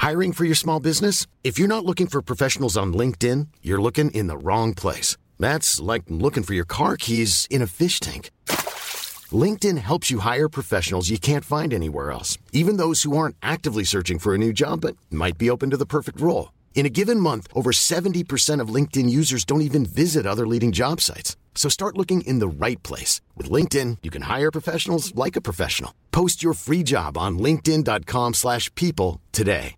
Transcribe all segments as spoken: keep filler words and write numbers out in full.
Hiring for your small business? If you're not looking for professionals on LinkedIn, you're looking in the wrong place. That's like looking for your car keys in a fish tank. LinkedIn helps you hire professionals you can't find anywhere else, even those who aren't actively searching for a new job but might be open to the perfect role. In a given month, over seventy percent of LinkedIn users don't even visit other leading job sites. So start looking in the right place. With LinkedIn, you can hire professionals like a professional. Post your free job on linkedin.com slash people today.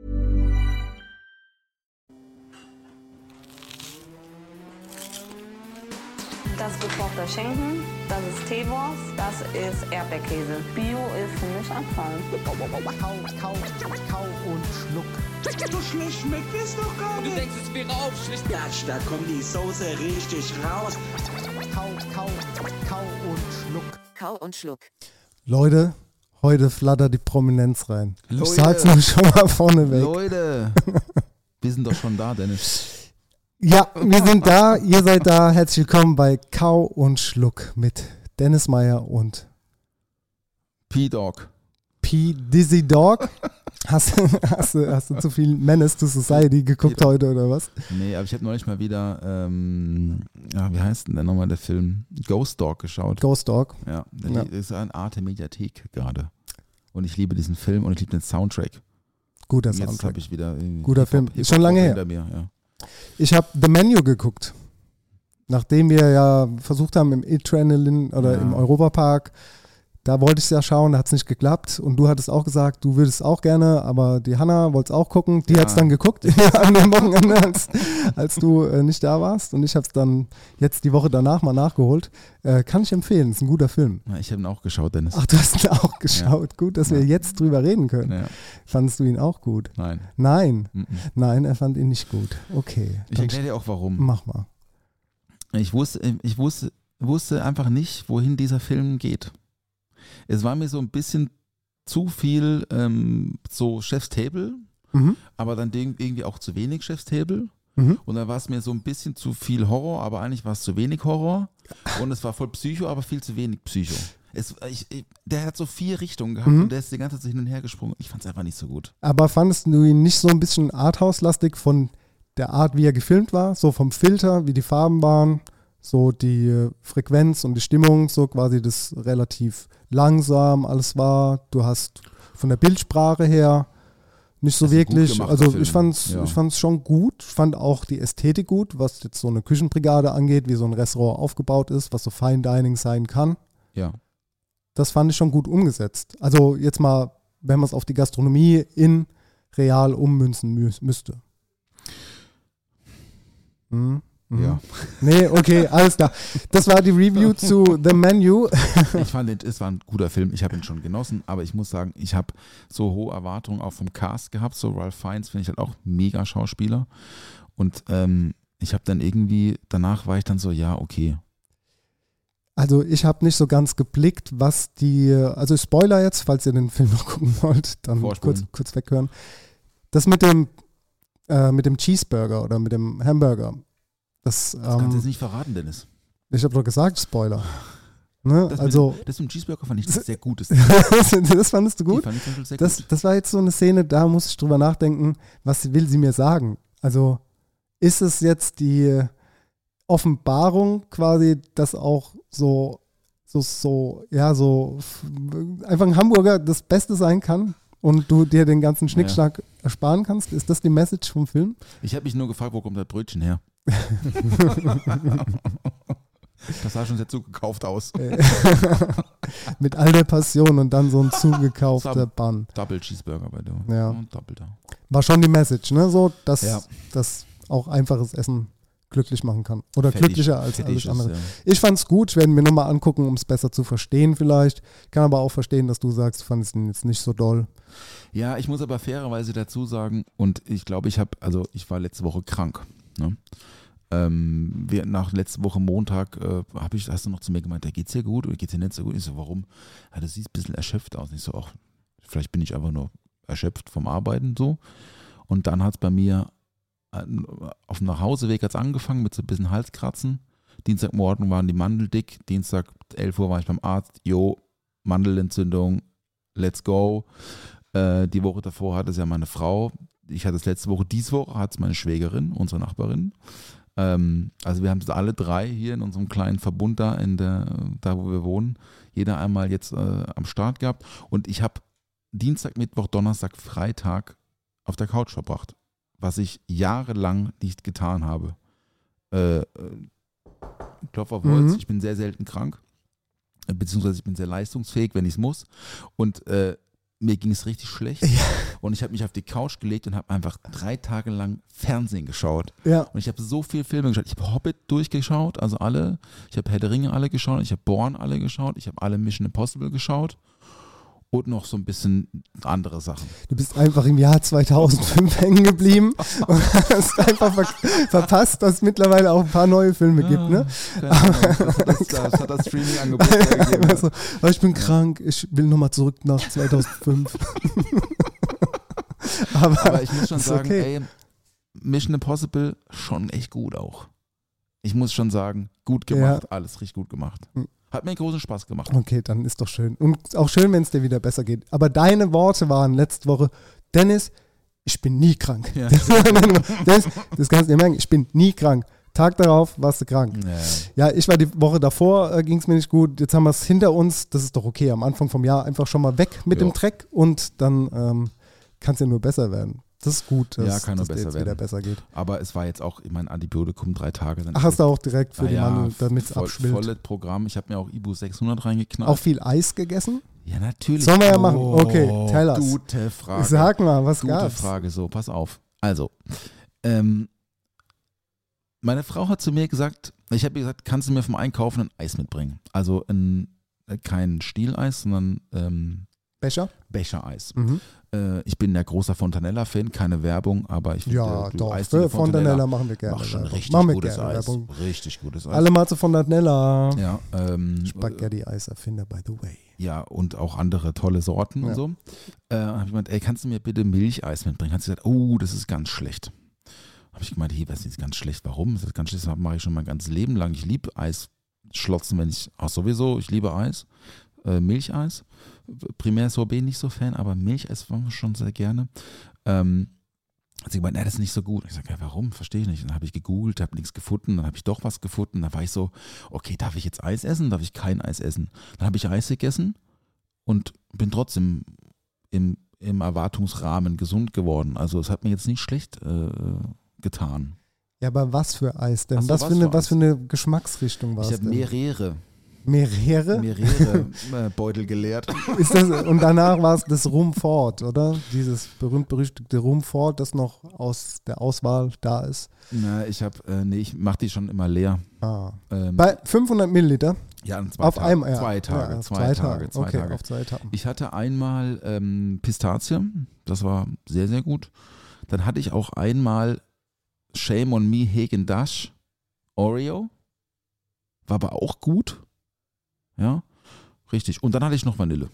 Das ist gekochter Schinken, das ist Teewurst, das ist Erdbeerkäse. Bio ist für mich Abfall. Kau, kau, kau und schluck. So schlecht schmeckt es doch gar nicht. Du denkst, es wäre aufschlicht. Ja, da kommt die Soße richtig raus. Kau, kau, kau und schluck. Kau und schluck. Leute, heute flattert die Prominenz rein. Leute. Ich sag's nur schon mal vorneweg. Leute, wir sind doch schon da, Dennis. Ja, wir sind da, ihr seid da. Herzlich willkommen bei Kau und Schluck mit Dennis Meyer und P-Dog. P. Dizzy Dog. Hast, hast, du, hast du zu viel Menace to Society geguckt P-Dog. heute oder was? Nee, aber ich habe neulich mal wieder, ähm, ja, wie heißt denn der nochmal der Film? Ghost Dog geschaut. Ghost Dog. Ja, der ja. ist eine Arte Mediathek gerade. Und ich liebe diesen Film und ich liebe den Soundtrack. Guter und jetzt Soundtrack. habe ich wieder Guter Hip-Hop, Film. Hip-Hop Ist schon lange her. hinter mir, ja. Ich habe The Menu geguckt. Nachdem wir ja versucht haben im Adrenaline oder ja. im Europapark, da wollte ich es ja schauen, da hat es nicht geklappt. Und du hattest auch gesagt, du würdest auch gerne, aber die Hanna wollte es auch gucken. Die ja. hat es dann geguckt an dem Wochenende, als, als du äh, nicht da warst. Und ich habe es dann jetzt die Woche danach mal nachgeholt. Äh, kann ich empfehlen, ist ein guter Film. Ja, ich habe ihn auch geschaut, Dennis. Ach, du hast ihn auch geschaut. Ja. Gut, dass ja. wir jetzt drüber reden können. Ja. Fandest du ihn auch gut? Nein. Nein? Mhm. Nein, er fand ihn nicht gut. Okay. Ich erkläre dir auch warum. Mach mal. Ich wusste, ich wusste, wusste einfach nicht, wohin dieser Film geht. Es war mir so ein bisschen zu viel ähm, so Chef's Table, mhm. aber dann irgendwie auch zu wenig Chef's Table. Mhm. Und dann war es mir so ein bisschen zu viel Horror, aber eigentlich war es zu wenig Horror. Und es war voll Psycho, aber viel zu wenig Psycho. Es, ich, ich, der hat so vier Richtungen gehabt mhm. und der ist die ganze Zeit hin und her gesprungen. Ich fand es einfach nicht so gut. Aber fandest du ihn nicht so ein bisschen Arthouse-lastig von der Art, wie er gefilmt war? So vom Filter, wie die Farben waren, so die Frequenz und die Stimmung, so quasi das relativ langsam alles war. Du hast von der Bildsprache her nicht so wirklich, also ich fand's, ja. ich fand's schon gut. Ich fand auch die Ästhetik gut, was jetzt so eine Küchenbrigade angeht, wie so ein Restaurant aufgebaut ist, was so Fine Dining sein kann. Ja. Das fand ich schon gut umgesetzt. Also jetzt mal, wenn man es auf die Gastronomie in real ummünzen mü- müsste. Hm? Ja. Nee, okay, alles klar. Das war die Review zu The Menu. Ich fand, es war ein guter Film. Ich habe ihn schon genossen, aber ich muss sagen, ich habe so hohe Erwartungen auch vom Cast gehabt. So Ralph Fiennes finde ich halt auch mega Schauspieler. Und ähm, ich habe dann irgendwie, danach war ich dann so, ja, okay. Also ich habe nicht so ganz geblickt, was die, also Spoiler jetzt, falls ihr den Film noch gucken wollt, dann kurz, kurz weghören. Das mit dem, äh, mit dem Cheeseburger oder mit dem Hamburger. Das, das kannst du jetzt nicht verraten, Dennis. Ich habe doch gesagt, Spoiler. Ne? Das, also, mit dem, das mit dem Cheeseburger fand ich das sehr gut. Das fandest du gut? Die fand ich sehr das, gut. Das war jetzt so eine Szene, da muss ich drüber nachdenken, was will sie mir sagen? Also ist es jetzt die Offenbarung quasi, dass auch so, so, so, ja, so einfach ein Hamburger das Beste sein kann? Und du dir den ganzen Schnickschnack ja. ersparen kannst? Ist das die Message vom Film? Ich habe mich nur gefragt, wo kommt das Brötchen her? Das sah schon sehr zugekauft aus. Mit all der Passion und dann so ein zugekaufter Bun. Double Cheeseburger bei dir. Ja. Double da. War schon die Message, ne? So, dass, ja. dass auch einfaches Essen glücklich machen kann. Oder Fettig, glücklicher als alles andere. Ja. Ich fand's gut, ich werde mir nochmal angucken, um es besser zu verstehen vielleicht. Ich kann aber auch verstehen, dass du sagst, du fandest ihn jetzt nicht so doll. Ja, ich muss aber fairerweise dazu sagen, und ich glaube, ich habe, also ich war letzte Woche krank. Ne? Ähm, wir, nach letzte Woche Montag äh, habe ich, hast du noch zu mir gemeint, der geht's dir gut oder geht's dir nicht so gut? Ich so, warum? Ja, das sieht ein bisschen erschöpft aus. Ich so, ach, vielleicht bin ich einfach nur erschöpft vom Arbeiten so. Und dann hat es bei mir auf dem Nachhauseweg hat's angefangen mit so ein bisschen Halskratzen. Dienstagmorgen waren die Mandeln dick. Dienstag elf Uhr war ich beim Arzt. Jo, Mandelentzündung, let's go. Äh, die Woche davor hatte es ja meine Frau. Ich hatte es letzte Woche, diese Woche hat es meine Schwägerin, unsere Nachbarin. Ähm, also wir haben es alle drei hier in unserem kleinen Verbund da, in der, da wo wir wohnen, jeder einmal jetzt äh, am Start gehabt. Und ich habe Dienstag, Mittwoch, Donnerstag, Freitag auf der Couch verbracht, was ich jahrelang nicht getan habe. Äh, Klopf auf Holz, mhm. ich bin sehr selten krank, beziehungsweise ich bin sehr leistungsfähig, wenn ich es muss. Und äh, mir ging es richtig schlecht. Ja. Und ich habe mich auf die Couch gelegt und habe einfach drei Tage lang Fernsehen geschaut. Ja. Und ich habe so viele Filme geschaut. Ich habe Hobbit durchgeschaut, also alle. Ich habe Herr der Ringe alle geschaut. Ich habe Bourne alle geschaut. Ich habe alle Mission Impossible geschaut. Und noch so ein bisschen andere Sachen. Du bist einfach im Jahr zweitausendfünf hängen geblieben und hast einfach ver verpasst, dass es mittlerweile auch ein paar neue Filme ja, gibt, ne? Das, das, das hat das Streaming-Angebot gegeben. So, oh, ich bin krank, ich will nochmal zurück nach zweitausendfünf. aber, aber ich muss schon sagen, okay. ey, Mission Impossible schon echt gut auch. Ich muss schon sagen, gut gemacht, ja. alles richtig gut gemacht. Hat mir großen Spaß gemacht. Okay, dann ist doch schön. Und auch schön, wenn es dir wieder besser geht. Aber deine Worte waren letzte Woche, Dennis, ich bin nie krank. Ja. Dennis, das kannst du dir merken, ich bin nie krank. Tag darauf warst du krank. Ja, ja ich war die Woche davor, äh, ging es mir nicht gut. Jetzt haben wir es hinter uns. Das ist doch okay. Am Anfang vom Jahr einfach schon mal weg mit jo. dem Dreck und dann ähm, kann es ja nur besser werden. Das ist gut, dass, ja, kann nur dass besser jetzt werden. wieder besser geht. Aber es war jetzt auch mein Antibiotikum drei Tage. Ach, hast du auch direkt für ah, die ja, Mandel, damit es voll, abschwillt. Volles Programm. Ich habe mir auch Ibu sechshundert reingeknallt. Auch viel Eis gegessen? Ja, natürlich. Sollen wir ja machen. Okay, tell us. Gute Frage. Sag mal, was Gute gab's? Gute Frage, so, pass auf. Also, ähm, meine Frau hat zu mir gesagt, ich habe ihr gesagt, kannst du mir vom Einkaufen ein Eis mitbringen? Also ein, kein Stieleis, sondern ähm, Becher? Bechereis. Mhm. Äh, ich bin ja großer Fontanella-Fan, keine Werbung, aber ich finde, ja, du doch, Eis für Fontanella, Fontanella machen wir gerne. Mach schon richtig machen wir gutes gerne Eis. Werbung. Richtig gutes Eis. Alle mal zu Fontanella. Ja, ähm, Spaghetti-Eis-Erfinder, by the way. Ja, und auch andere tolle Sorten ja. und so. Äh, habe ich gemeint, ey, kannst du mir bitte Milcheis mitbringen? Hat sie gesagt, oh, das ist ganz schlecht. Habe ich gemeint, hey, was ist ganz schlecht? Warum? Das ist ganz schlecht, das mache ich schon mein ganzes Leben lang. Ich liebe Eisschlotzen, wenn ich, auch sowieso, ich liebe Eis. Äh, Milcheis. Primär Sorbet nicht so Fan, aber Milcheis wollen wir schon sehr gerne. Ähm, hat sie gemeint, nee, das ist nicht so gut. Ich sage, ja, warum? Verstehe ich nicht. Dann habe ich gegoogelt, habe nichts gefunden, dann habe ich doch was gefunden. Dann war ich so, okay, darf ich jetzt Eis essen? Darf ich kein Eis essen? Dann habe ich Eis gegessen und bin trotzdem im, im Erwartungsrahmen gesund geworden. Also es hat mir jetzt nicht schlecht äh, getan. Ja, aber was für Eis denn? So, was, was für eine, für was für eine Geschmacksrichtung war es Ich habe denn? mehrere. Mehrere? Mehrere äh, Beutel geleert. Ist das, und danach war es das Rumford, oder? Dieses berühmt-berüchtigte Rumford, das noch aus der Auswahl da ist. Na, ich habe, äh, nee, ich mache die schon immer leer. Ah. Ähm, Bei fünfhundert Milliliter? Ja, an zwei auf Tagen. einem, ja. Zwei Tage. Ja, zwei, zwei Tage. Tage. Zwei okay, Tage. auf zwei Tagen. Ich hatte einmal ähm, Pistazien, das war sehr, sehr gut. Dann hatte ich auch einmal Shame on Me Häagen-Dazs Oreo. War aber auch gut. Ja, richtig. Und dann hatte ich noch Vanille.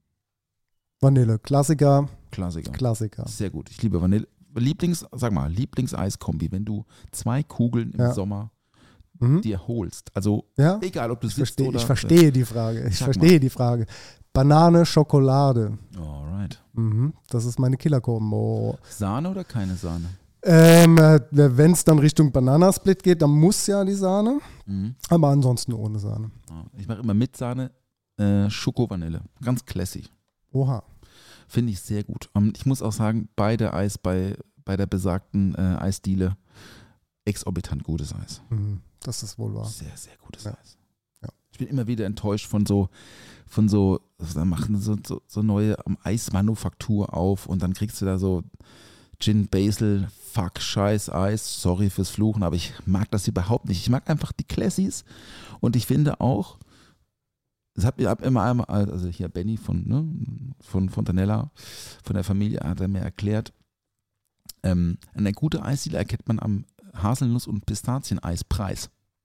Vanille, Klassiker. Klassiker. Klassiker. Sehr gut. Ich liebe Vanille. Lieblings, sag mal, Lieblingseiskombi, wenn du zwei Kugeln im ja. Sommer mhm. dir holst. Also ja? egal, ob du ich sitzt versteh, oder... Ich verstehe die Frage. Ich Sag verstehe mal. die Frage. Banane, Schokolade. Alright. Mhm. Das ist meine Killer-Kombo. Sahne oder keine Sahne? Ähm, wenn es dann Richtung Bananasplit geht, dann muss ja die Sahne. Mhm. Aber ansonsten ohne Sahne. Ich mache immer mit Sahne äh, Schoko-Vanille. Ganz classy. Oha. Finde ich sehr gut. Und ich muss auch sagen, beide Eis bei, bei der besagten äh, Eisdiele exorbitant gutes Eis. Mhm. Das ist wohl wahr. Sehr, sehr gutes ja. Eis. Ja. Ich bin immer wieder enttäuscht von so, von so, da machen so, so, so neue Eismanufaktur auf und dann kriegst du da so Gin, Basil, fuck, scheiß Eis, sorry fürs Fluchen, aber ich mag das überhaupt nicht. Ich mag einfach die Classies und ich finde auch, das hat mir ab immer einmal, also hier Benny von, ne, von Fontanella, von der Familie, hat er mir erklärt, ähm, eine gute Eisdiele erkennt man am Haselnuss- und Pistazieneispreis.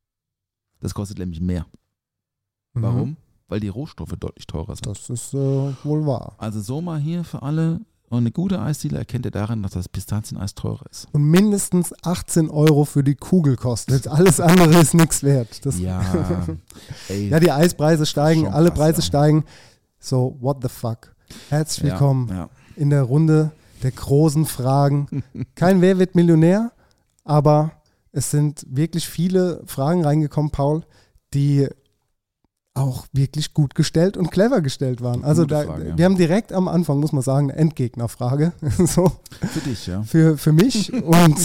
Das kostet nämlich mehr. Mhm. Warum? Weil die Rohstoffe deutlich teurer sind. Das ist äh, wohl wahr. Also so mal hier für alle. Und eine gute Eisdiele erkennt ihr daran, dass das Pistazieneis teurer ist. Und mindestens achtzehn Euro für die Kugel kostet. Alles andere ist nichts wert. Das ja, ey, ja, die Eispreise steigen, schon alle krass, Preise ja. steigen. So, what the fuck? Herzlich willkommen Ja, ja. in der Runde der großen Fragen. Kein Wer wird Millionär, aber es sind wirklich viele Fragen reingekommen, Paul, die auch wirklich gut gestellt und clever gestellt waren. Also da, Frage, ja. wir haben direkt am Anfang, muss man sagen, eine Endgegnerfrage. so. Für dich, ja. Für, für mich und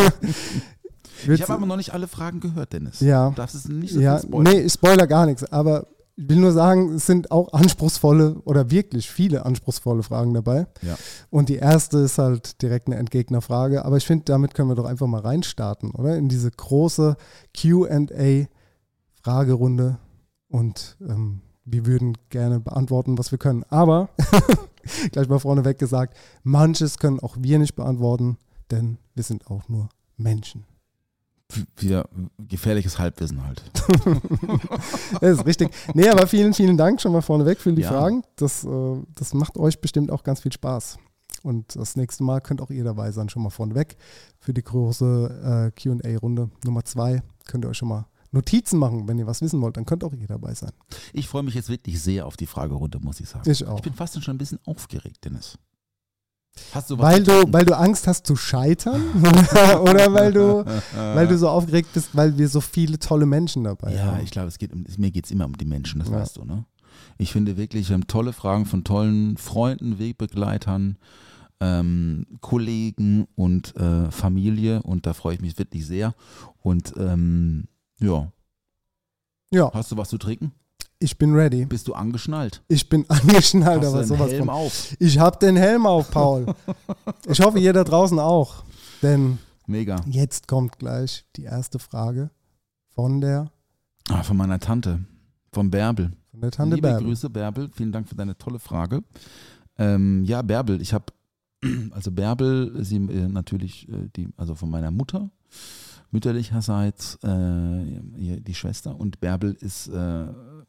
ich habe aber noch nicht alle Fragen gehört, Dennis. Ja. Du darfst es nicht so Ja, viel spoilern. nee, ich spoiler gar nichts, aber ich will nur sagen, es sind auch anspruchsvolle oder wirklich viele anspruchsvolle Fragen dabei. Ja. Und die erste ist halt direkt eine Entgegnerfrage, aber ich finde, damit können wir doch einfach mal reinstarten, oder? In diese große Q and A-Fragerunde und ähm, wir würden gerne beantworten, was wir können. Aber, gleich mal vorneweg gesagt, manches können auch wir nicht beantworten, denn wir sind auch nur Menschen. Wieder gefährliches Halbwissen halt. Das ist richtig. Nee, aber vielen, vielen Dank schon mal vorneweg für die Ja. Fragen. Das, äh, das macht euch bestimmt auch ganz viel Spaß. Und das nächste Mal könnt auch ihr dabei sein, schon mal vorneweg. Für die große äh, Q and A-Runde Nummer zwei könnt ihr euch schon mal Notizen machen. Wenn ihr was wissen wollt, dann könnt auch ihr dabei sein. Ich freue mich jetzt wirklich sehr auf die Fragerunde, muss ich sagen. Ich auch. Ich bin fast schon ein bisschen aufgeregt, Dennis. Hast du was Weil zu du, trinken? weil du Angst hast zu scheitern? oder oder weil, du, weil du so aufgeregt bist, weil wir so viele tolle Menschen dabei Ja, haben? ich glaube, es geht um, mir geht es immer um die Menschen, das Ja. weißt du, ne? Ich finde wirklich, wir haben tolle Fragen von tollen Freunden, Wegbegleitern, ähm, Kollegen und äh, Familie und da freue ich mich wirklich sehr. Und ähm, ja, Ja, hast du was zu trinken? ich bin ready. Bist du angeschnallt? Ich bin angeschnallt, Hast du aber einen sowas Helm von. auf? Ich habe den Helm auf, Paul. Ich hoffe, ihr da draußen auch. Denn Mega. jetzt kommt gleich die erste Frage von der, Ah, von meiner Tante, von Bärbel. von der Tante Liebe Bärbel. Grüße, Bärbel. Vielen Dank für deine tolle Frage. Ähm, ja, Bärbel, ich habe, also Bärbel, sie äh, natürlich, äh, die, also von meiner Mutter, mütterlicherseits äh, die Schwester und Bärbel ist, äh,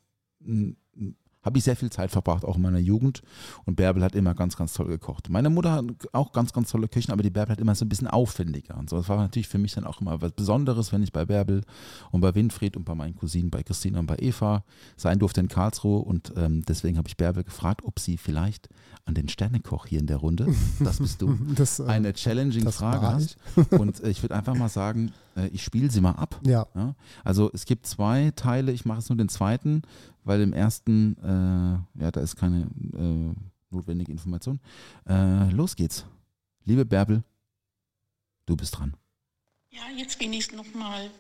habe ich sehr viel Zeit verbracht, auch in meiner Jugend und Bärbel hat immer ganz, ganz toll gekocht. Meine Mutter hat auch ganz, ganz tolle Küchen, aber die Bärbel hat immer so ein bisschen aufwendiger und so. Das war natürlich für mich dann auch immer was Besonderes, wenn ich bei Bärbel und bei Winfried und bei meinen Cousinen, bei Christina und bei Eva sein durfte in Karlsruhe und ähm, deswegen habe ich Bärbel gefragt, ob sie vielleicht an den Sternekoch hier in der Runde, das bist du, Das, äh, eine challenging das Frage war hast. Und äh, ich würde einfach mal sagen, äh, ich spiele sie mal ab. Ja, Ja? Also es gibt zwei Teile, ich mache jetzt nur den zweiten, weil im ersten, äh, ja, da ist keine äh, notwendige Information. Äh, los geht's. Liebe Bärbel, du bist dran. Ja, jetzt bin ich nochmal.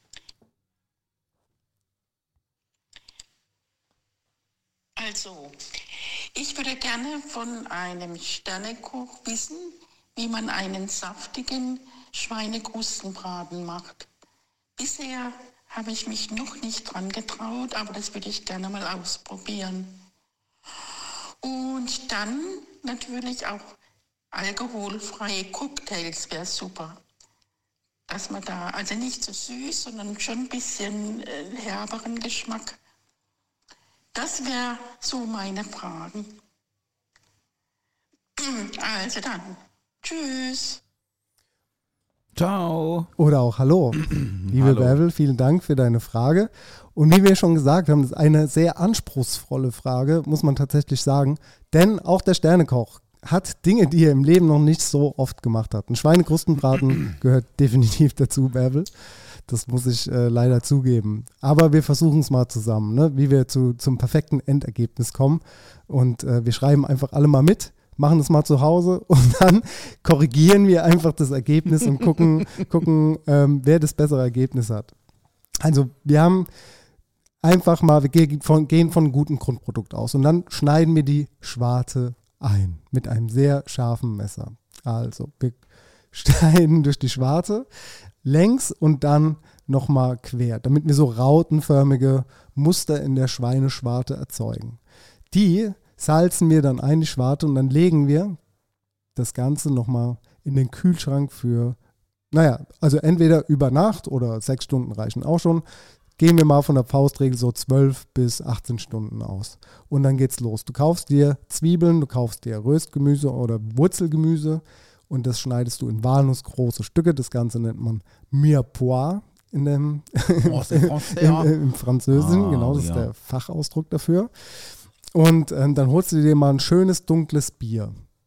Also, ich würde gerne von einem Sternekoch wissen, wie man einen saftigen Schweinekrustenbraten macht. Bisher habe ich mich noch nicht dran getraut, aber das würde ich gerne mal ausprobieren. Und dann natürlich auch alkoholfreie Cocktails wäre super. Dass man da, also nicht so süß, sondern schon ein bisschen äh, herberen Geschmack. Das wäre so meine Fragen. Also dann, tschüss. Ciao. oder auch Hallo. Liebe Hallo. Bärbel, vielen Dank für deine Frage. Und wie wir schon gesagt haben, das ist eine sehr anspruchsvolle Frage, muss man tatsächlich sagen. Denn auch der Sternekoch hat Dinge, die er im Leben noch nicht so oft gemacht hat. Ein Schweinekrustenbraten gehört definitiv dazu, Bärbel. Das muss ich äh, leider zugeben. Aber wir versuchen es mal zusammen, ne? Wie wir zu, zum perfekten Endergebnis kommen. Und äh, wir schreiben einfach alle mal mit, machen es mal zu Hause und dann korrigieren wir einfach das Ergebnis und gucken, gucken ähm, wer das bessere Ergebnis hat. Also wir haben einfach mal, wir gehen von, gehen von einem guten Grundprodukt aus und dann schneiden wir die Schwarte ein mit einem sehr scharfen Messer. Also wir schneiden durch die Schwarte längs und dann nochmal quer, damit wir so rautenförmige Muster in der Schweineschwarte erzeugen. Die salzen wir dann ein, die Schwarte, und dann legen wir das Ganze nochmal in den Kühlschrank für, naja, also entweder über Nacht oder sechs Stunden reichen auch schon. Gehen wir mal von der Faustregel so zwölf bis achtzehn Stunden aus. Und dann geht's los. Du kaufst dir Zwiebeln, du kaufst dir Röstgemüse oder Wurzelgemüse und das schneidest du in walnussgroße Stücke. Das Ganze nennt man Mirepoix in dem, Oh, c'est français, ja. im, im Französischen. Ah, Genau, das ja. ist der Fachausdruck dafür. Und ähm, dann holst du dir mal ein schönes dunkles Bier.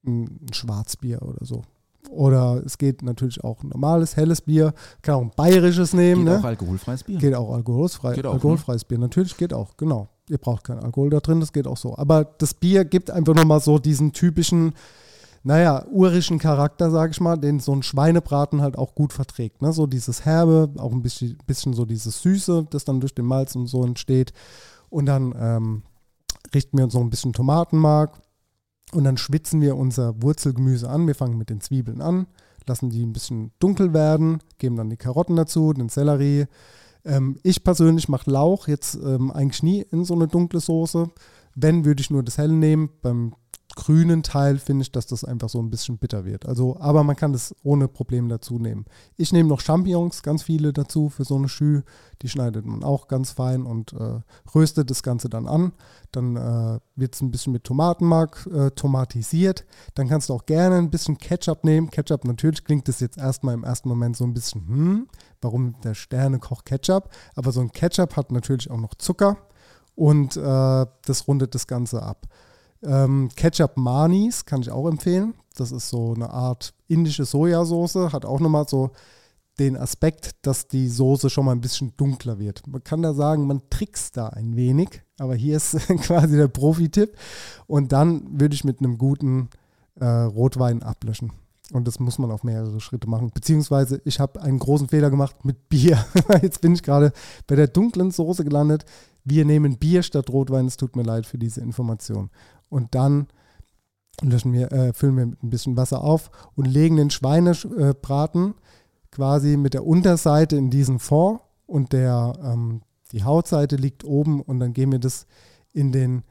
ein Schwarzbier oder so. Oder es geht natürlich auch ein normales, helles Bier, kann auch ein bayerisches nehmen. Geht ne? auch alkoholfreies Bier. Geht auch alkoholfrei, Geht auch, alkoholfreies ne? Bier, natürlich geht auch, genau. Ihr braucht keinen Alkohol da drin, das geht auch so. Aber das Bier gibt einfach nochmal so diesen typischen, naja, urischen Charakter, sage ich mal, den so ein Schweinebraten halt auch gut verträgt. Ne? So dieses Herbe, auch ein bisschen, bisschen so dieses Süße, das dann durch den Malz und so entsteht. Und dann ähm, richten wir uns so ein bisschen Tomatenmark. Und dann schwitzen wir unser Wurzelgemüse an. Wir fangen mit den Zwiebeln an, lassen die ein bisschen dunkel werden, geben dann die Karotten dazu, den Sellerie. Ähm, ich persönlich mache Lauch jetzt ähm, eigentlich nie in so eine dunkle Soße. Wenn, würde ich nur das Helle nehmen. Beim grünen Teil finde ich, dass das einfach so ein bisschen bitter wird. Also, aber man kann das ohne Probleme dazu nehmen. Ich nehme noch Champignons, ganz viele dazu für so eine Schü. Die schneidet man auch ganz fein und äh, röstet das Ganze dann an. Dann äh, wird es ein bisschen mit Tomatenmark äh, tomatisiert. Dann kannst du auch gerne ein bisschen Ketchup nehmen. Ketchup, natürlich klingt das jetzt erstmal im ersten Moment so ein bisschen, hm, warum der Sternekoch Ketchup? Aber so ein Ketchup hat natürlich auch noch Zucker und äh, das rundet das Ganze ab. Ähm, Ketchup Manis kann ich auch empfehlen. Das ist so eine Art indische Sojasauce, hat auch nochmal so den Aspekt, dass die Soße schon mal ein bisschen dunkler wird. Man kann da sagen, man trickst da ein wenig, aber hier ist quasi der Profi-Tipp. Und dann würde ich mit einem guten äh, Rotwein ablöschen. Und das muss man auf mehrere Schritte machen. Beziehungsweise ich habe einen großen Fehler gemacht mit Bier. Jetzt bin ich gerade bei der dunklen Soße gelandet. Wir nehmen Bier statt Rotwein. Es tut mir leid für diese Information. Und dann löschen wir, äh, füllen wir mit ein bisschen Wasser auf und legen den Schweinebraten quasi mit der Unterseite in diesen Fond und der, ähm, die Hautseite liegt oben und dann gehen wir das in den,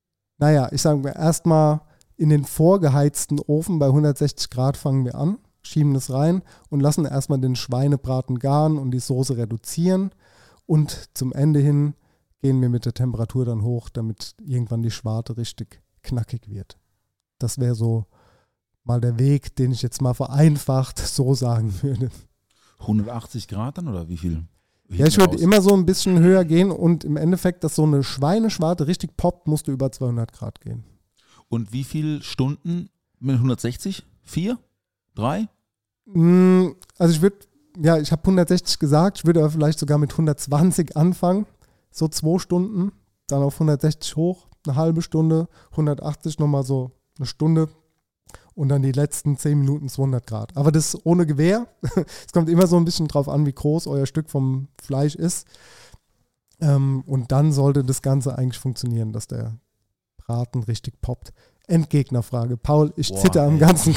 naja, ich sage mal erstmal in den vorgeheizten Ofen bei hundertsechzig Grad fangen wir an, schieben das rein und lassen erstmal den Schweinebraten garen und die Soße reduzieren und zum Ende hin gehen wir mit der Temperatur dann hoch, damit irgendwann die Schwarte richtig knackig wird. Das wäre so mal der Weg, den ich jetzt mal vereinfacht so sagen würde. hundertachtzig Grad dann oder wie viel? Ja, ich würde immer so ein bisschen höher gehen und im Endeffekt, dass so eine Schweineschwarte richtig poppt, musst du über zweihundert Grad gehen. Und wie viele Stunden mit hundertsechzig? Vier? Drei? Also ich würde, ja, ich habe hundertsechzig gesagt, ich würde aber vielleicht sogar mit hundertzwanzig anfangen. So zwei Stunden, dann auf hundertsechzig hoch, eine halbe Stunde, hundertachtzig nochmal so eine Stunde und dann die letzten zehn Minuten zweihundert Grad. Aber das ohne Gewehr. Es kommt immer so ein bisschen drauf an, wie groß euer Stück vom Fleisch ist. Ähm, und dann sollte das Ganze eigentlich funktionieren, dass der Braten richtig poppt. Endgegnerfrage. Paul, ich Boah, zitter ey. am ganzen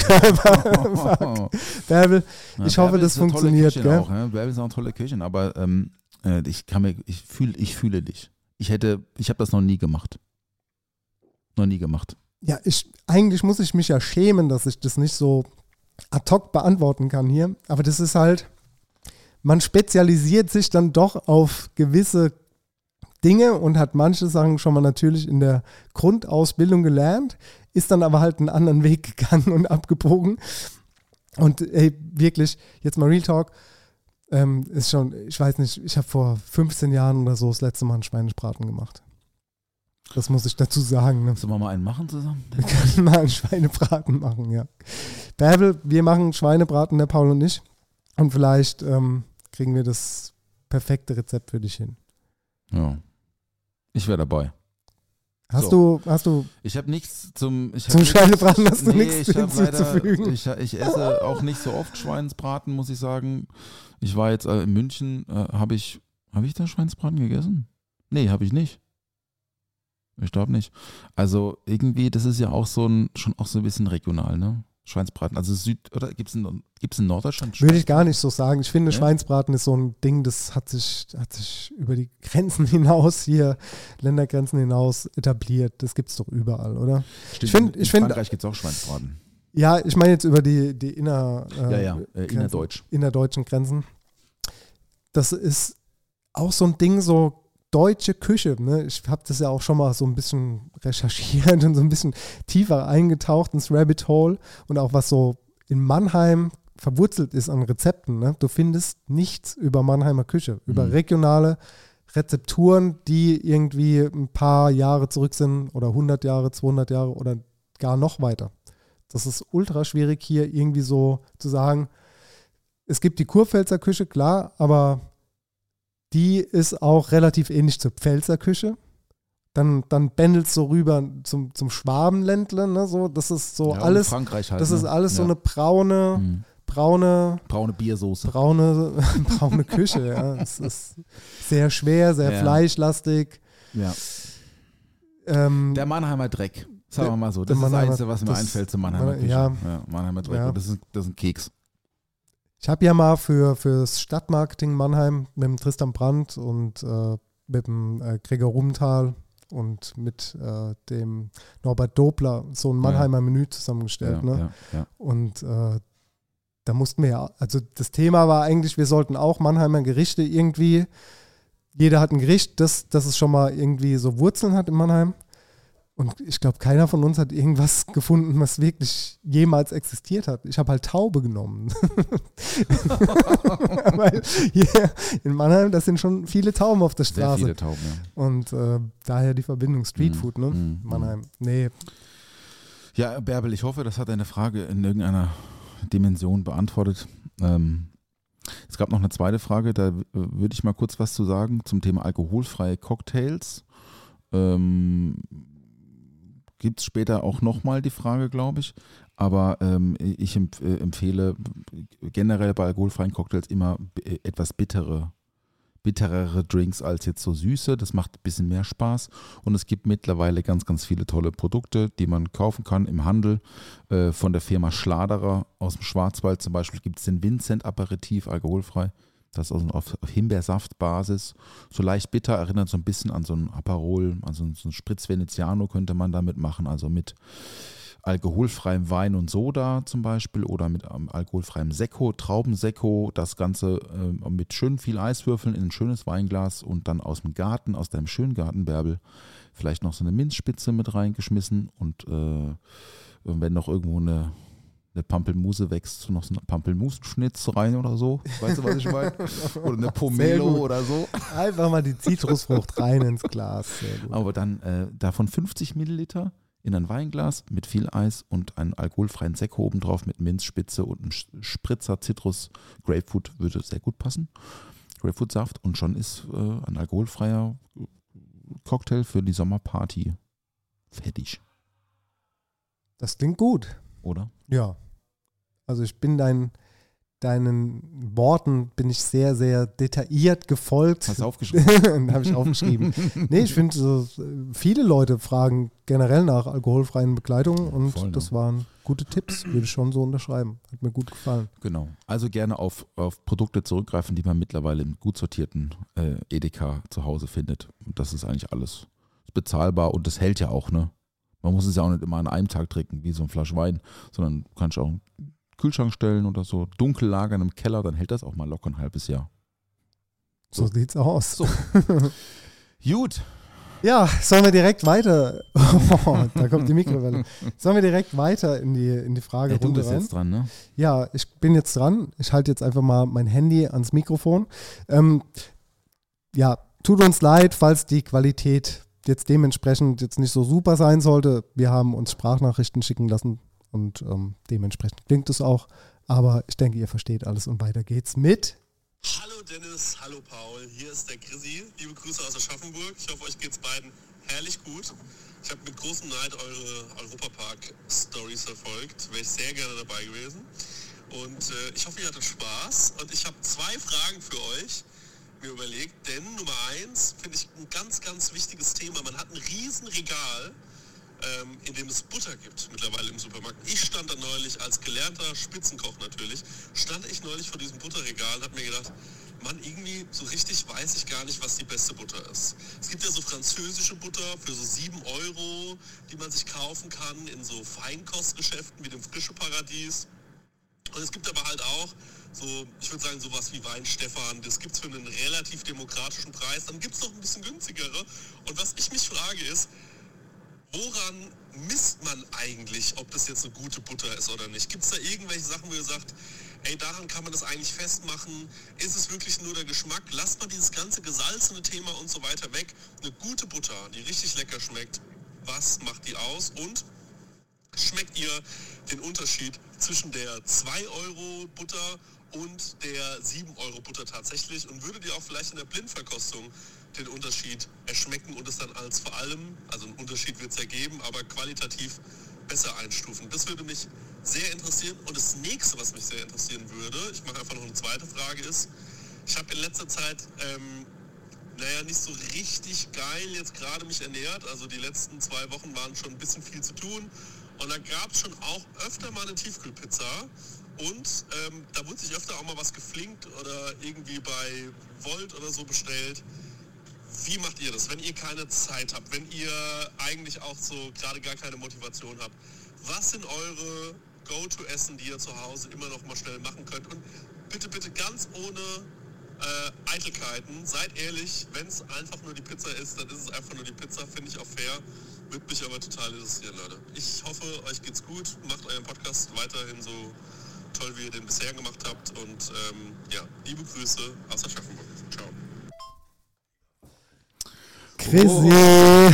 Körper. Bärbel, ich Na, hoffe, Bärbel das funktioniert. Gell? Gell? Auch, ja? Bärbel ist auch eine tolle Köchin, aber ähm, ich kann mir, ich fühle, ich fühle dich. Ich hätte, ich habe das noch nie gemacht. Noch nie gemacht. Ja, ich, eigentlich muss ich mich ja schämen, dass ich das nicht so ad hoc beantworten kann hier. Aber das ist halt, man spezialisiert sich dann doch auf gewisse Dinge und hat manche Sachen schon mal natürlich in der Grundausbildung gelernt, ist dann aber halt einen anderen Weg gegangen und abgebogen. Und ey, wirklich, jetzt mal Real Talk, ähm, ist schon, ich weiß nicht, ich habe vor fünfzehn Jahren oder so das letzte Mal einen Schweinebraten gemacht. Das muss ich dazu sagen. Ne? Sollen wir mal einen machen zusammen? Wir können mal einen Schweinebraten machen, ja. Bärbel, wir machen Schweinebraten, der Paul und ich. Und vielleicht ähm, kriegen wir das perfekte Rezept für dich hin. Ja. Ich wäre dabei. Hast so. du, hast du. Ich habe nichts zum. Ich zum Schweinebraten hast du nee, nichts ich hinzuzufügen. Ich, ich esse auch nicht so oft Schweinsbraten, muss ich sagen. Ich war jetzt äh, in München, äh, habe ich, habe ich da Schweinsbraten gegessen? Nee, habe ich nicht. Ich glaube nicht. Also irgendwie, das ist ja auch so ein, schon auch so ein bisschen regional, ne? Schweinsbraten. Also Süd, oder gibt es in, gibt's in Norddeutschland? Würde ich gar nicht so sagen. Ich finde, ja? Schweinsbraten ist so ein Ding, das hat sich, hat sich über die Grenzen hinaus, hier Ländergrenzen hinaus etabliert. Das gibt es doch überall, oder? Stimmt, ich find, in ich find, Frankreich gibt es auch Schweinsbraten. Ja, ich meine jetzt über die, die inner, äh, ja, ja, äh, Grenzen, innerdeutsch. innerdeutschen Grenzen. Das ist auch so ein Ding, so deutsche Küche, ne? Ich habe das ja auch schon mal so ein bisschen recherchiert und so ein bisschen tiefer eingetaucht ins Rabbit Hole und auch was so in Mannheim verwurzelt ist an Rezepten. Ne? Du findest nichts über Mannheimer Küche, über Mhm. regionale Rezepturen, die irgendwie ein paar Jahre zurück sind oder hundert Jahre, zweihundert Jahre oder gar noch weiter. das ist ultra schwierig hier irgendwie so zu sagen, es gibt die Kurpfälzer Küche, klar, aber die ist auch relativ ähnlich zur Pfälzer Küche. Dann, dann pendelt es so rüber zum, zum Schwabenländle, ne, so, das ist so ja, alles, Frankreich halt, das ne? ist alles ja. so eine braune, mhm. braune, braune Biersoße. Braune, braune Küche, ja. Es ist sehr schwer, sehr ja. fleischlastig. Ja. Ähm, der Mannheimer Dreck, sagen wir mal so. Das ist das Einzige, was mir einfällt zum Mannheimer Küche. Ja. Ja, Mannheimer Dreck, Ja. das, ist, das ist ein Keks. Ich habe ja mal für das Stadtmarketing Mannheim mit dem Tristan Brandt und äh, mit dem äh, Gregor Rubenthal und mit äh, dem Norbert Dobler so ein Mannheimer ja. Menü zusammengestellt. Ja, ne? ja, ja. Und äh, da mussten wir ja, also das Thema war eigentlich, wir sollten auch Mannheimer Gerichte irgendwie, jeder hat ein Gericht, das, das es schon mal irgendwie so Wurzeln hat in Mannheim. Und ich glaube, keiner von uns hat irgendwas gefunden, was wirklich jemals existiert hat. Ich habe halt Taube genommen. Weil hier in Mannheim, das sind schon viele Tauben auf der Straße. Sehr viele Tauben, ja. Und äh, daher die Verbindung Streetfood, mm, ne? Mm, Mannheim. Nee. Ja, Bärbel, ich hoffe, das hat deine Frage in irgendeiner Dimension beantwortet. Ähm, es gab noch eine zweite Frage, da würde ich mal kurz was zu sagen zum Thema alkoholfreie Cocktails. Ähm, Gibt es später auch nochmal die Frage, glaube ich. Aber ähm, ich empf- äh, empfehle generell bei alkoholfreien Cocktails immer b- etwas bittere, bitterere Drinks als jetzt so süße. Das macht ein bisschen mehr Spaß. Und es gibt mittlerweile ganz, ganz viele tolle Produkte, die man kaufen kann im Handel. Äh, von der Firma Schladerer aus dem Schwarzwald zum Beispiel gibt es den Vincent Aperitif alkoholfrei. Das ist also auf, auf Himbeersaftbasis, so leicht bitter, erinnert so ein bisschen an so ein Aperol, also so ein Spritz Veneziano könnte man damit machen, also mit alkoholfreiem Wein und Soda zum Beispiel oder mit ähm, alkoholfreiem Sekko, Traubensekko, das Ganze äh, mit schön viel Eiswürfeln in ein schönes Weinglas und dann aus dem Garten, aus deinem schönen Garten, Bärbel, vielleicht noch so eine Minzspitze mit reingeschmissen und äh, wenn noch irgendwo eine eine Pampelmuse wächst, noch so eine Pampelmusenschnitz rein oder so. Weißt du, was ich meine? Oder eine Pomelo oder so. Einfach mal die Zitrusfrucht rein ins Glas. Sehr gut. Aber dann äh, davon fünfzig Milliliter in ein Weinglas mit viel Eis und einen alkoholfreien Sekko oben drauf mit Minzspitze und einem Spritzer Zitrus. Grapefruit würde sehr gut passen. Grapefruitsaft und schon ist äh, ein alkoholfreier Cocktail für die Sommerparty fertig. Das klingt gut. Oder? Ja. Also ich bin dein, deinen Worten bin ich sehr, sehr detailliert gefolgt. Hast du aufgeschrieben? Habe ich aufgeschrieben. Nee, ich finde, so, viele Leute fragen generell nach alkoholfreien Begleitungen und Voll, ne? Das waren gute Tipps, würde ich schon so unterschreiben. Hat mir gut gefallen. Genau. Also gerne auf, auf Produkte zurückgreifen, die man mittlerweile im gut sortierten äh, Edeka zu Hause findet. Und das ist eigentlich alles ist bezahlbar und das hält ja auch, ne? Man muss es ja auch nicht immer an einem Tag trinken, wie so ein Flasch Wein, sondern du kannst auch einen Kühlschrank stellen oder so, dunkel lagern im Keller, dann hält das auch mal locker ein halbes Jahr. So, so sieht's aus. So. Gut. Ja, sollen wir direkt weiter? Oh, da kommt die Mikrowelle. Sollen wir direkt weiter in die, in die Frage Ja, du runter bist rein? jetzt dran, ne? Ja, ich bin jetzt dran. Ich halte jetzt einfach mal mein Handy ans Mikrofon. Ähm, ja, tut uns leid, falls die Qualität jetzt dementsprechend jetzt nicht so super sein sollte. Wir haben uns Sprachnachrichten schicken lassen und ähm, dementsprechend klingt es auch. Aber ich denke, ihr versteht alles und weiter geht's mit. Hallo Dennis, hallo Paul, hier ist der Chrissy. Liebe Grüße aus Aschaffenburg. Ich hoffe, euch geht's beiden herrlich gut. Ich habe mit großem Neid eure Europapark-Stories verfolgt. Wäre ich sehr gerne dabei gewesen. Und äh, ich hoffe, ihr hattet Spaß. Und ich habe zwei Fragen für euch mir überlegt, denn Nummer eins finde ich ein ganz, ganz wichtiges Thema. Man hat ein riesen Regal, ähm, in dem es Butter gibt mittlerweile im Supermarkt. Ich stand da neulich als gelernter Spitzenkoch natürlich, stand ich neulich vor diesem Butterregal und habe mir gedacht, Mann, irgendwie so richtig weiß ich gar nicht, was die beste Butter ist. Es gibt ja so französische Butter für so sieben Euro, die man sich kaufen kann in so Feinkostgeschäften wie dem Frische Paradies. Und es gibt aber halt auch so, ich würde sagen, sowas wie Weinstefan, das gibt es für einen relativ demokratischen Preis. Dann gibt es noch ein bisschen günstigere. Und was ich mich frage ist, woran misst man eigentlich, ob das jetzt eine gute Butter ist oder nicht? Gibt es da irgendwelche Sachen, wo ihr sagt, ey, daran kann man das eigentlich festmachen? Ist es wirklich nur der Geschmack? Lasst mal dieses ganze gesalzene Thema und so weiter weg. Eine gute Butter, die richtig lecker schmeckt, was macht die aus? Und schmeckt ihr den Unterschied zwischen der zwei Euro Butter und der sieben Euro Butter tatsächlich? Und würdet ihr auch vielleicht in der Blindverkostung den Unterschied erschmecken und es dann als vor allem, also einen Unterschied wird es ja geben, aber qualitativ besser einstufen? Das würde mich sehr interessieren. Und das nächste, was mich sehr interessieren würde, ich mache einfach noch eine zweite Frage, ist, ich habe in letzter Zeit, ähm, naja, nicht so richtig geil jetzt gerade mich ernährt. Also die letzten zwei Wochen waren schon ein bisschen viel zu tun. Und da gab es schon auch öfter mal eine Tiefkühlpizza. Und ähm, da wurde sich öfter auch mal was geflinkt oder irgendwie bei Volt oder so bestellt. Wie macht ihr das, wenn ihr keine Zeit habt, wenn ihr eigentlich auch so gerade gar keine Motivation habt? Was sind eure Go-To-Essen, die ihr zu Hause immer noch mal schnell machen könnt? Und bitte, bitte ganz ohne äh, Eitelkeiten, seid ehrlich, wenn es einfach nur die Pizza ist, dann ist es einfach nur die Pizza, finde ich auch fair. Würde mich aber total interessieren, Leute. Ich hoffe, euch geht's gut, macht euren Podcast weiterhin so toll, wie ihr den bisher gemacht habt. Und ähm, ja, liebe Grüße aus Aschaffenburg. Ciao. Chrissy!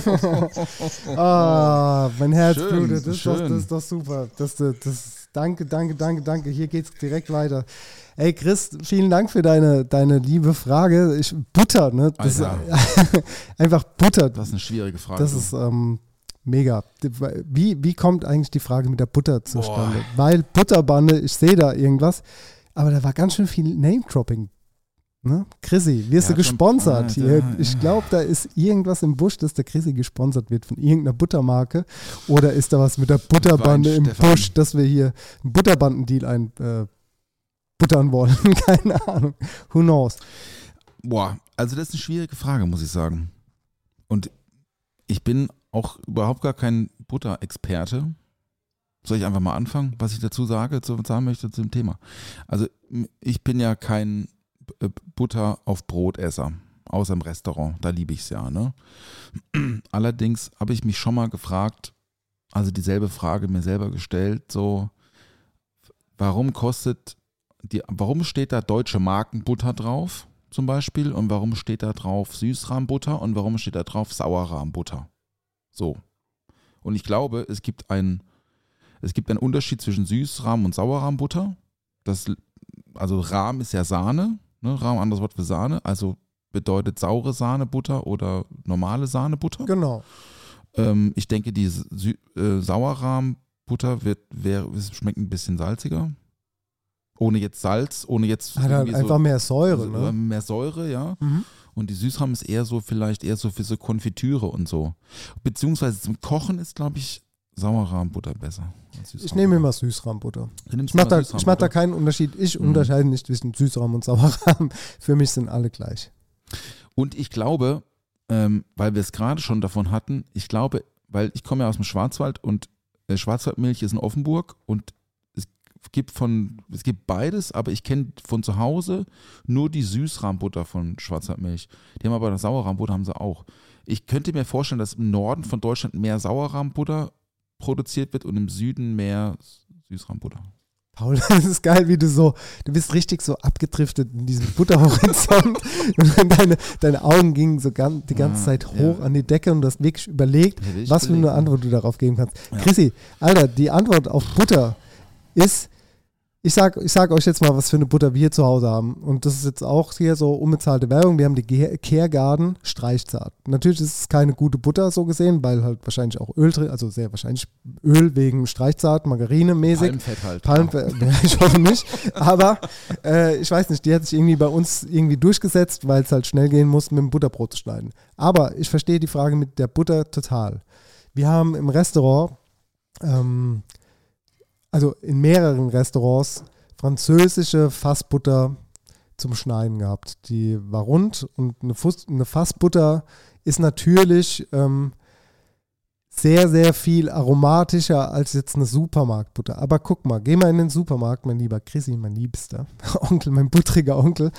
Oh. ah, mein Herz Schön, blutet. Das ist, doch, schön. das ist doch super. Das, das, das, danke, danke, danke, danke. Hier geht's direkt weiter. Ey, Chris, vielen Dank für deine, deine liebe Frage. Ich, Butter, ne? Das ist, einfach Butter. Das ist eine schwierige Frage. Das ist ähm, mega. Wie, wie kommt eigentlich die Frage mit der Butter zustande? Boah. Weil Butterbande, ich sehe da irgendwas, aber da war ganz schön viel Name-Dropping. Ne? Chrissy, wirst ja, du gesponsert schon, hier? Ja, ich ja. glaube, da ist irgendwas im Busch, dass der Chrissy gesponsert wird von irgendeiner Buttermarke. Oder ist da was mit der Butterbande im Stefan. Busch, dass wir hier einen Butterbandendeal ein äh, buttern wollen? Keine Ahnung. Who knows? Boah, also das ist eine schwierige Frage, muss ich sagen. Und ich bin auch überhaupt gar kein Butterexperte. Soll ich einfach mal anfangen, was ich dazu sage, zu sagen möchte zu dem Thema? Also ich bin ja kein Butter auf Brotesser, außer im Restaurant, da liebe ich es ja. Ne? Allerdings habe ich mich schon mal gefragt, also dieselbe Frage mir selber gestellt, so, warum kostet, die, warum steht da deutsche Markenbutter drauf zum Beispiel und warum steht da drauf Süßrahmbutter und warum steht da drauf Sauerrahmbutter? So. Und ich glaube, es gibt einen, es gibt einen Unterschied zwischen Süßrahm und Sauerrahmbutter. Das, also Rahm ist ja Sahne. Ne, Rahm, anderes Wort für Sahne, also bedeutet saure Sahnebutter oder normale Sahnebutter. Genau. Ähm, ich denke, die Sü- äh, Sauerrahmbutter wird, wär, schmeckt ein bisschen salziger. Ohne jetzt Salz, ohne jetzt. Hat halt einfach so, mehr Säure, also, ne? Mehr Säure, ja. Mhm. Und die Süßrahm ist eher so, vielleicht eher so für so Konfitüre und so. Beziehungsweise zum Kochen ist, glaube ich, Sauerrahmbutter besser. Ich nehme immer Süßrahmbutter. Ich mache da, mach da keinen Unterschied. Ich mhm. unterscheide nicht zwischen Süßrahm und Sauerrahm. Für mich sind alle gleich. Und ich glaube, ähm, weil wir es gerade schon davon hatten, ich glaube, weil ich komme ja aus dem Schwarzwald und äh, Schwarzwaldmilch ist in Offenburg und es gibt von, es gibt beides, aber ich kenne von zu Hause nur die Süßrahmbutter von Schwarzwaldmilch. Die haben aber eine Sauerrahmbutter, haben sie auch. Ich könnte mir vorstellen, dass im Norden von Deutschland mehr Sauerrahmbutter produziert wird und im Süden mehr Süßrahmbutter. Paul, das ist geil, wie du so, du bist richtig so abgedriftet in diesem Butterhorizont und deine, deine Augen gingen so ganz, die ganze ja, Zeit hoch ja. an die Decke und du hast wirklich überlegt, ja, was für eine Antwort du darauf geben kannst. Ja. Chrissy, Alter, die Antwort auf Butter ist, ich sag, ich sag euch jetzt mal, was für eine Butter wir zu Hause haben. Und das ist jetzt auch hier so unbezahlte Werbung. Wir haben die Kehrgarten Streichzart. Natürlich ist es keine gute Butter so gesehen, weil halt wahrscheinlich auch Öl drin, also sehr wahrscheinlich Öl wegen Streichzart, Margarine mäßig. Palmfett halt. Palmfett, ja. Ich hoffe nicht. Aber äh, ich weiß nicht, die hat sich irgendwie bei uns irgendwie durchgesetzt, weil es halt schnell gehen muss, mit dem Butterbrot zu schneiden. Aber ich verstehe die Frage mit der Butter total. Wir haben im Restaurant ähm, also in mehreren Restaurants französische Fassbutter zum Schneiden gehabt. Die war rund und eine, Fuss, eine Fassbutter ist natürlich ähm, sehr, sehr viel aromatischer als jetzt eine Supermarktbutter. Aber guck mal, geh mal in den Supermarkt, mein lieber Chrissy, mein liebster Onkel, mein buttriger Onkel.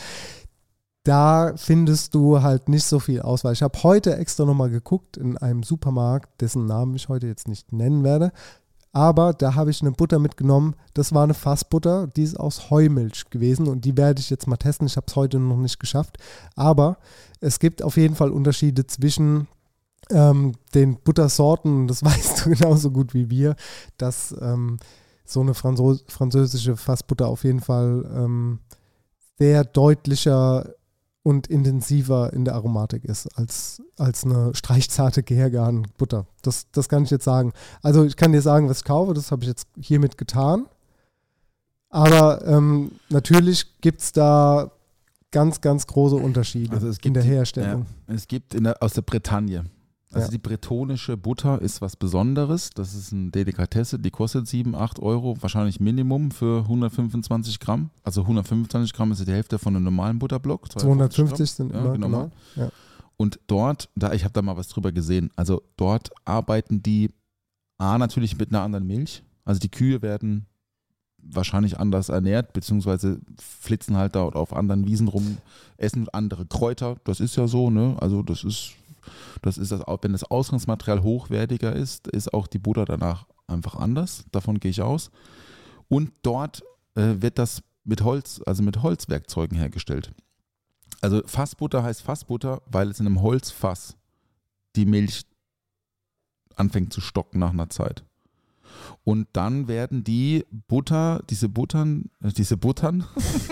Da findest du halt nicht so viel Auswahl. Ich habe heute extra nochmal geguckt in einem Supermarkt, dessen Namen ich heute jetzt nicht nennen werde. Aber da habe ich eine Butter mitgenommen, das war eine Fassbutter, die ist aus Heumilch gewesen und die werde ich jetzt mal testen. Ich habe es heute noch nicht geschafft, aber es gibt auf jeden Fall Unterschiede zwischen ähm, den Buttersorten, das weißt du genauso gut wie wir, dass ähm, so eine Franzos- französische Fassbutter auf jeden Fall ähm, sehr deutlicher und intensiver in der Aromatik ist als, als eine streichzarte Gärgarnbutter. Das, das kann ich jetzt sagen. Also ich kann dir sagen, was ich kaufe, das habe ich jetzt hiermit getan. Aber ähm, natürlich gibt es da ganz, ganz große Unterschiede Also es gibt in der die- Herstellung. Ja, es gibt in der, aus der Bretagne. Also Ja. die bretonische Butter ist was Besonderes. Das ist eine Delikatesse, die kostet sieben, acht Euro, wahrscheinlich Minimum für hundertfünfundzwanzig Gramm. Also hundertfünfundzwanzig Gramm ist die Hälfte von einem normalen Butterblock. zweihundertfünfzig sind Ja, immer, genau. genau. Ja. Und dort, da ich habe da mal was drüber gesehen, also dort arbeiten die A natürlich mit einer anderen Milch. Also die Kühe werden wahrscheinlich anders ernährt, beziehungsweise flitzen halt da auf anderen Wiesen rum, essen andere Kräuter. Das ist ja so, ne? Also das ist, das ist das, wenn das Ausgangsmaterial hochwertiger ist, ist auch die Butter danach einfach anders. Davon gehe ich aus. Und dort äh, wird das mit Holz, also mit Holzwerkzeugen hergestellt. Also Fassbutter heißt Fassbutter, weil es in einem Holzfass die Milch anfängt zu stocken nach einer Zeit. Und dann werden die Butter, diese Buttern, äh, diese Buttern,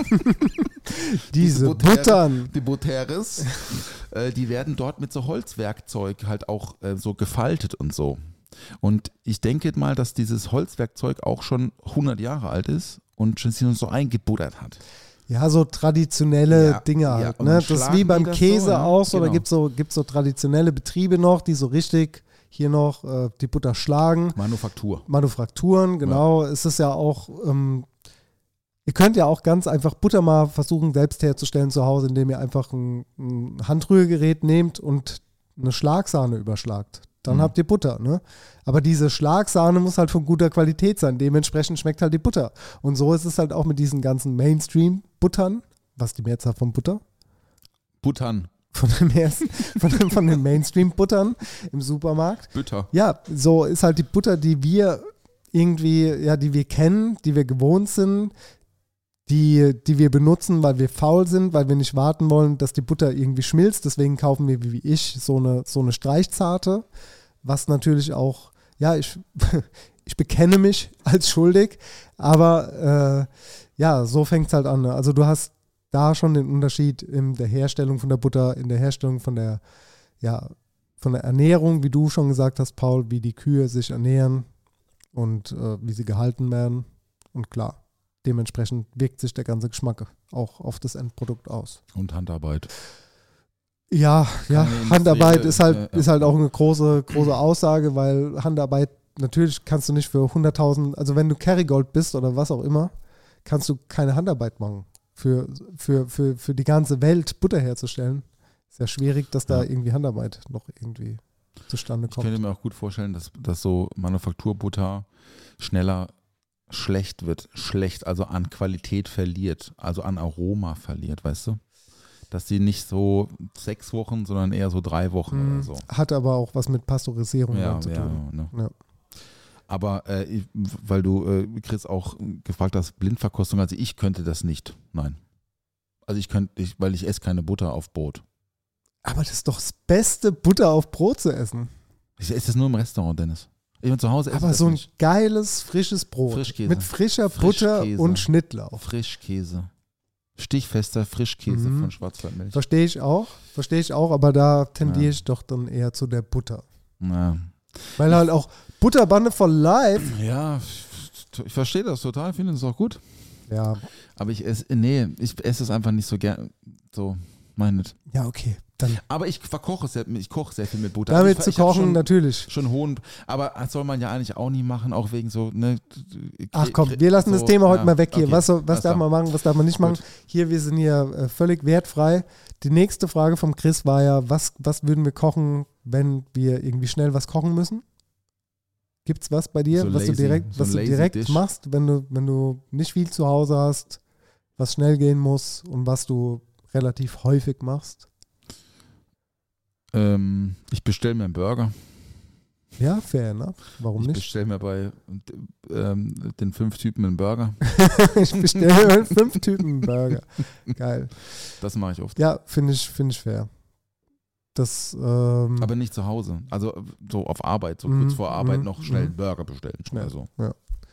Diese Butter- Buttern. die Butteres, äh, die werden dort mit so Holzwerkzeug halt auch äh, so gefaltet und so. Und ich denke mal, dass dieses Holzwerkzeug auch schon hundert Jahre alt ist und schon sich so eingebuttert hat. Ja, so traditionelle Ja, Dinge ja, halt. und Ne? dann Das ist schlagen wie beim die das Käse so, ja, auch so. Da genau. gibt es so, gibt's so traditionelle Betriebe noch, die so richtig hier noch äh, die Butter schlagen. Manufaktur. Manufakturen, genau. Es ist ja auch, ähm, ihr könnt ja auch ganz einfach Butter mal versuchen selbst herzustellen zu Hause, indem ihr einfach ein, ein Handrührgerät nehmt und eine Schlagsahne überschlagt. Dann Mhm. habt ihr Butter, ne? Aber diese Schlagsahne muss halt von guter Qualität sein. Dementsprechend schmeckt halt die Butter. Und so ist es halt auch mit diesen ganzen Mainstream-Buttern. Was ist die Mehrzahl von Butter? Buttern. Von den, ersten, von den, von den Mainstream-Buttern im Supermarkt. Butter. Ja, so ist halt die Butter, die wir irgendwie, ja, die wir kennen, die wir gewohnt sind, die, die wir benutzen, weil wir faul sind, weil wir nicht warten wollen, dass die Butter irgendwie schmilzt. Deswegen kaufen wir, wie ich, so eine, so eine Streichzarte, was natürlich auch, ja, ich, ich bekenne mich als schuldig, aber äh, ja, so fängt es halt an. Ne? Also du hast da schon den Unterschied in der Herstellung von der Butter, in der Herstellung von der, ja, von der Ernährung, wie du schon gesagt hast, Paul, wie die Kühe sich ernähren und äh, wie sie gehalten werden. Und klar, dementsprechend wirkt sich der ganze Geschmack auch auf das Endprodukt aus. Und Handarbeit. Ja, ja, Keine Handarbeit industrielle, ist halt, äh, ja. ist halt auch eine große, große Aussage, weil Handarbeit, natürlich kannst du nicht für hunderttausend, also wenn du Kerrygold bist oder was auch immer, kannst du keine Handarbeit machen. Für, für, für, für die ganze Welt Butter herzustellen, ist ja schwierig, dass da Ja. irgendwie Handarbeit noch irgendwie zustande Ich kommt. könnte mir auch gut vorstellen, dass, dass so Manufakturbutter schneller schlecht wird. Schlecht, also an Qualität verliert, also an Aroma verliert, weißt du? Dass die nicht so sechs Wochen, sondern eher so drei Wochen Mhm. oder so. Hat aber auch was mit Pasteurisierung Ja, dann zu ja, tun. ne? Ja. Aber äh, ich, weil du, äh, Chris, auch gefragt hast, Blindverkostung, also ich könnte das nicht. Nein. Also ich könnte, ich, weil ich esse keine Butter auf Brot. Aber das ist doch das Beste, Butter auf Brot zu essen. Ich esse das nur im Restaurant, Dennis. Ich bin zu Hause esse Aber das so ein nicht. geiles, frisches Brot. Frischkäse. Mit frischer Butter Frischkäse. und Schnittlauch. Frischkäse. Stichfester Frischkäse Mhm. von Schwarzwaldmilch. Verstehe ich auch. Verstehe ich auch, aber da tendiere Ja. ich doch dann eher zu der Butter. Ja. Weil halt auch Butterbande for life. Ja, ich verstehe das total, finde es auch gut. Ja, Aber ich esse, nee, ich esse es einfach nicht so gern, so, meine nicht. ja, okay. Dann Aber ich verkoche sehr, ich koche sehr viel mit Butter. damit also zu ich, ich hab kochen, schon, natürlich. schon hohen, aber das soll man ja eigentlich auch nie machen, auch wegen so, ne. Ach komm, wir lassen so, das Thema heute ja, mal weg hier. okay, Was, so- was alles darf klar. man machen, was darf man nicht machen? Gut. Hier, wir sind hier äh, völlig wertfrei. Die nächste Frage vom Chris war ja, was, was würden wir kochen, wenn wir irgendwie schnell was kochen müssen? Gibt's was bei dir, So was du lazy, direkt, so was ein du lazy direkt Dish. machst, wenn du, wenn du nicht viel zu Hause hast, was schnell gehen muss und was du relativ häufig machst? Ähm, ich bestelle mir einen Burger. Ja, fair enough. Warum Ich nicht? bestelle mir bei ähm, den fünf Typen einen Burger. Ich bestelle mir fünf Typen Burger. Geil. Das mache ich oft. Ja, finde ich, finde ich fair. Das, ähm, Aber nicht zu Hause. Also so auf Arbeit, so Mhm, kurz vor Arbeit mhm, noch schnell einen mhm. Burger bestellen. Schnell. Also. Ja.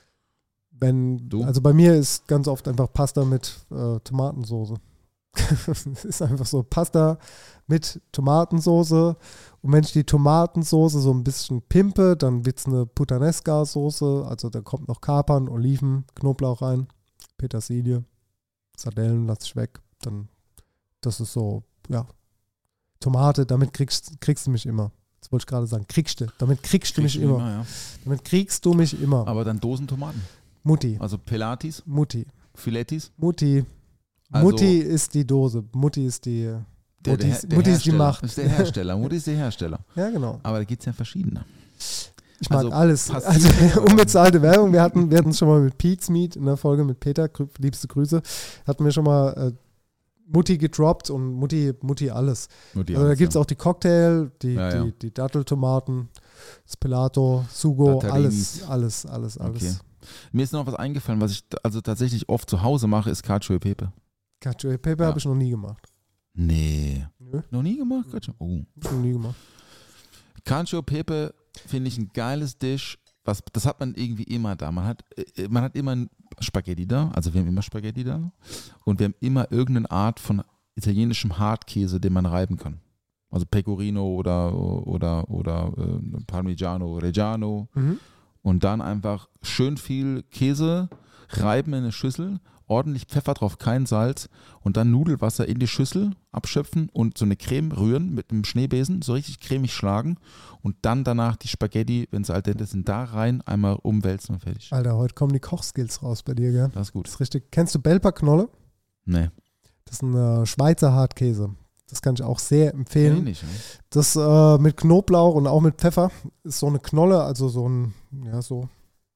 Wenn, Du? also bei mir ist ganz oft einfach Pasta mit äh, Tomatensoße. Es ist einfach so Pasta mit Tomatensoße. Und wenn ich die Tomatensoße so ein bisschen pimpe, dann wird es eine Puttanesca-Soße. Also da kommt noch Kapern, Oliven, Knoblauch rein, Petersilie, Sardellen lasse ich weg. Dann, das ist so, ja, Tomate, damit kriegst, kriegst du mich immer. Das wollte ich gerade sagen, kriegst du, damit kriegst du mich Kriegst du immer. immer, ja. Damit kriegst du mich immer. Aber dann Dosentomaten. Mutti, Also Pelatis, Mutti, Filettis. Mutti. Also Mutti ist die Dose, Mutti ist die, Der, Mutti, der, ist, der Mutti ist die Hersteller. Macht. Das ist der Hersteller. Mutti ist der Hersteller. Ja, genau. Aber da gibt es ja verschiedene. Ich mag Also alles. passiert- Also unbezahlte Werbung. Wir hatten wir hatten es schon mal mit Pete's Meat in der Folge mit Peter, grü- liebste Grüße, hatten wir schon mal äh, Mutti gedroppt und Mutti, Mutti alles. Mutti Also da alles, gibt es ja. auch die Cocktail, die, Ja, ja. die, die Datteltomaten, Spelato, Sugo, Tartarinis. alles, alles, alles, alles. Okay. Mir ist noch was eingefallen, was ich also tatsächlich oft zu Hause mache, ist Cacio e Pepe. Cacio e Pepe Ja. habe ich noch nie gemacht. Nee. Nö, Noch nie gemacht? Cacio? Oh. hab ich noch nie gemacht. Cacio e Pepe finde ich ein geiles Dish. Was, das hat man irgendwie immer da. Man hat, äh, man hat immer Spaghetti da, also wir haben immer Spaghetti da. Und wir haben immer irgendeine Art von italienischem Hartkäse, den man reiben kann. Also Pecorino oder, oder, oder äh, Parmigiano Reggiano. Mhm. Und dann einfach schön viel Käse reiben in eine Schüssel, ordentlich Pfeffer drauf, kein Salz und dann Nudelwasser in die Schüssel abschöpfen und so eine Creme rühren mit einem Schneebesen, so richtig cremig schlagen und dann danach die Spaghetti, wenn sie al dente sind, da rein, einmal umwälzen und fertig. Alter, heute kommen die Kochskills raus bei dir, gell? Das ist gut. Das ist richtig. Kennst du Belper-Knolle? Nee, Das ist ein äh, Schweizer Hartkäse. Das kann ich auch sehr kenn ich empfehlen. nicht. Ne? Das äh, mit Knoblauch und auch mit Pfeffer ist so eine Knolle, also so ein, ja, so,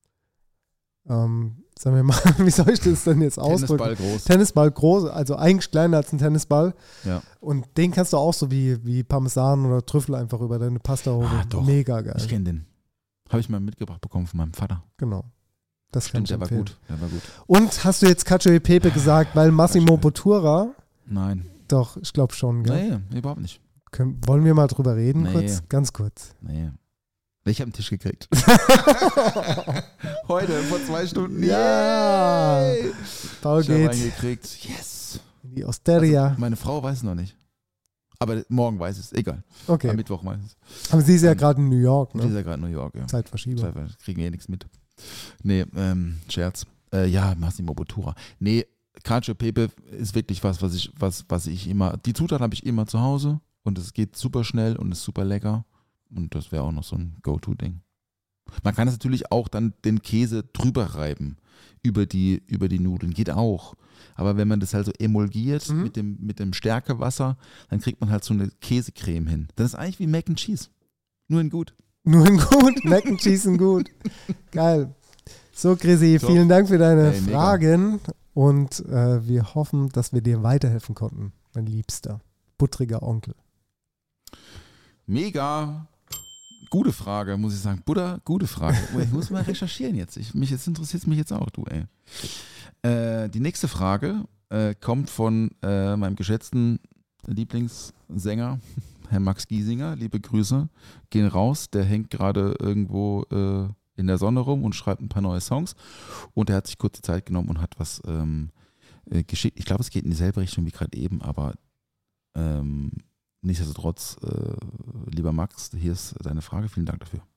ähm, sagen wir mal, wie soll ich das denn jetzt ausdrücken? Tennisball groß. Tennisball groß, also eigentlich kleiner als ein Tennisball. Ja. Und den kannst du auch so wie, wie Parmesan oder Trüffel einfach über deine Pasta holen. Ah, doch. Mega geil. Ich kenne den. Habe ich mal mitgebracht bekommen von meinem Vater. Genau. Das kann Stimmt, ich der war empfehlen. gut. Der war gut. Und hast du jetzt Cacio e Pepe gesagt, weil Massimo Bottura, Nein. doch, ich glaube schon, gell? Nee, überhaupt nicht. Können, wollen wir mal drüber reden Nee. kurz? Ganz kurz. Nee. Ich habe einen Tisch gekriegt. Heute, vor zwei Stunden. Ja. Yay! Paul Ich habe geht reingekriegt. Yes. in die Osteria. Also, meine Frau weiß es noch nicht. Aber morgen weiß es. Egal. Am Okay. Mittwoch weiß es. Aber sie ist ja Ähm, gerade in New York, Die ist ne? ja gerade in New York. Ja. Zeitverschiebung. Zwei- Kriegen wir eh nichts mit. Nee, ähm, Scherz. Äh, ja, Massimo Bottura. Nee, Cacio e Pepe ist wirklich was, was ich, was, was ich immer. Die Zutaten habe ich immer zu Hause und es geht super schnell und ist super lecker. Und das wäre auch noch so ein Go-To-Ding. Man kann es natürlich auch dann den Käse drüber reiben über die, über die Nudeln. Geht auch. Aber wenn man das halt so emulgiert Mhm. mit dem, mit dem Stärkewasser, dann kriegt man halt so eine Käsecreme hin. Das ist eigentlich wie Mac and Cheese. Nur in gut. Nur in gut, Mac and Cheese in gut. Geil. So, Chrissy, So. vielen Dank für deine Ey, mega. Fragen und äh, wir hoffen, dass wir dir weiterhelfen konnten, mein liebster, buttriger Onkel. Mega gute Frage, muss ich sagen. Buddha, gute Frage. Oh, ich muss mal recherchieren jetzt. Ich, mich jetzt interessiert es mich jetzt auch, du, ey. Äh, die nächste Frage äh, kommt von äh, meinem geschätzten Lieblingssänger, Herr Max Giesinger. Liebe Grüße, gehen raus. Der hängt gerade irgendwo äh, in der Sonne rum und schreibt ein paar neue Songs. Und er hat sich kurze Zeit genommen und hat was ähm, äh, geschickt. Ich glaube, es geht in dieselbe Richtung wie gerade eben, aber ähm, nichtsdestotrotz, äh, lieber Max, hier ist deine Frage. Vielen Dank dafür.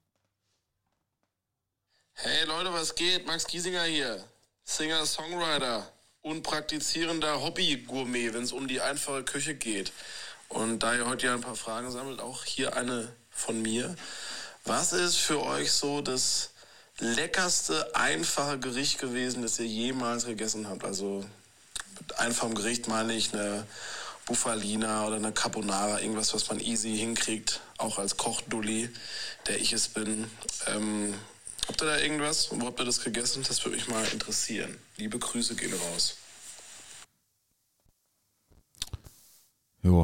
Hey Leute, was geht? Max Giesinger hier. Singer, Songwriter und praktizierender Hobby-Gourmet, wenn es um die einfache Küche geht. Und da ihr heute ja ein paar Fragen sammelt, auch hier eine von mir. Was ist für euch so das leckerste, einfache Gericht gewesen, das ihr jemals gegessen habt? Also mit einfachem Gericht meine ich eine Bufalina oder eine Carbonara, irgendwas, was man easy hinkriegt, auch als Kochdulli, der ich es bin. Ähm, habt ihr da irgendwas? Wo habt ihr das gegessen? Das würde mich mal interessieren. Liebe Grüße gehen raus. Jo.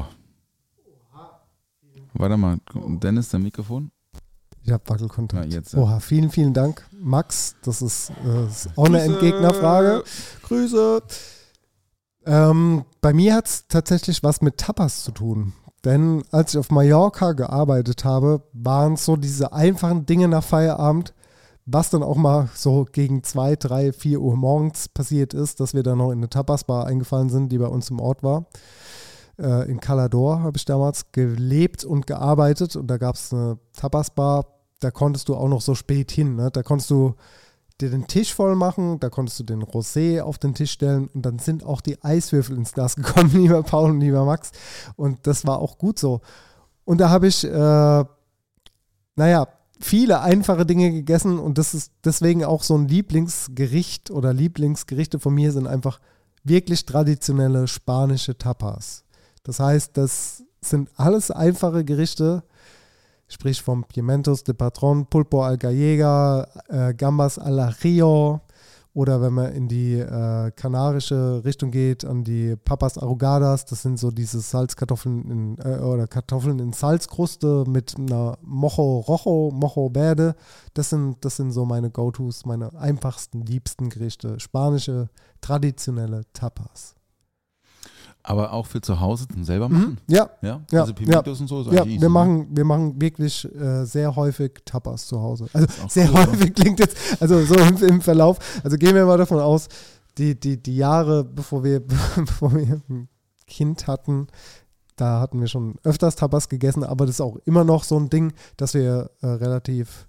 Warte mal, Dennis, dein Mikrofon? Ich habe Wackelkontakt. Ja, jetzt, ja. Oha, vielen, vielen Dank, Max. Das ist, äh, ist auch eine Entgegnerfrage. Grüße. Ähm, bei mir hat es tatsächlich was mit Tapas zu tun. Denn als ich auf Mallorca gearbeitet habe, waren es so diese einfachen Dinge nach Feierabend, was dann auch mal so gegen zwei, drei, vier Uhr morgens passiert ist, dass wir dann noch in eine Tapasbar eingefallen sind, die bei uns im Ort war. Äh, in Calador habe ich damals gelebt und gearbeitet und da gab es eine Tapasbar, da konntest du auch noch so spät hin, ne? Da konntest du dir den Tisch voll machen, da konntest du den Rosé auf den Tisch stellen und dann sind auch die Eiswürfel ins Glas gekommen, lieber Paul und lieber Max. Und das war auch gut so. Und da habe ich, äh, naja, viele einfache Dinge gegessen und das ist deswegen auch so ein Lieblingsgericht oder Lieblingsgerichte von mir sind einfach wirklich traditionelle spanische Tapas. Das heißt, das sind alles einfache Gerichte, sprich vom Pimientos de Patron, Pulpo al Gallega, äh, Gambas al Rio oder wenn man in die äh, kanarische Richtung geht, an die Papas Arrugadas, das sind so diese Salzkartoffeln in, äh, oder Kartoffeln in Salzkruste mit einer Mojo Rojo, Mojo Verde. Das sind, das sind so meine Go-Tos, meine einfachsten, liebsten Gerichte. Spanische, traditionelle Tapas. Aber auch für zu Hause zum selber machen? Mhm. Ja. ja. Ja. Also Pimientos ja. und so? Ist ja, easy, wir ne? machen, wir machen wirklich äh, sehr häufig Tapas zu Hause. Also sehr cool, häufig klingt jetzt, also so im, im Verlauf, also gehen wir mal davon aus, die, die, die Jahre, bevor wir, bevor wir ein Kind hatten, da hatten wir schon öfters Tapas gegessen, aber das ist auch immer noch so ein Ding, dass wir äh, relativ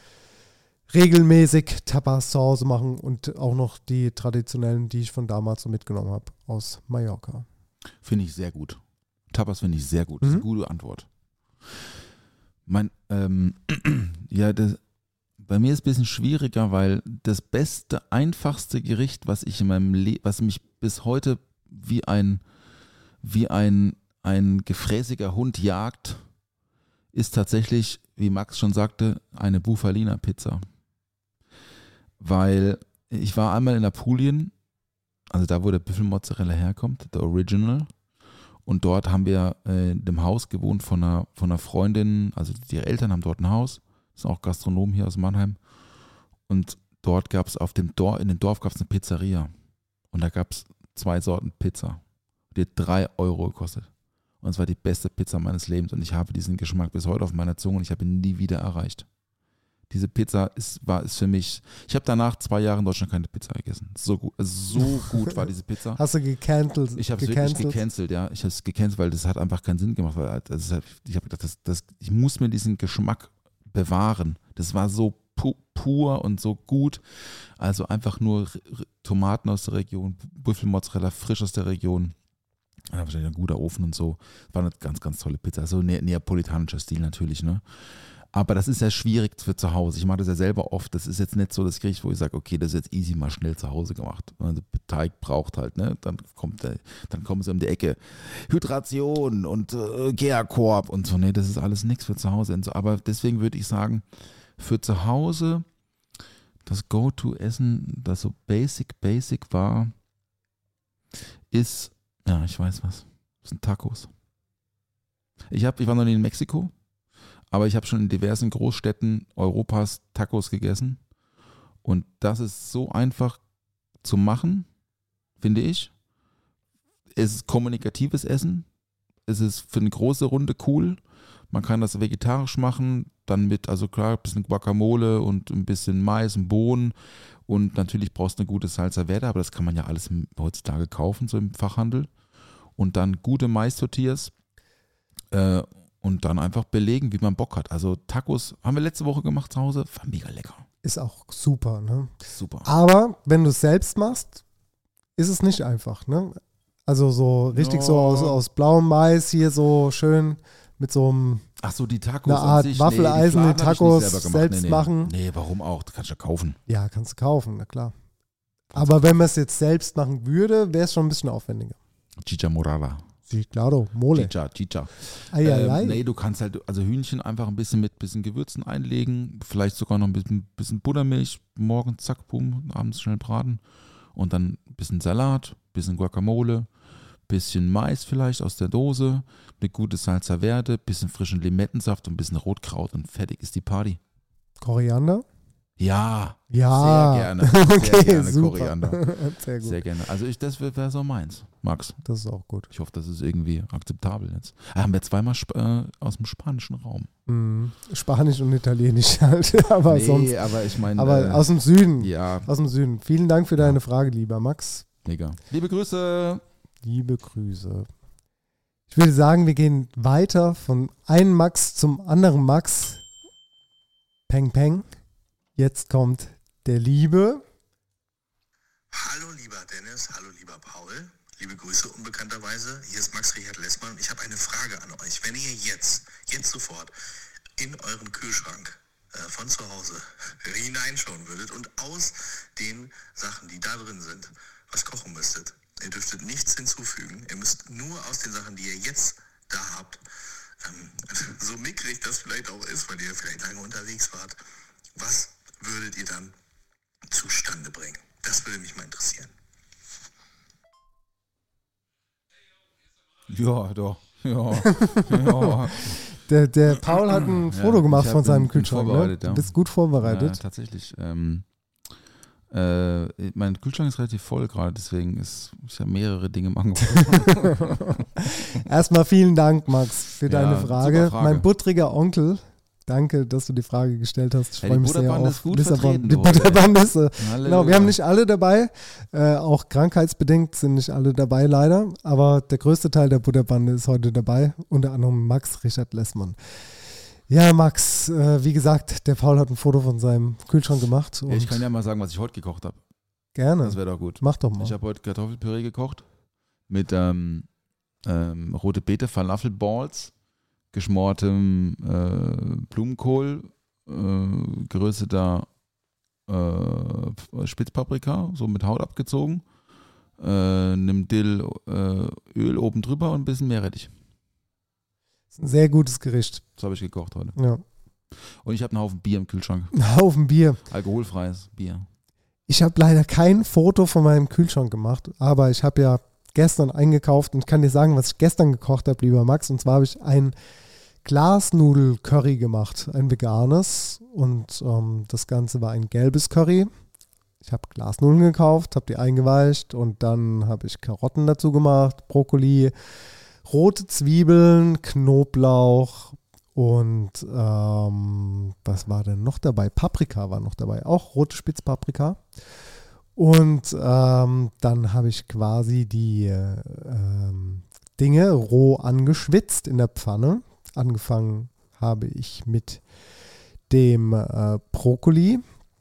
regelmäßig Tapas zu Hause machen und auch noch die traditionellen, die ich von damals so mitgenommen habe, aus Mallorca. Finde ich sehr gut. Tapas finde ich sehr gut. Das ist Mhm. eine gute Antwort. Mein, ähm, ja, das, bei mir ist es ein bisschen schwieriger, weil das beste, einfachste Gericht, was ich in meinem Leben, was mich bis heute wie ein, wie ein, ein gefräßiger Hund jagt, ist tatsächlich, wie Max schon sagte, eine Bufalina Pizza. Weil ich war einmal in Apulien, also da, wo der Büffelmozzarella herkommt, der Original. Und dort haben wir äh, in dem Haus gewohnt von einer, von einer Freundin, also die Eltern haben dort ein Haus, sind auch Gastronomen hier aus Mannheim. Und dort gab es auf dem Dorf, in dem Dorf gab es eine Pizzeria. Und da gab es zwei Sorten Pizza. Die hat drei Euro gekostet. Und es war die beste Pizza meines Lebens. Und ich habe diesen Geschmack bis heute auf meiner Zunge und ich habe ihn nie wieder erreicht. Diese Pizza ist, war, ist für mich, ich habe danach zwei Jahre in Deutschland keine Pizza gegessen. So gut, also so gut war diese Pizza. Hast du gecancelt? Ich habe es wirklich gecancelt, ja. Ich habe es gecancelt, weil das hat einfach keinen Sinn gemacht. Weil also ich habe gedacht, das, das, ich muss mir diesen Geschmack bewahren. Das war so pu- pur und so gut. Also einfach nur Tomaten aus der Region, Büffelmozzarella frisch aus der Region. Dann wahrscheinlich ein guter Ofen und so. War eine ganz, ganz tolle Pizza. Also ne- neapolitanischer Stil natürlich, ne? Aber das ist ja schwierig für zu Hause. Ich mache das ja selber oft. Das ist jetzt nicht so das Gericht, wo ich sage, okay, das ist jetzt easy mal schnell zu Hause gemacht. Also Teig braucht halt, ne? Dann kommt der, dann kommen sie um die Ecke. Hydration und äh, Gärkorb und so. Ne, das ist alles nichts für zu Hause. Aber deswegen würde ich sagen, für zu Hause das Go-To-Essen, das so basic, basic war, ist, ja, ich weiß was, das sind Tacos. Ich, hab, ich war noch nie in Mexiko. Aber ich habe schon in diversen Großstädten Europas Tacos gegessen. Und das ist so einfach zu machen, finde ich. Es ist kommunikatives Essen. Es ist für eine große Runde cool. Man kann das vegetarisch machen, dann mit, also klar, ein bisschen Guacamole und ein bisschen Mais und Bohnen. Und natürlich brauchst du eine gute Salsa Verde, aber das kann man ja alles heutzutage kaufen, so im Fachhandel. Und dann gute Mais-Tortillas. Äh, Und dann einfach belegen, wie man Bock hat. Also Tacos haben wir letzte Woche gemacht zu Hause. War mega lecker. Ist auch super, ne? Super. Aber wenn du es selbst machst, ist es nicht einfach, ne? Also so richtig Ja. so aus, aus blauem Mais hier so schön mit so einem Ach so, die Tacos eine an Art sich. Waffeleisen, nee, die, die Fladen hab ich Tacos nicht selber gemacht. selbst nee, nee. machen. Nee, warum auch? Das kannst du ja kaufen. Ja, kannst du kaufen, na klar. Aber wenn man es jetzt selbst machen würde, wäre es schon ein bisschen aufwendiger. Chicha Morada. Sí, claro, Mole. Chicha, Chicha. Ei, ei, ei. Ähm, nee, du kannst halt, also Hühnchen einfach ein bisschen mit bisschen Gewürzen einlegen, vielleicht sogar noch ein bisschen, bisschen Buttermilch, morgens zack, boom, abends schnell braten und dann ein bisschen Salat, bisschen Guacamole, bisschen Mais vielleicht aus der Dose, eine gute Salsa Verde, bisschen frischen Limettensaft und ein bisschen Rotkraut und fertig ist die Party. Koriander? Ja, Ja. sehr gerne. Sehr Okay, gerne super. Koriander. Sehr gut. Sehr gerne. Also ich, das wäre so meins, Max. Das ist auch gut. Ich hoffe, das ist irgendwie akzeptabel jetzt. Ah, haben wir zweimal Sp- äh, aus dem spanischen Raum. Mhm. Spanisch und Italienisch halt. aber nee, sonst. aber ich meine. Aber äh, aus dem Süden. Ja, Aus dem Süden. Vielen Dank für deine Frage, lieber Max. mega. Liebe Grüße. Liebe Grüße. Ich würde sagen, wir gehen weiter von einem Max zum anderen Max. Peng, peng. Jetzt kommt der Liebe. Hallo lieber Dennis, hallo lieber Paul, liebe Grüße unbekannterweise, hier ist Max Richard Lessmann und ich habe eine Frage an euch. Wenn ihr jetzt, jetzt sofort in euren Kühlschrank äh, von zu Hause hineinschauen würdet und aus den Sachen, die da drin sind, was kochen müsstet, ihr dürftet nichts hinzufügen, ihr müsst nur aus den Sachen, die ihr jetzt da habt, ähm, so mickrig das vielleicht auch ist, weil ihr vielleicht lange unterwegs wart, was würdet ihr dann zustande bringen? Das würde mich mal interessieren. Ja, doch. Ja. ja. Der, der Paul hat ein Foto Ja, gemacht ich von hab seinem ihn- ihn Kühlschrank. Ne? vorbereitet, Du ja. bist gut Ja, vorbereitet. tatsächlich. Ähm, äh, mein Kühlschrank ist relativ voll gerade, deswegen ist ich habe mehrere Dinge im Angebot. Erstmal vielen Dank, Max, für Ja, deine super Frage. Frage. Mein buttriger Onkel, danke, dass du die Frage gestellt hast. Ich Ja, freue die mich sehr Butterbande auf ist gut Lissabon. vertreten Die heute, ey. Butterbande ist, äh, Halleluja. genau, wir haben nicht alle dabei, äh, auch krankheitsbedingt sind nicht alle dabei leider, aber der größte Teil der Butterbande ist heute dabei, unter anderem Max Richard Lessmann. Ja, Max, äh, wie gesagt, der Paul hat ein Foto von seinem Kühlschrank gemacht. Und Ja, ich kann ja mal sagen, was ich heute gekocht habe. gerne, Das wäre doch gut. mach doch mal. Ich habe heute Kartoffelpüree gekocht mit ähm, ähm, rote Beete, Falafelballs, geschmortem äh, Blumenkohl, äh, gerösteter äh, Spitzpaprika, so mit Haut abgezogen, äh, einem Dill äh, Öl oben drüber und ein bisschen Meerrettich. Das ist ein sehr gutes Gericht. Das habe ich gekocht heute. Ja. Und ich habe einen Haufen Bier im Kühlschrank. Ein Haufen Bier. Alkoholfreies Bier. Ich habe leider kein Foto von meinem Kühlschrank gemacht, aber ich habe ja gestern eingekauft und kann dir sagen, was ich gestern gekocht habe, lieber Max. Und zwar habe ich ein Glasnudel-Curry gemacht, ein veganes. Und ähm, das Ganze war ein gelbes Curry. Ich habe Glasnudeln gekauft, habe die eingeweicht und dann habe ich Karotten dazu gemacht, Brokkoli, rote Zwiebeln, Knoblauch und ähm, was war denn noch dabei? Paprika war noch dabei, auch rote Spitzpaprika. Und ähm, dann habe ich quasi die äh, ähm, Dinge roh angeschwitzt in der Pfanne. Angefangen habe ich mit dem äh, Brokkoli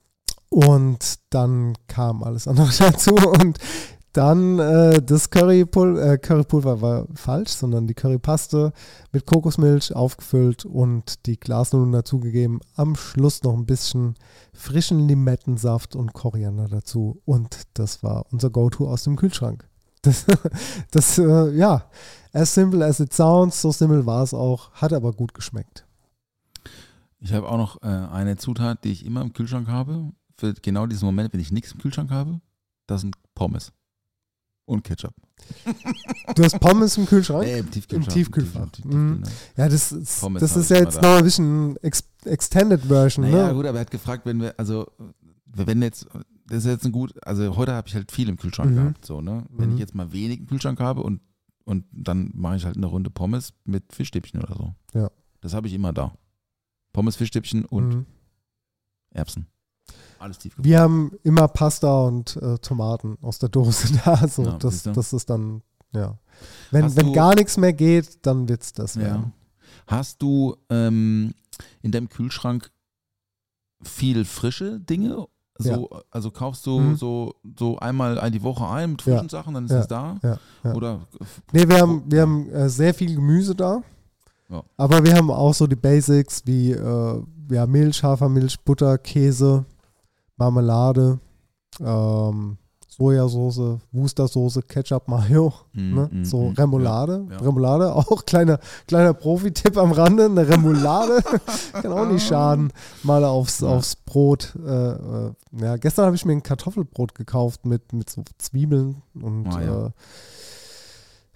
und dann kam alles andere dazu und dann äh, das Currypul- äh, Currypulver war falsch, sondern die Currypaste mit Kokosmilch aufgefüllt und die Glasnudeln dazugegeben. Am Schluss noch ein bisschen frischen Limettensaft und Koriander dazu. Und das war unser Go-To aus dem Kühlschrank. Das, das äh, ja, as simple as it sounds, so simpel war es auch, hat aber gut geschmeckt. Ich habe auch noch äh, eine Zutat, die ich immer im Kühlschrank habe, für genau diesen Moment, wenn ich nichts im Kühlschrank habe, das sind Pommes. Und Ketchup. Du hast Pommes im Kühlschrank? Nee, im Tiefkühlschrank. Im Tiefkühlfach. Im Tief- Tiefkühl, Mhm. Ja, das ist, Pommes das habe ist ich ja immer jetzt da. noch ein bisschen Ex Extended Version, Naja, ne? gut, aber er hat gefragt, wenn wir, also, wenn jetzt, das ist jetzt ein gut, also heute habe ich halt viel im Kühlschrank Mhm. gehabt, so, ne? Wenn Mhm. ich jetzt mal wenig im Kühlschrank habe und, und dann mache ich halt eine Runde Pommes mit Fischstäbchen oder so. Ja. Das habe ich immer da. Pommes, Fischstäbchen und Mhm. Erbsen. Alles tiefgefroren. Wir haben immer Pasta und äh, Tomaten aus der Dose da. So, Ja, das, siehst du? das ist dann, ja. Wenn, Hast wenn du- gar nichts mehr geht, dann wird es das Ja. werden. Hast du ähm, in deinem Kühlschrank viel frische Dinge? So, Also kaufst du Mhm. so, so einmal die Woche ein mit frischen Ja. Sachen, dann ist Ja. es da? Ja, ja. Oder Nee, wir haben, wir haben äh, sehr viel Gemüse da. Ja. Aber wir haben auch so die Basics wie äh, ja, Milch, Hafermilch, Butter, Käse, Marmelade, ähm, Sojasauce, Wustersoße, Ketchup, Mayo, Mm, ne? mm, so mm, Remoulade. ja, ja. Remoulade, auch kleiner, kleiner Profi-Tipp am Rande, eine Remoulade kann auch nicht schaden, mal aufs, Ja. aufs Brot. Äh, äh, ja, gestern habe ich mir ein Kartoffelbrot gekauft mit, mit so Zwiebeln und Ah, ja. äh,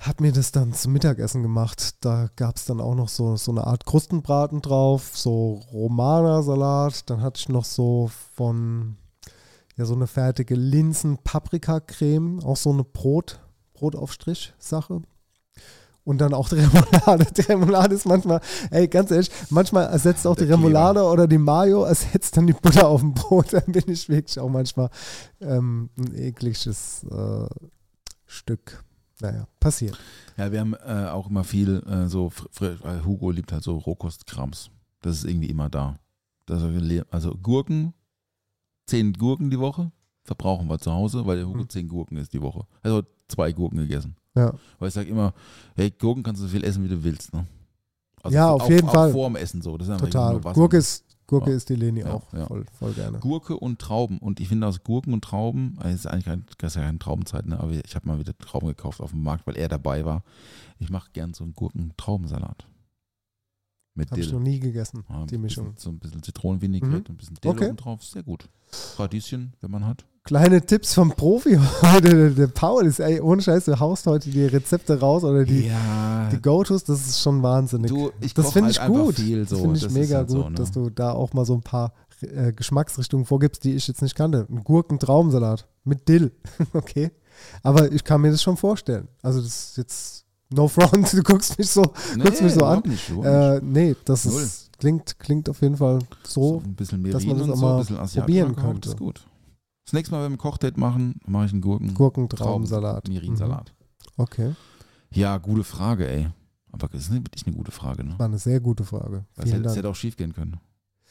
habe mir das dann zum Mittagessen gemacht. Da gab es dann auch noch so, so eine Art Krustenbraten drauf, so Romana-Salat. Dann hatte ich noch so von, ja, so eine fertige Linsen-Paprika-Creme, auch so eine Brot, Brotaufstrich-Sache. Und dann auch die Remoulade. Die Remoulade ist manchmal, ey, ganz ehrlich, manchmal ersetzt auch die Remoulade oder die Mayo, ersetzt dann die Butter auf dem Brot. Dann bin ich wirklich auch manchmal ähm, ein ekliges äh, Stück. Naja, passiert. Ja, wir haben äh, auch immer viel äh, so, fr- fr- Hugo liebt halt so Rohkostkrams. Das ist irgendwie immer da. Das, also Gurken, zehn Gurken die Woche verbrauchen wir zu Hause, weil der Hugo mhm. zehn Gurken isst die Woche. Also zwei Gurken gegessen. Ja. Weil ich sage immer, hey, Gurken kannst du so viel essen, wie du willst. Ne? Also ja, auf auch, jeden auch Fall. Vor dem Essen so. Das ist total. Gurke ist, Gurke ja. ist die Leni ja, auch ja. Voll, voll gerne. Gurke und Trauben. Und ich finde aus Gurken und Trauben, also ist eigentlich kein, das ist ja keine Traubenzeit, ne? Aber ich habe mal wieder Trauben gekauft auf dem Markt, weil er dabei war. Ich mache gern so einen Gurken-Traubensalat. Mit Habe ich noch nie gegessen, ja, die Mischung. So ein bisschen Zitronenvinaigrette, Mhm. ein bisschen Dill Okay. oben drauf. Sehr gut. Radieschen, wenn man hat. Kleine Tipps vom Profi heute. Der, der Paul ist, ey, ohne Scheiß, du haust heute die Rezepte raus oder die, ja. die Go-Tos, das ist schon wahnsinnig. Du, ich das finde halt ich gut. Viel so. Das finde ich das mega halt gut, so, ne? dass du da auch mal so ein paar äh, Geschmacksrichtungen vorgibst, die ich jetzt nicht kannte. Ein Gurken-Traubensalat mit Dill. Okay. Aber ich kann mir das schon vorstellen. Also das ist jetzt no front, du guckst mich so, Nee, guckst mich so an. Nicht, Äh, nee, das Null. ist, klingt, klingt auf jeden Fall so, so ein bisschen dass Merin man das und auch so, ein mal bisschen asiatisch probieren angehaucht, könnte. ist gut. Das nächste Mal, wenn wir ein Kochdate machen, mache ich einen Gurken. Gurken-Traubensalat. Mirinsalat. Okay. Ja, gute Frage, ey. Aber das ist wirklich eine gute Frage, ne? War eine sehr gute Frage. Das Vielen hätte, das Dank. hätte auch schief gehen können.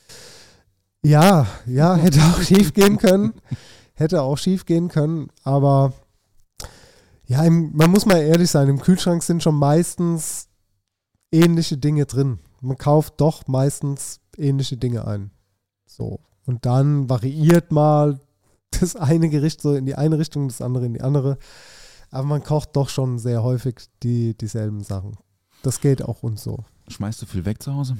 Ja, ja, hätte auch schief gehen können. Hätte auch schief gehen können, aber ja, im, man muss mal ehrlich sein, im Kühlschrank sind schon meistens ähnliche Dinge drin. Man kauft doch meistens ähnliche Dinge ein. So. Und dann variiert mal das eine Gericht so in die eine Richtung, das andere in die andere. Aber man kocht doch schon sehr häufig die, dieselben Sachen. Das geht auch uns so. Schmeißt du viel weg zu Hause?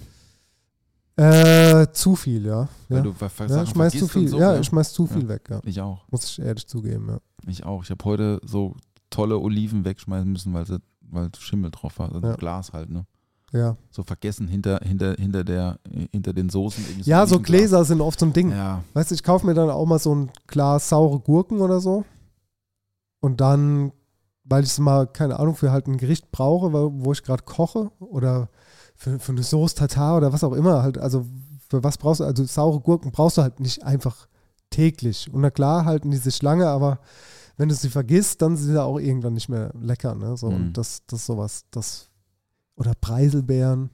Äh, zu viel, ja. Weil ja. du ver- ver- ja, Sachen ich schmeiß zu vergisst und viel. so, ja, ja? ich schmeiß zu viel Ja. weg, ja. Ich auch. Muss ich ehrlich zugeben, ja. Ich auch. Ich habe heute so tolle Oliven wegschmeißen müssen, weil sie, weil Schimmel drauf war. Also Ja. Glas halt, ne? Ja, So vergessen hinter, hinter, hinter, der, hinter den Soßen. irgendwie ja so Olivenglas. Gläser sind oft so ein Ding. Ja, Weißt du, ich kaufe mir dann auch mal so ein Glas saure Gurken oder so. Und dann, weil ich es mal, keine Ahnung, für halt ein Gericht brauche, wo wo ich gerade koche oder für, für eine Sauce Tartar oder was auch immer halt, also für was brauchst du, also saure Gurken brauchst du halt nicht einfach täglich. Und na klar halten die sich lange, aber wenn du sie vergisst, dann sind sie auch irgendwann nicht mehr lecker, ne? So, Mhm. und das, das sowas, das, oder Preiselbeeren.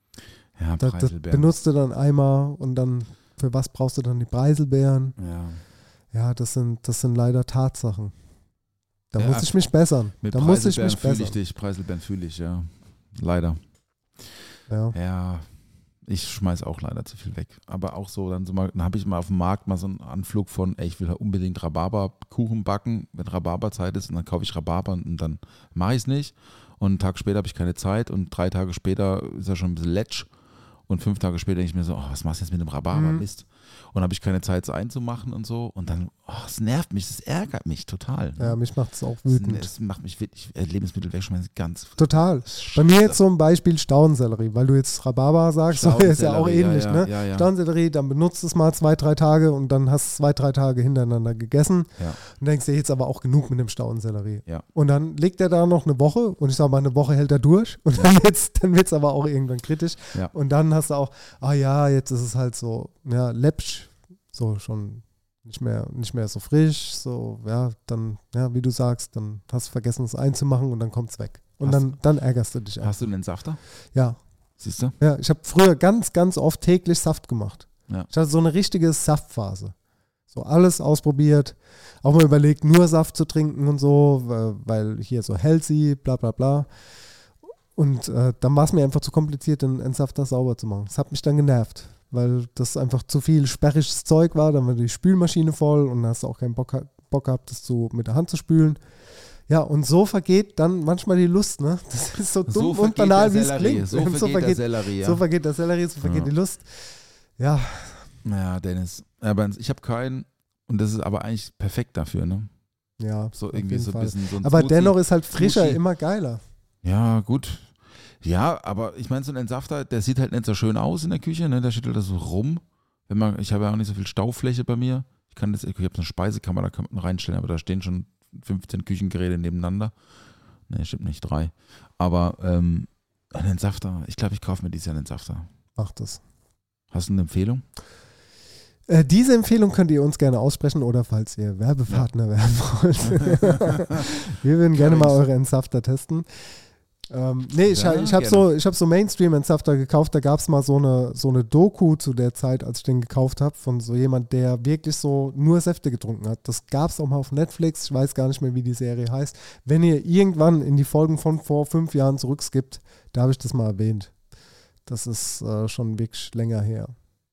ja Das, das Preiselbeeren. benutzt du dann einmal und dann, für was brauchst du dann die Preiselbeeren? Ja. Ja, das sind, das sind leider Tatsachen. Da Ja, muss ich mich bessern. Mit Da muss ich Preiselbeeren mich fühle ich bessern. dich. Preiselbeeren fühle ich, ja. Leider. Ja. Ja, ich schmeiß auch leider zu viel weg. Aber auch so, dann, so mal, dann habe ich mal auf dem Markt mal so einen Anflug von, ey, ich will unbedingt Rhabarberkuchen backen, wenn Rhabarberzeit ist, und dann kaufe ich Rhabarber und dann mache ich es nicht. Und einen Tag später habe ich keine Zeit und drei Tage später ist er schon ein bisschen letsch. Und fünf Tage später denke ich mir so, oh, was machst du jetzt mit dem Rhabarber? Mhm. Mist. Und habe ich keine Zeit, es einzumachen und so. Und dann, oh, es nervt mich, es ärgert mich total. ja, mich macht es auch Es, wütend. es macht mich wirklich, äh, Lebensmittel wegschmeißen, ganz. Total. Bei mir jetzt so ein Beispiel Staudensellerie, weil du jetzt Rhabarber sagst, so ist ja auch Staudensellerie, ähnlich, ja, ne? ja, ja, ja. Staudensellerie, dann benutzt es mal zwei, drei Tage und dann hast du es zwei, drei Tage hintereinander gegessen Ja. und denkst dir jetzt aber auch genug mit dem Staudensellerie. Ja. Und dann liegt er da noch eine Woche und ich sag mal, eine Woche hält er durch und dann wird's, dann wird's aber auch irgendwann kritisch. Ja. Und dann hast du auch, ah ja, jetzt ist es halt so, ja, läppsch, so schon nicht mehr, nicht mehr so frisch, so, ja, dann, ja, wie du sagst, dann hast du vergessen, es einzumachen und dann kommt es weg. Und Hast- dann, dann ärgerst du dich auch. Hast du einen Entsafter? Ja, Siehst du? ja, ich habe früher ganz, ganz oft täglich Saft gemacht. Ja. Ich hatte so eine richtige Saftphase. So alles ausprobiert, auch mal überlegt, nur Saft zu trinken und so, weil- weil hier so healthy, bla bla bla. Und äh, dann war es mir einfach zu kompliziert, den Entsafter sauber zu machen. Das hat mich dann genervt, weil das einfach zu viel sperriges Zeug war. Dann war die Spülmaschine voll und dann hast du auch keinen Bock, Bock gehabt, das zu, mit der Hand zu spülen. Ja, und so vergeht dann manchmal die Lust, ne? Das ist so dumm So und vergeht banal, der wie es Sellerie. klingt. So vergeht, so der vergeht, Sellerie, ja. so vergeht der Sellerie, so vergeht Ja. die Lust. Ja, Ja, Dennis. Aber ich habe keinen, und das ist aber eigentlich perfekt dafür, ne? ja. So auf irgendwie jeden so ein Fall. bisschen so ein Aber Smoothie. dennoch ist halt frischer Smoothie. immer geiler. Ja, gut. Ja, aber ich meine, so ein Entsafter, der sieht halt nicht so schön aus in der Küche, ne? Der steht halt da so rum. Wenn man, ich habe ja auch nicht so viel Staufläche bei mir. Ich kann das, ich habe eine Speisekammer, da kann man reinstellen, aber da stehen schon fünfzehn Küchengeräte nebeneinander. Ne, stimmt nicht, drei. Aber ähm, ein Entsafter, ich glaube, ich kaufe mir dieses Jahr einen Entsafter. Mach das. Hast du eine Empfehlung? Äh, diese Empfehlung könnt ihr uns gerne aussprechen oder falls ihr Werbepartner ja. werden wollt. Wir würden gerne mal eure Entsafter testen. Ähm, nee, ich, ja, ich habe so, ich hab so Mainstream-Entsafter gekauft. Da gab es mal so eine, so eine Doku zu der Zeit, als ich den gekauft habe, von so jemand, der wirklich so nur Säfte getrunken hat. Das gab es auch mal auf Netflix. Ich weiß gar nicht mehr, wie die Serie heißt. Wenn ihr irgendwann in die Folgen von vor fünf Jahren zurückskippt, da habe ich das mal erwähnt. Das ist äh, schon wirklich länger her.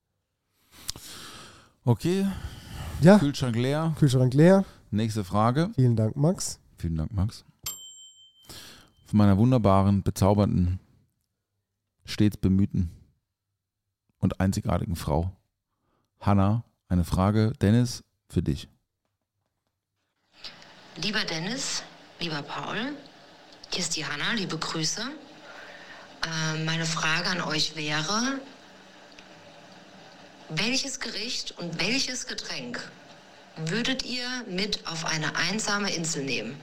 Okay. Ja. Kühlschrank leer. Kühlschrank leer. Nächste Frage. Vielen Dank, Max. Vielen Dank, Max. Von meiner wunderbaren, bezaubernden, stets bemühten und einzigartigen Frau Hanna, eine Frage, Dennis, für dich. Lieber Dennis, lieber Paul, hier ist die Hanna, liebe Grüße. Äh, meine Frage an euch wäre, welches Gericht und welches Getränk würdet ihr mit auf eine einsame Insel nehmen?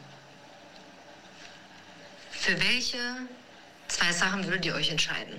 Für welche zwei Sachen würdet ihr euch entscheiden?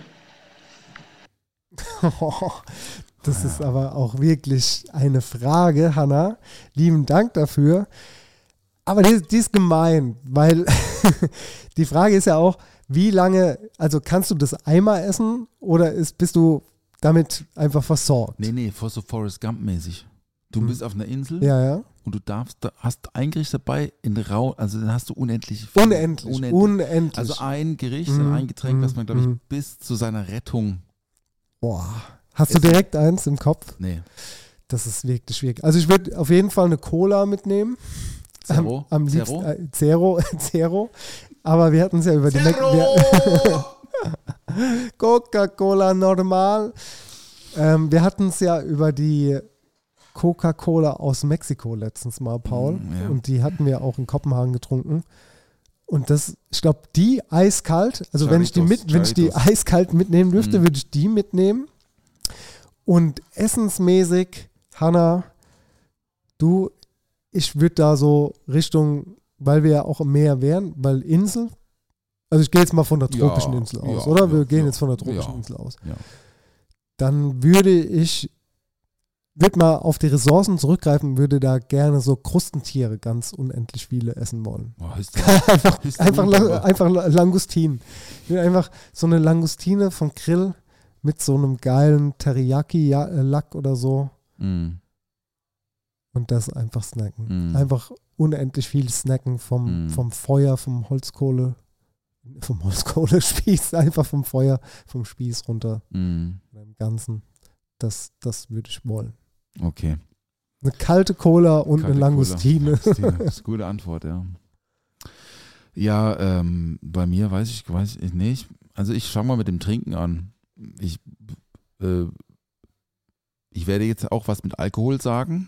Das ist aber auch wirklich eine Frage, Hanna. Lieben Dank dafür. Aber die, die ist gemein, weil die Frage ist ja auch, wie lange, also kannst du das einmal essen oder ist, bist du damit einfach versorgt? Nee, nee, so Forrest Gump-mäßig. Du hm. bist auf einer Insel. Ja, ja. Und du darfst, hast ein Gericht dabei in Rau, also dann hast du unendlich viel. Unendlich, unendlich. unendlich. Also ein Gericht, mm, ein Getränk, mm, was man, glaube ich, mm. bis zu seiner Rettung. Boah. Hast du direkt eins im Kopf? Nee. Das ist wirklich schwierig. Also ich würde auf jeden Fall eine Cola mitnehmen. Zero? Am, am Zero? liebsten, äh, Zero, Zero. Aber wir hatten es ja über die Mac. Coca-Cola normal. Ähm, wir hatten es ja über die Coca-Cola aus Mexiko letztens mal, Paul. Mm, ja. Und die hatten wir auch in Kopenhagen getrunken. Und das, ich glaube, die eiskalt, also wenn ich die, mit, wenn ich die eiskalt mitnehmen dürfte, mm. würde ich die mitnehmen. Und essensmäßig, Hanna, du, ich würde da so Richtung, weil wir ja auch im Meer wären, weil Insel, also ich gehe jetzt mal von der tropischen ja, Insel aus, ja, oder? Wir ja, gehen ja, jetzt von der tropischen ja, Insel aus. Ja. Dann würde ich, würde mal auf die Ressourcen zurückgreifen, würde da gerne so Krustentiere ganz unendlich viele essen wollen. Boah, einfach einfach, La- einfach Langustinen. Ich will einfach so eine Langustine vom Grill mit so einem geilen Teriyaki-Lack oder so. Mm. Und das einfach snacken. Mm. Einfach unendlich viel snacken vom, mm. vom Feuer, vom Holzkohle, vom Holzkohlespieß, einfach vom Feuer, vom Spieß runter. Mm. Im Ganzen. Das, das würde ich wollen. Okay. Eine kalte Cola und kalte eine Langustine. Langustine. Das ist eine gute Antwort, ja. Ja, ähm, bei mir weiß ich, weiß ich nicht. Also ich fange mal mit dem Trinken an. Ich, äh, ich werde jetzt auch was mit Alkohol sagen.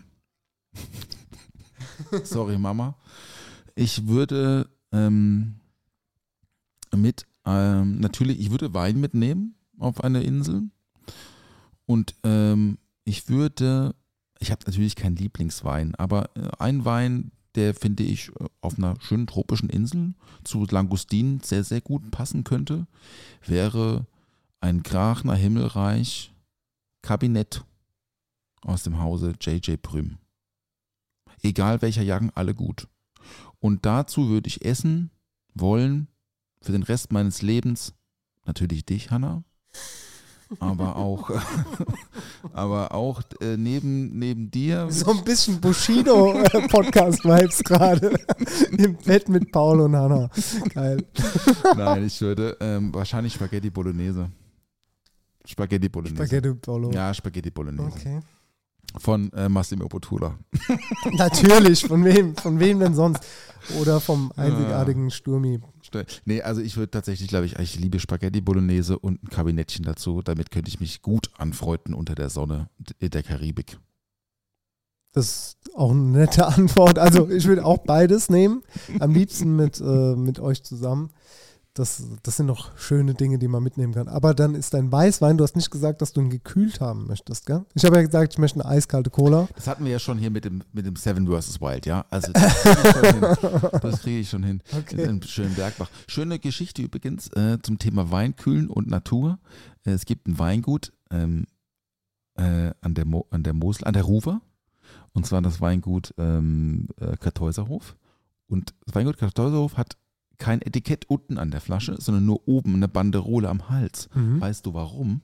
Sorry, Mama. Ich würde ähm, mit, ähm, natürlich, ich würde Wein mitnehmen auf eine Insel. Und ähm, ich würde, ich habe natürlich keinen Lieblingswein, aber äh, ein Wein, der finde ich auf einer schönen tropischen Insel zu Langustinen sehr, sehr gut passen könnte, wäre ein Grachner Himmelreich Kabinett aus dem Hause J J Prüm. Egal welcher Jagen, alle gut. Und dazu würde ich essen wollen, für den Rest meines Lebens, natürlich dich, Hanna, aber auch, aber auch äh, neben, neben dir. So ein bisschen Bushido-Podcast-Vibes gerade. Im Bett mit Paul und Hanna. Geil. Nein, ich würde ähm, wahrscheinlich Spaghetti Bolognese. Spaghetti Bolognese. Spaghetti Bolognese. Ja, Spaghetti Bolognese. Okay. Von äh, Massimo Bottura. Natürlich, von wem? Von wem denn sonst? Oder vom einzigartigen Sturmi. Nee, also ich würde tatsächlich, glaube ich, ich liebe Spaghetti Bolognese und ein Kabinettchen dazu. Damit könnte ich mich gut anfreunden unter der Sonne der Karibik. Das ist auch eine nette Antwort. Also ich würde auch beides nehmen. Am liebsten mit, äh, mit euch zusammen. das, das sind noch schöne Dinge, die man mitnehmen kann. Aber dann ist dein Weißwein, du hast nicht gesagt, dass du ihn gekühlt haben möchtest, gell? Ich habe ja gesagt, ich möchte eine eiskalte Cola. Das hatten wir ja schon hier mit dem, mit dem Seven versus. Wild, ja? Also das kriege ich schon hin. Das kriege ich schon hin. Okay. In schönen Bergbach. Schöne Geschichte übrigens äh, zum Thema Weinkühlen und Natur. Äh, es gibt ein Weingut ähm, äh, an, der Mo, an der Mosel, an der Ruwer. Und zwar das Weingut ähm, äh, Kartäuserhof. Und das Weingut Kartäuserhof hat kein Etikett unten an der Flasche, sondern nur oben eine Banderole am Hals. Mhm. Weißt du warum?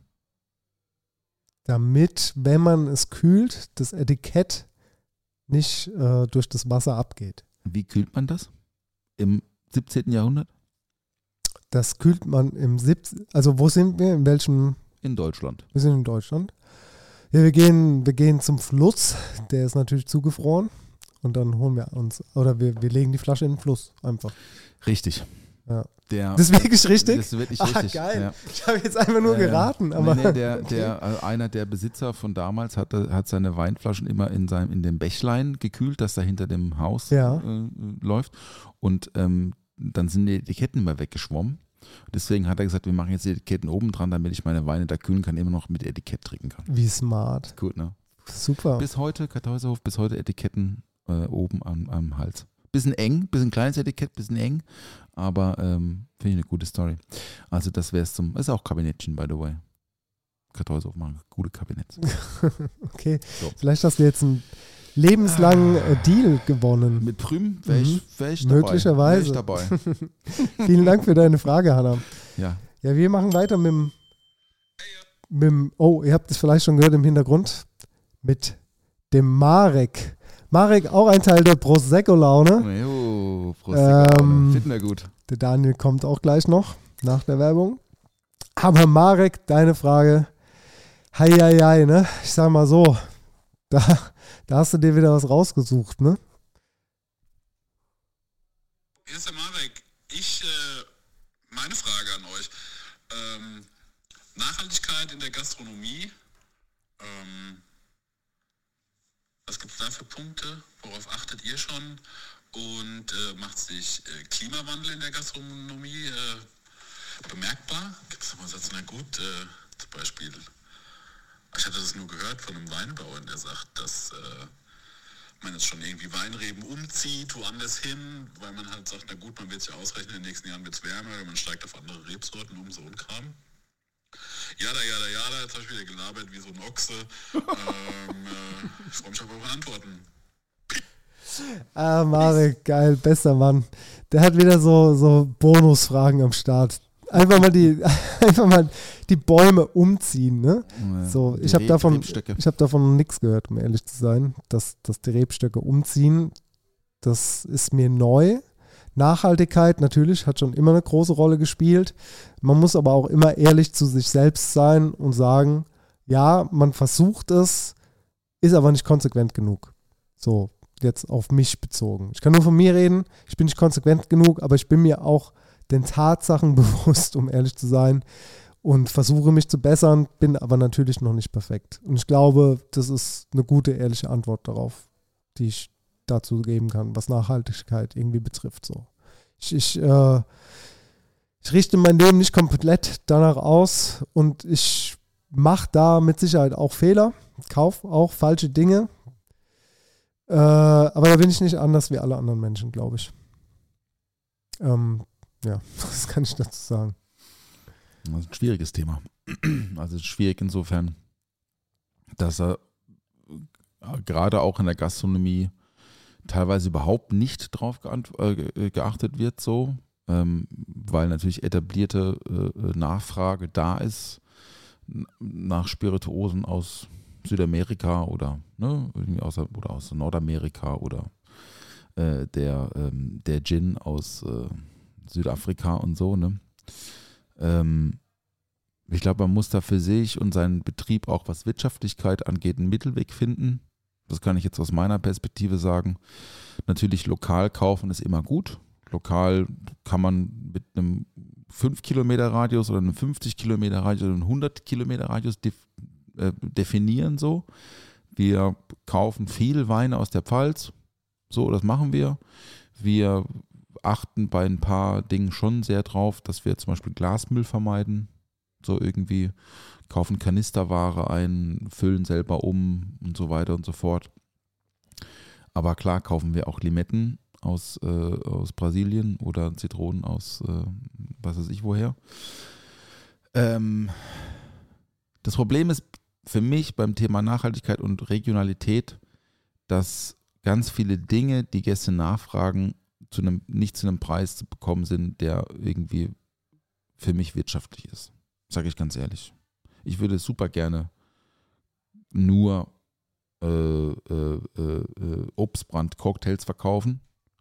Damit, wenn man es kühlt, das Etikett nicht äh, durch das Wasser abgeht. Wie kühlt man das? Im siebzehnten. Jahrhundert? Das kühlt man im siebzehnten. Also wo sind wir? In welchem? In Deutschland. Wir sind in Deutschland. Ja, wir gehen, wir gehen zum Fluss. Der ist natürlich zugefroren. Und dann holen wir uns, oder wir, wir legen die Flasche in den Fluss einfach. Richtig. Ja. Der, das ist wirklich richtig? Das ist wirklich ah, richtig. geil. Ja. Ich habe jetzt einfach nur äh, geraten. Aber nee, nee, der, okay. der, also einer der Besitzer von damals hat, hat seine Weinflaschen immer in, seinem, in dem Bächlein gekühlt, das da hinter dem Haus ja. äh, läuft. Und ähm, dann sind die Etiketten immer weggeschwommen. Deswegen hat er gesagt, wir machen jetzt die Etiketten oben dran, damit ich meine Weine da kühlen kann, immer noch mit Etikett trinken kann. Wie smart. Gut, ne? Super. Bis heute, Kartäuserhof, bis heute Etiketten äh, oben am, am Hals. Bisschen eng, bisschen kleines Etikett, bisschen eng, aber ähm, finde ich eine gute Story. Also das wäre es zum, ist auch Kabinettchen, by the way. Kartäuserhof machen gute Kabinetts. Okay, so. Vielleicht hast du jetzt einen lebenslangen äh, Deal gewonnen. Mit Prüm wäre ich, wär ich dabei. Möglicherweise. Wär ich dabei. Vielen Dank für deine Frage, Hanna. Ja. Ja, wir machen weiter mit dem, mit dem, oh, ihr habt es vielleicht schon gehört im Hintergrund, mit dem Marek. Marek, auch ein Teil der Prosecco-Laune. Jo, Prosecco-Laune. Ähm, Finden wir gut. Der Daniel kommt auch gleich noch nach der Werbung. Aber Marek, deine Frage. Hei, hei, hei, ne? Ich sag mal so, da, da hast du dir wieder was rausgesucht, ne? Hier ist der Marek. Ich, äh, meine Frage an euch. Ähm, Nachhaltigkeit in der Gastronomie. Ähm, was gibt es da für Punkte? Worauf achtet ihr schon? Und äh, macht sich äh, Klimawandel in der Gastronomie äh, bemerkbar? Gibt es da mal Satz, na gut, äh, zum Beispiel, ich hatte das nur gehört von einem Weinbauern, der sagt, dass äh, man jetzt schon irgendwie Weinreben umzieht, woanders hin, weil man halt sagt, na gut, man wird es ja ausrechnen, in den nächsten Jahren wird es wärmer, man steigt auf andere Rebsorten um, so ein Kram. Jada, jada, jada, jetzt habe ich wieder gelabert wie so ein Ochse. ähm, äh, ich freue mich auf eure Antworten. Ah, Marek, geil, bester Mann. Der hat wieder so, so Bonusfragen am Start. Einfach mal die, einfach mal die Bäume umziehen, ne? Ja, so, ich habe davon, ich habe davon nichts gehört, um ehrlich zu sein, dass, dass die Rebstöcke umziehen. Das ist mir neu. Nachhaltigkeit natürlich hat schon immer eine große Rolle gespielt. Man muss aber auch immer ehrlich zu sich selbst sein und sagen, ja, man versucht es, ist aber nicht konsequent genug. So, jetzt auf mich bezogen. Ich kann nur von mir reden, ich bin nicht konsequent genug, aber ich bin mir auch den Tatsachen bewusst, um ehrlich zu sein, und versuche mich zu bessern, bin aber natürlich noch nicht perfekt. Und ich glaube, das ist eine gute, ehrliche Antwort darauf, die ich dazu geben kann, was Nachhaltigkeit irgendwie betrifft. So. Ich, ich, äh, ich richte mein Leben nicht komplett danach aus und ich mache da mit Sicherheit auch Fehler, kaufe auch falsche Dinge, äh, aber da bin ich nicht anders wie alle anderen Menschen, glaube ich. Ähm, ja, das kann ich dazu sagen. Das ist ein schwieriges Thema. Also es ist schwierig insofern, dass er gerade auch in der Gastronomie teilweise überhaupt nicht drauf äh, geachtet wird, so, ähm, weil natürlich etablierte äh, Nachfrage da ist nach Spirituosen aus Südamerika oder, ne, irgendwie aus, oder aus Nordamerika oder äh, der, ähm, der Gin aus äh, Südafrika und so, ne. Ähm, ich glaube, man muss da für sich und seinen Betrieb auch, was Wirtschaftlichkeit angeht, einen Mittelweg finden. Das kann ich jetzt aus meiner Perspektive sagen. Natürlich lokal kaufen ist immer gut. Lokal kann man mit einem fünf Kilometer Radius oder einem fünfzig Kilometer Radius oder einem hundert Kilometer Radius def- äh, definieren so. Wir kaufen viel Weine aus der Pfalz. So, das machen wir. Wir achten bei ein paar Dingen schon sehr drauf, dass wir zum Beispiel Glasmüll vermeiden. So irgendwie kaufen Kanisterware ein, füllen selber um und so weiter und so fort. Aber klar kaufen wir auch Limetten aus, äh, aus Brasilien oder Zitronen aus äh, was weiß ich woher. Ähm, das Problem ist für mich beim Thema Nachhaltigkeit und Regionalität, dass ganz viele Dinge, die Gäste nachfragen, zu einem, nicht zu einem Preis zu bekommen sind, der irgendwie für mich wirtschaftlich ist. Sage ich ganz ehrlich. Ich würde super gerne nur äh, äh, äh, Obstbrand-Cocktails verkaufen,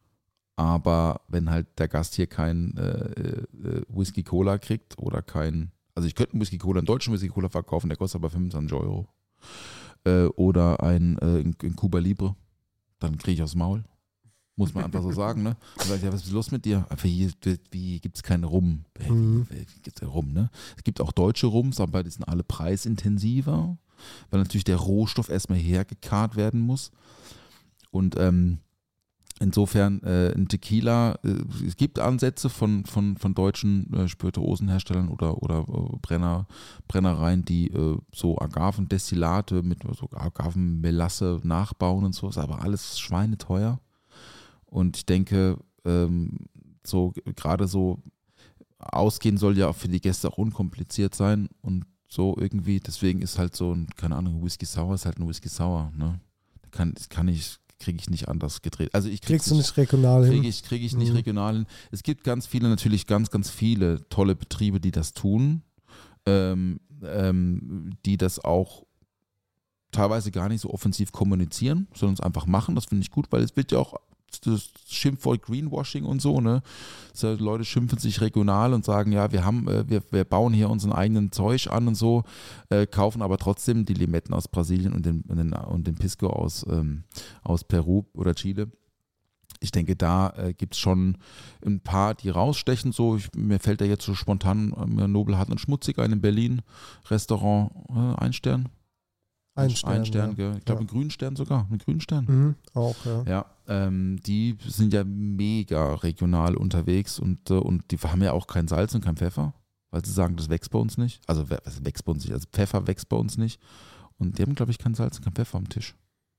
aber wenn halt der Gast hier kein äh, äh, Whisky-Cola kriegt oder kein, also ich könnte einen Whisky-Cola, einen deutschen Whisky-Cola verkaufen, der kostet aber fünfundzwanzig Euro. Äh, oder ein, äh, ein, ein Cuba Libre, dann kriege ich aufs Maul. Muss man einfach so sagen, ne? Dann sag ich, ja, was ist los mit dir? Einfach hier, wie gibt es keinen Rum? Mhm. Wie, wie gibt's Rum, ne? Es gibt auch deutsche Rums, aber die sind alle preisintensiver, weil natürlich der Rohstoff erstmal hergekarrt werden muss. Und ähm, insofern äh, ein Tequila, äh, es gibt Ansätze von, von, von deutschen äh, Spirituosenherstellern oder, oder äh, Brenner, Brennereien, die äh, so Agavendestillate mit so Agavenmelasse nachbauen und so, ist aber alles schweineteuer. Und ich denke, ähm, so gerade so ausgehen soll ja auch für die Gäste auch unkompliziert sein und so irgendwie, deswegen ist halt so ein, keine Ahnung, Whisky Sour ist halt ein Whisky Sour, ne? Kann, kann ich, kriege ich nicht anders gedreht. Also ich kriegst nicht, du nicht regional hin? Kriege ich, krieg ich nicht mhm. regional hin. Es gibt ganz viele, natürlich ganz, ganz viele tolle Betriebe, die das tun, ähm, ähm, die das auch teilweise gar nicht so offensiv kommunizieren, sondern es einfach machen. Das finde ich gut, weil es wird ja auch das Schimpfwort Greenwashing und so, ne? So, Leute schimpfen sich regional und sagen, ja, wir haben, äh, wir, wir bauen hier unseren eigenen Zeug an und so, äh, kaufen aber trotzdem die Limetten aus Brasilien und den, und den, und den Pisco aus, ähm, aus Peru oder Chile. Ich denke, da äh, gibt es schon ein paar, die rausstechen. So, ich, mir fällt da jetzt so spontan äh, Nobelhart und Schmutzig ein in Berlin, Restaurant, äh, ein Stern. Ein Stern, ein Stern ja. Ich glaube, ja. einen grünen Stern sogar. Einen grünen Stern. Mhm, auch, ja. Ja, ähm, die sind ja mega regional unterwegs und, äh, und die haben ja auch kein Salz und kein Pfeffer, weil sie sagen, das wächst bei uns nicht. Also, was wächst bei uns nicht? Also, Pfeffer wächst bei uns nicht. Und die haben, glaube ich, kein Salz und kein Pfeffer am Tisch.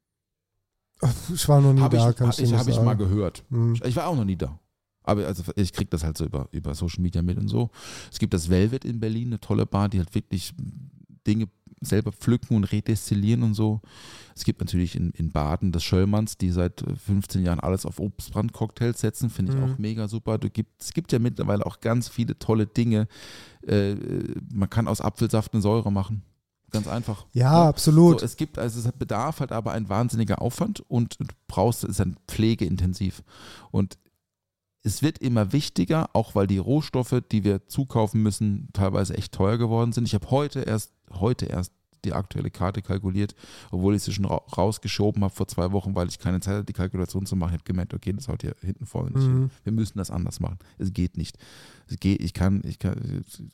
Ich war noch nie hab da, ich, kann ich, ich nicht Habe ich mal gehört. Mhm. Ich war auch noch nie da. Aber also ich kriege das halt so über, über Social Media mit und so. Es gibt das Velvet in Berlin, eine tolle Bar, die halt wirklich Dinge selber pflücken und redestillieren und so. Es gibt natürlich in, in Baden das Schöllmanns, die seit fünfzehn Jahren alles auf Obstbrand-Cocktails setzen, finde ich mhm. auch mega super. Du gibt, es gibt ja mittlerweile auch ganz viele tolle Dinge. Äh, man kann aus Apfelsaft eine Säure machen. Ganz einfach. Ja, ja. absolut. So, es gibt, also es bedarf halt aber ein wahnsinniger Aufwand und du brauchst, es ist dann pflegeintensiv. Und es wird immer wichtiger, auch weil die Rohstoffe, die wir zukaufen müssen, teilweise echt teuer geworden sind. Ich habe heute erst, heute erst die aktuelle Karte kalkuliert, obwohl ich sie schon ra- rausgeschoben habe vor zwei Wochen, weil ich keine Zeit hatte, die Kalkulation zu machen. Ich habe gemerkt, okay, das haut hier hinten vorne nicht Mhm. hin. Wir müssen das anders machen. Es geht nicht. Es geht, ich kann, ich kann,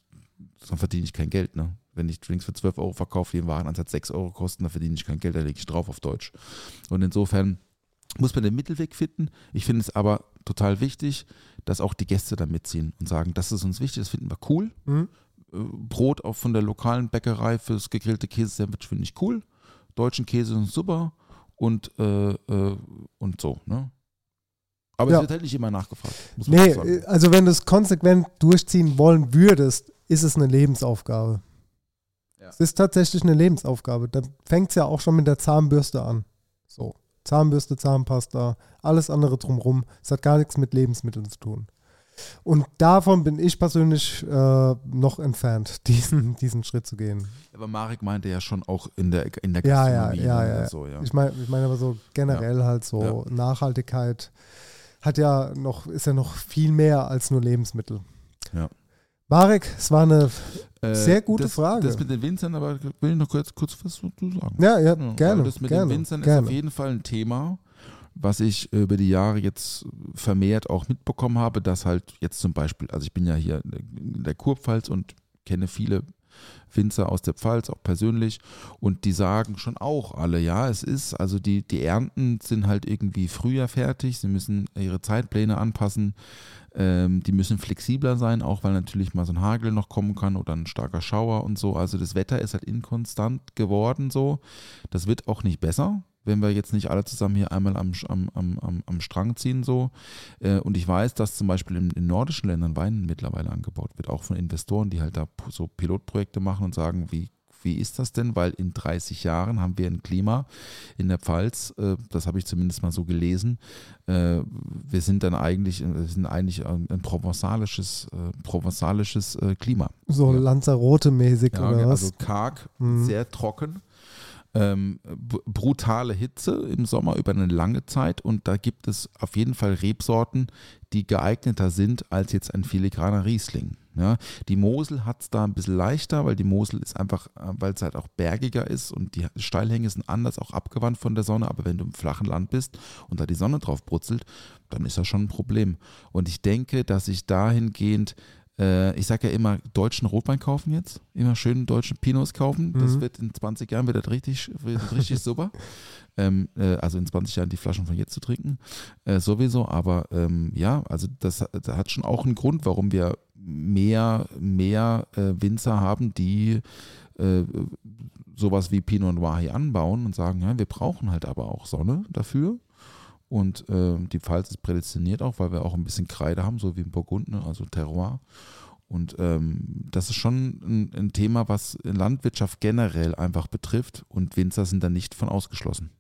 dann verdiene ich kein Geld, ne? Wenn ich Drinks für zwölf Euro verkaufe, die im Warenansatz sechs Euro kosten, dann verdiene ich kein Geld, da lege ich drauf auf Deutsch. Und insofern muss man den Mittelweg finden. Ich finde es aber total wichtig, dass auch die Gäste da mitziehen und sagen, das ist uns wichtig, das finden wir cool. Mhm. Brot auch von der lokalen Bäckerei fürs gegrillte Käse-Sandwich finde ich cool. Deutschen Käse sind super und, äh, äh, und so, ne? Aber Ja. es wird halt nicht immer nachgefragt. Muss man Nee, auch sagen. also wenn du es konsequent durchziehen wollen würdest, ist es eine Lebensaufgabe. Ja. Es ist tatsächlich eine Lebensaufgabe. Dann fängt es ja auch schon mit der Zahnbürste an. So, Zahnbürste, Zahnpasta, alles andere drumherum. Es hat gar nichts mit Lebensmitteln zu tun. Und davon bin ich persönlich äh, noch entfernt, diesen, diesen Schritt zu gehen. Aber Marek meinte ja schon auch in der, in der Ja, ja, Gastronomie. ja, ne, ja. So, ja. Ich meine ich mein aber so generell Ja. halt so Ja. Nachhaltigkeit hat ja noch, ist ja noch viel mehr als nur Lebensmittel. Ja. Marek, es war eine Äh, sehr gute das, Frage. Das mit den Winzern, aber will ich noch kurz, kurz was zu sagen. Ja, ja, weil gerne. Das mit gerne, den Winzern gerne. ist auf jeden Fall ein Thema, was ich über die Jahre jetzt vermehrt auch mitbekommen habe, dass halt jetzt zum Beispiel, also ich bin ja hier in der Kurpfalz und kenne viele Winzer aus der Pfalz, auch persönlich, und die sagen schon auch alle, ja, es ist, also die, die Ernten sind halt irgendwie früher fertig, sie müssen ihre Zeitpläne anpassen, ähm, die müssen flexibler sein, auch weil natürlich mal so ein Hagel noch kommen kann oder ein starker Schauer und so, also das Wetter ist halt inkonstant geworden so, das wird auch nicht besser, wenn wir jetzt nicht alle zusammen hier einmal am, am, am, am Strang ziehen so. Und ich weiß, dass zum Beispiel in, in nordischen Ländern Wein mittlerweile angebaut wird, auch von Investoren, die halt da so Pilotprojekte machen und sagen, wie, wie ist das denn? Weil in dreißig Jahren haben wir ein Klima in der Pfalz, das habe ich zumindest mal so gelesen, wir sind dann eigentlich, wir sind eigentlich ein provenzalisches, provenzalisches Klima. So ja. Lanzarote-mäßig ja, oder was? Also karg, mhm. sehr trocken. Ähm, b- brutale Hitze im Sommer über eine lange Zeit und da gibt es auf jeden Fall Rebsorten, die geeigneter sind als jetzt ein filigraner Riesling. Ja, die Mosel hat es da ein bisschen leichter, weil die Mosel ist einfach, weil es halt auch bergiger ist und die Steilhänge sind anders auch abgewandt von der Sonne, aber wenn du im flachen Land bist und da die Sonne drauf brutzelt, dann ist das schon ein Problem. Und ich denke, dass ich dahingehend ich sage ja immer, deutschen Rotwein kaufen jetzt, immer schön deutschen Pinots kaufen, das Mhm. wird in zwanzig Jahren wird das richtig, wird das richtig super, ähm, äh, also in zwanzig Jahren die Flaschen von jetzt zu trinken, äh, sowieso, aber ähm, ja, also das, das hat schon auch einen Grund, warum wir mehr, mehr äh, Winzer haben, die äh, sowas wie Pinot Noir hier anbauen und sagen, ja, wir brauchen halt aber auch Sonne dafür. Und äh, die Pfalz ist prädestiniert auch, weil wir auch ein bisschen Kreide haben, so wie im Burgund, ne? Also Terroir. Und ähm, das ist schon ein, ein Thema, was Landwirtschaft generell einfach betrifft und Winzer sind da nicht von ausgeschlossen.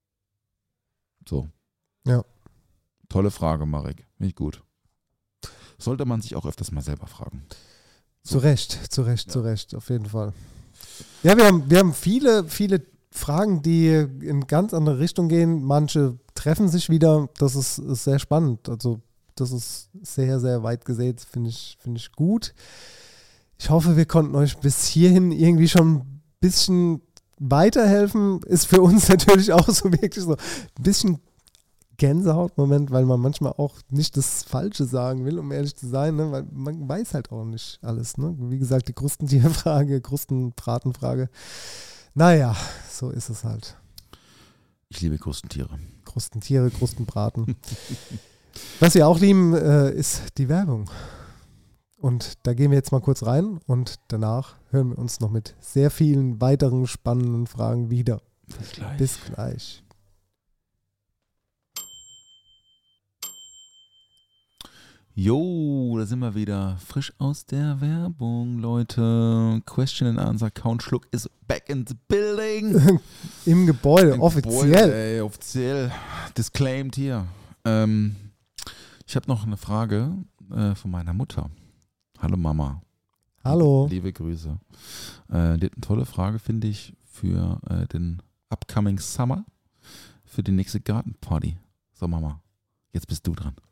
So. Ja. Tolle Frage, Marek. Finde ich gut. Sollte man sich auch öfters mal selber fragen. So. Zu Recht, zu Recht, ja. zu Recht, auf jeden Fall. Ja, wir haben, wir haben viele, viele Fragen, die in ganz andere Richtung gehen. Manche treffen sich wieder. Das ist, ist sehr spannend. Also das ist sehr, sehr weit gesät. Finde ich, finde ich gut. Ich hoffe, wir konnten euch bis hierhin irgendwie schon ein bisschen weiterhelfen. Ist für uns natürlich auch so wirklich so ein bisschen Gänsehaut-Moment, weil man manchmal auch nicht das Falsche sagen will, um ehrlich zu sein, ne? Weil man weiß halt auch nicht alles. Ne? Wie gesagt, die Krustentierfrage, Krustenbratenfrage. Naja, so ist es halt. Ich liebe Krustentiere. Krustentiere, Krustenbraten. Was wir auch lieben, äh, ist die Werbung. Und da gehen wir jetzt mal kurz rein und danach hören wir uns noch mit sehr vielen weiteren spannenden Fragen wieder. Bis gleich. Bis gleich. Jo, da sind wir wieder. Frisch aus der Werbung, Leute. Question and Answer Count Schluck is back in the building. Im Gebäude, Im offiziell. Gebäude, ey, offiziell. Disclaimed hier. Ähm, ich habe noch eine Frage äh, von meiner Mutter. Hallo Mama. Hallo. Liebe Grüße. Äh, die hat eine tolle Frage, finde ich, für äh, den upcoming Summer, für die nächste Gartenparty. So Mama, jetzt bist du dran.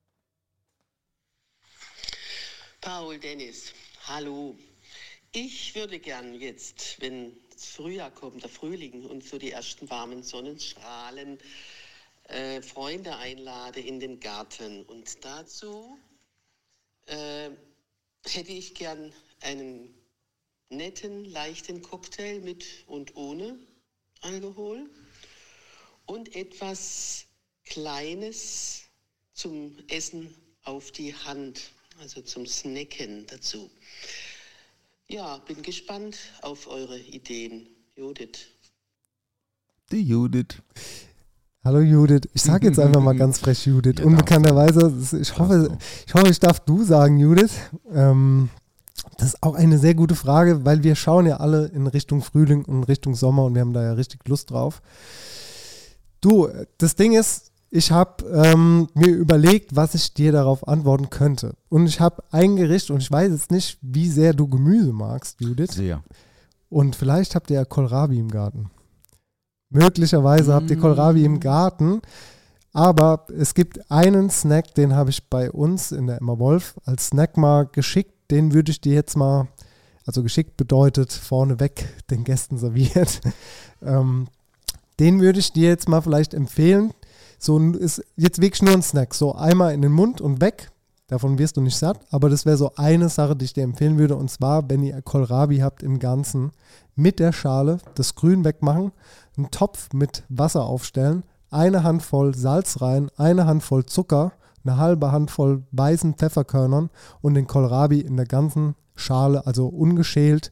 Paul, Dennis, hallo. Ich würde gern jetzt, wenn das Frühjahr kommt, der Frühling und so die ersten warmen Sonnenstrahlen, äh, Freunde einlade in den Garten. Und dazu äh, hätte ich gern einen netten, leichten Cocktail mit und ohne Alkohol und etwas Kleines zum Essen auf die Hand. Also zum Snacken dazu. Ja, bin gespannt auf eure Ideen. Judith. Die Judith. Hallo Judith. Ich sage jetzt einfach mal ganz frech Judith. Ja, Unbekannterweise, ich hoffe, ich hoffe, ich darf du sagen, Judith. Ähm, das ist auch eine sehr gute Frage, weil wir schauen ja alle in Richtung Frühling und Richtung Sommer und wir haben da ja richtig Lust drauf. Du, das Ding ist, ich habe ähm, mir überlegt, was ich dir darauf antworten könnte. Und ich habe ein Gericht und ich weiß jetzt nicht, wie sehr du Gemüse magst, Judith. Sehr. Und vielleicht habt ihr ja Kohlrabi im Garten. Möglicherweise mm. habt ihr Kohlrabi im Garten. Aber es gibt einen Snack, den habe ich bei uns in der Emma Wolf als Snack mal geschickt. Den würde ich dir jetzt mal, also geschickt bedeutet vorneweg den Gästen serviert. ähm, den würde ich dir jetzt mal vielleicht empfehlen. So ist jetzt wirklich nur ein Snack. So einmal in den Mund und weg. Davon wirst du nicht satt, aber das wäre so eine Sache, die ich dir empfehlen würde. Und zwar, wenn ihr Kohlrabi habt im Ganzen, mit der Schale das Grün wegmachen, einen Topf mit Wasser aufstellen, eine Handvoll Salz rein, eine Handvoll Zucker, eine halbe Handvoll weißen Pfefferkörnern und den Kohlrabi in der ganzen Schale, also ungeschält,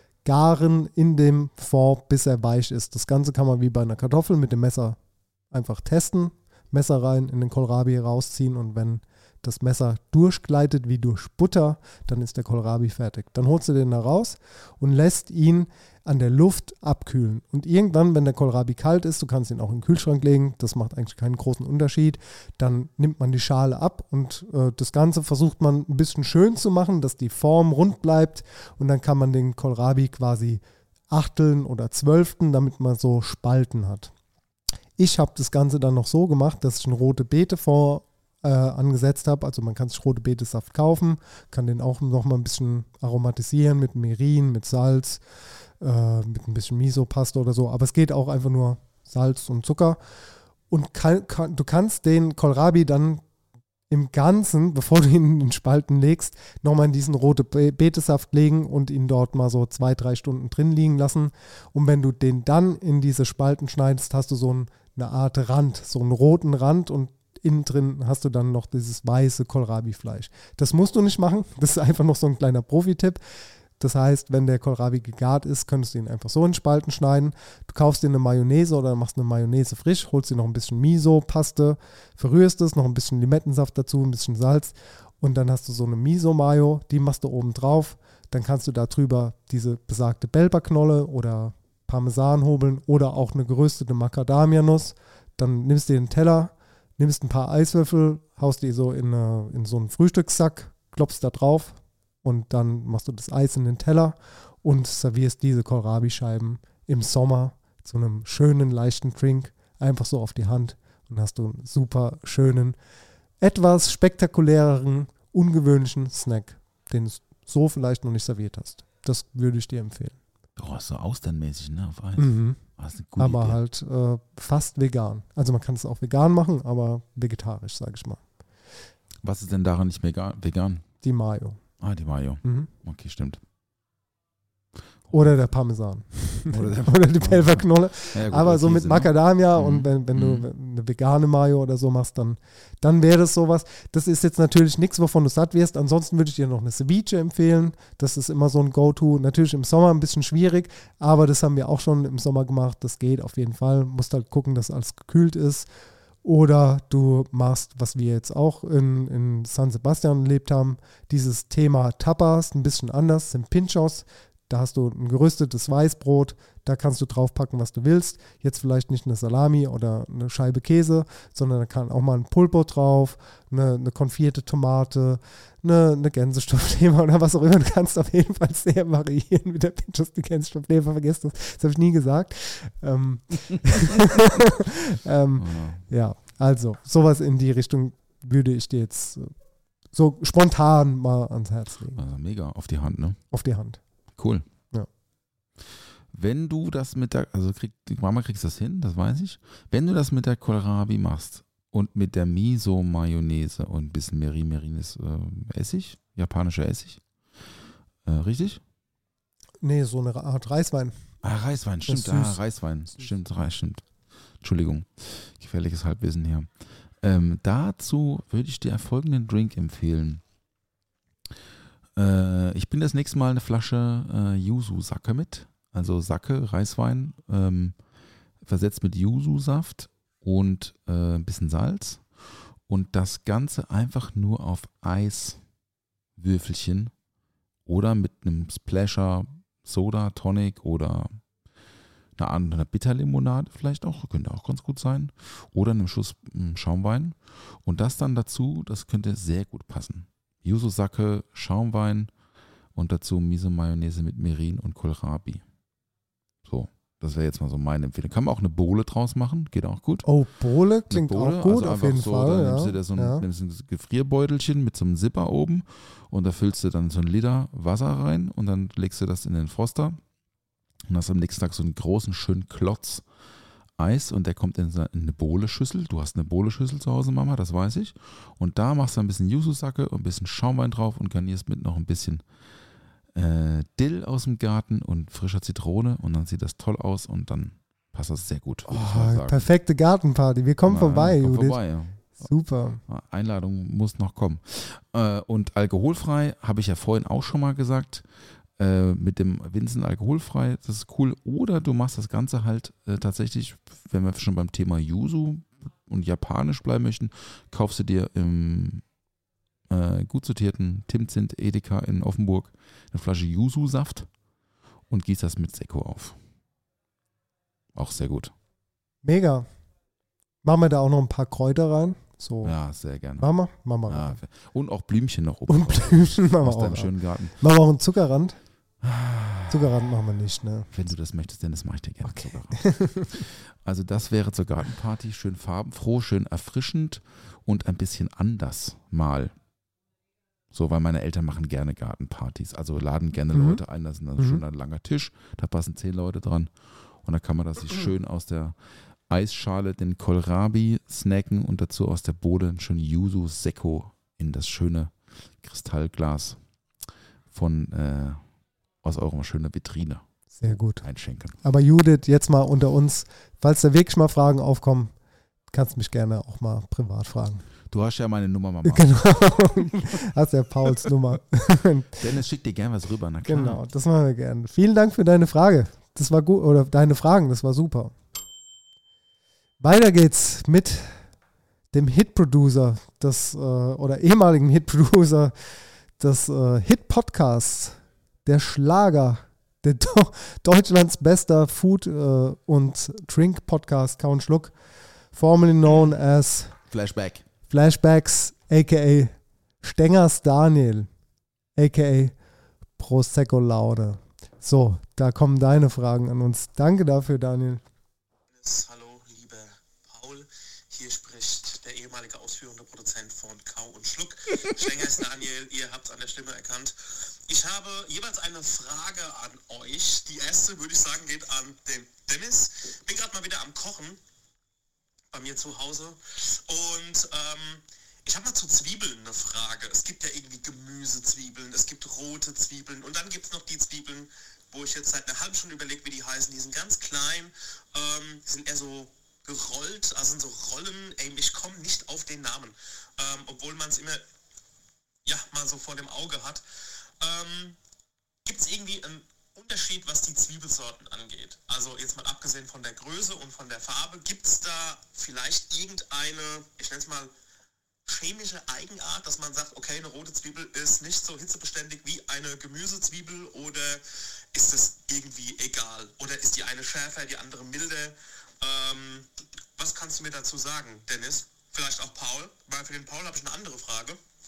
garen in dem Fond, bis er weich ist. Das Ganze kann man wie bei einer Kartoffel mit dem Messer einfach testen, Messer rein, in den Kohlrabi rausziehen und wenn das Messer durchgleitet wie durch Butter, dann ist der Kohlrabi fertig. Dann holst du den da raus und lässt ihn an der Luft abkühlen. Und irgendwann, wenn der Kohlrabi kalt ist, du kannst ihn auch in den Kühlschrank legen, das macht eigentlich keinen großen Unterschied, dann nimmt man die Schale ab und äh, das Ganze versucht man ein bisschen schön zu machen, dass die Form rund bleibt und dann kann man den Kohlrabi quasi achteln oder zwölften, damit man so Spalten hat. Ich habe das Ganze dann noch so gemacht, dass ich eine rote Beete vor Äh, angesetzt habe. Also man kann sich rote Betesaft kaufen, kann den auch noch mal ein bisschen aromatisieren mit Mirin, mit Salz, äh, mit ein bisschen Miso-Paste oder so. Aber es geht auch einfach nur Salz und Zucker. Und kann, kann, du kannst den Kohlrabi dann im Ganzen, bevor du ihn in den Spalten legst, nochmal in diesen rote Betesaft legen und ihn dort mal so zwei, drei Stunden drin liegen lassen. Und wenn du den dann in diese Spalten schneidest, hast du so ein, eine Art Rand, so einen roten Rand und innen drin hast du dann noch dieses weiße Kohlrabi-Fleisch. Das musst du nicht machen. Das ist einfach noch so ein kleiner Profi-Tipp. Das heißt, wenn der Kohlrabi gegart ist, könntest du ihn einfach so in Spalten schneiden. Du kaufst dir eine Mayonnaise oder machst eine Mayonnaise frisch, holst dir noch ein bisschen Miso-Paste, verrührst es, noch ein bisschen Limettensaft dazu, ein bisschen Salz und dann hast du so eine Miso-Mayo, die machst du oben drauf. Dann kannst du da drüber diese besagte Belba-Knolle oder Parmesan hobeln oder auch eine geröstete Macadamia-Nuss. Dann nimmst du den Teller, nimmst ein paar Eiswürfel, haust die so in, eine, in so einen Frühstückssack, klopfst da drauf und dann machst du das Eis in den Teller und servierst diese Kohlrabi-Scheiben im Sommer zu einem schönen, leichten Drink, einfach so auf die Hand und hast du einen super schönen, etwas spektakuläreren, ungewöhnlichen Snack, den du so vielleicht noch nicht serviert hast. Das würde ich dir empfehlen. Oh, so austernmäßig, ne? Auf Eis. Mhm. Das ist eine gute aber Idee. halt äh, fast vegan. Also man kann es auch vegan machen, aber vegetarisch, sage ich mal. Was ist denn daran nicht vegan? vegan? Die Mayo. Ah, die Mayo. Mhm. Okay, stimmt. Oder der Parmesan. Oder, der oder die Pelverknolle. Ja, gut, aber so mit Käse, Macadamia ne? und Mhm. wenn, wenn du Mhm. eine vegane Mayo oder so machst, dann, dann wäre es sowas. Das ist jetzt natürlich nichts, wovon du satt wirst. Ansonsten würde ich dir noch eine Ceviche empfehlen. Das ist immer so ein Go-To. Natürlich im Sommer ein bisschen schwierig, aber das haben wir auch schon im Sommer gemacht. Das geht auf jeden Fall. Musst halt gucken, dass alles gekühlt ist. Oder du machst, was wir jetzt auch in, in San Sebastian erlebt haben, dieses Thema Tapas, ein bisschen anders, sind Pinchos. Da hast du ein geröstetes Weißbrot, da kannst du draufpacken, was du willst. Jetzt vielleicht nicht eine Salami oder eine Scheibe Käse, sondern da kann auch mal ein Pulpo drauf, eine, eine konfierte Tomate, eine, eine Gänsestoffleber oder was auch immer. Du kannst auf jeden Fall sehr variieren mit der Pinchos. Die Gänsestoffleber, vergesst das, das habe ich nie gesagt. Ähm, ähm, Oh. ja, also sowas in die Richtung würde ich dir jetzt so spontan mal ans Herz legen. Also mega, auf die Hand, ne? Auf die Hand. Cool. Ja. Wenn du das mit der, also krieg, die Mama kriegst das hin, das weiß ich. Wenn du das mit der Kohlrabi machst und mit der Miso-Mayonnaise und ein bisschen Merin, Merin ist äh, Essig, japanischer Essig, äh, richtig? Nee, so eine Art Reiswein. Ah, Reiswein, Das stimmt, ist ah, süß. Reiswein, stimmt, Reis, stimmt. Entschuldigung, gefährliches Halbwissen hier. Ähm, dazu würde ich dir folgenden Drink empfehlen. Äh, ich bringe das nächste Mal eine Flasche äh, Yuzu-Sake mit. Also Sake, Reiswein, ähm, versetzt mit Yuzu-Saft und äh, ein bisschen Salz. Und das Ganze einfach nur auf Eiswürfelchen oder mit einem Splasher Soda, Tonic oder eine andere Bitterlimonade vielleicht auch, könnte auch ganz gut sein. Oder einem Schuss ähm, Schaumwein. Und das dann dazu, das könnte sehr gut passen. Yuzu-Sake, Schaumwein und dazu Miso-Mayonnaise mit Mirin und Kohlrabi. So, das wäre jetzt mal so meine Empfehlung. Kann man auch eine Bowle draus machen, geht auch gut. Oh, Bowle klingt Eine Bowle, auch gut, also auf einfach jeden so, Fall. Dann Ja. nimmst du da so ein, ja. nimmst ein Gefrierbeutelchen mit so einem Zipper oben und da füllst du dann so ein Liter Wasser rein und dann legst du das in den Froster und hast am nächsten Tag so einen großen, schönen Klotz Eis und der kommt in eine Bohle-Schüssel. Du hast eine Bohle-Schüssel zu Hause, Mama, das weiß ich. Und da machst du ein bisschen Yuzu-Sake und ein bisschen Schaumwein drauf und garnierst mit noch ein bisschen äh, Dill aus dem Garten und frischer Zitrone und dann sieht das toll aus und dann passt das sehr gut. Oh, perfekte Gartenparty. Wir kommen Na, vorbei, komm Judith. vorbei, ja. Super. Einladung muss noch kommen. Äh, und alkoholfrei, habe ich ja vorhin auch schon mal gesagt, äh, mit dem Vincent alkoholfrei, das ist cool. Oder du machst das Ganze halt äh, tatsächlich, wenn wir schon beim Thema Yuzu und Japanisch bleiben möchten, kaufst du dir im äh, gut sortierten Timzint Edeka in Offenburg eine Flasche Yuzu-Saft und gießt das mit Sekko auf. Auch sehr gut. Mega. Machen wir da auch noch ein paar Kräuter rein? So. Ja, sehr gerne. Machen wir? Machen wir ja, und auch Blümchen noch oben. Und Blümchen machen wir aus auch. deinem schönen Garten. Machen wir auch einen Zuckerrand? Zuckerrand machen wir nicht, ne? Wenn du das möchtest, Dennis, mache ich dir gerne okay. Zuckerrand. Also das wäre zur Gartenparty. Schön farbenfroh, schön erfrischend und ein bisschen anders mal. So, weil meine Eltern machen gerne Gartenpartys. Also laden gerne mhm. Leute ein. Das ist ein mhm. schöner langer Tisch. Da passen zehn Leute dran. Und da kann man das sich schön aus der Eisschale den Kohlrabi snacken und dazu aus der Bode einen schönen Yuzu Sekko in das schöne Kristallglas von äh, aus eurer schönen Vitrine. Sehr gut. Einschenken. Aber Judith, jetzt mal unter uns, falls da wirklich mal Fragen aufkommen, kannst du mich gerne auch mal privat fragen. Du hast ja meine Nummer, Mama. Genau. Hast ja Pauls Nummer. Dennis schickt dir gerne was rüber, na klar. Genau, das machen wir gerne. Vielen Dank für deine Frage. Das war gut, oder deine Fragen, das war super. Weiter geht's mit dem Hit-Producer des, äh, oder ehemaligen Hit-Producer des äh, Hit-Podcasts, der Schlager, der Do- Deutschlands bester Food- äh, und Drink-Podcast, Kau und Schluck, formerly known as Flashback. Flashbacks, aka Stengers Daniel, aka Prosecco Laude. So, da kommen deine Fragen an uns. Danke dafür, Daniel. Hallo, lieber Paul. Hier spricht der ehemalige ausführende Produzent von Kau und Schluck. Stengers Daniel, ihr habt es an der Stimme erkannt. Ich habe jeweils eine Frage an euch. Die erste, würde ich sagen, geht an den Dennis. Bin gerade mal wieder am Kochen bei mir zu Hause. Und ähm, ich habe mal zu Zwiebeln eine Frage. Es gibt ja irgendwie Gemüsezwiebeln, es gibt rote Zwiebeln und dann gibt es noch die Zwiebeln, wo ich jetzt seit einer halben Stunde überlege, wie die heißen. Die sind ganz klein, ähm, sind eher so gerollt, also sind so Rollen. Ey, ich komme nicht auf den Namen, ähm, obwohl man es immer ja mal so vor dem Auge hat. Ähm, gibt es irgendwie einen Unterschied, was die Zwiebelsorten angeht? Also jetzt mal abgesehen von der Größe und von der Farbe, gibt es da vielleicht irgendeine, ich nenne es mal, chemische Eigenart, dass man sagt, okay, eine rote Zwiebel ist nicht so hitzebeständig wie eine Gemüsezwiebel, oder ist es irgendwie egal? Oder ist die eine schärfer, die andere milder? Ähm, was kannst du mir dazu sagen, Dennis? Vielleicht auch Paul, weil für den Paul habe ich eine andere Frage.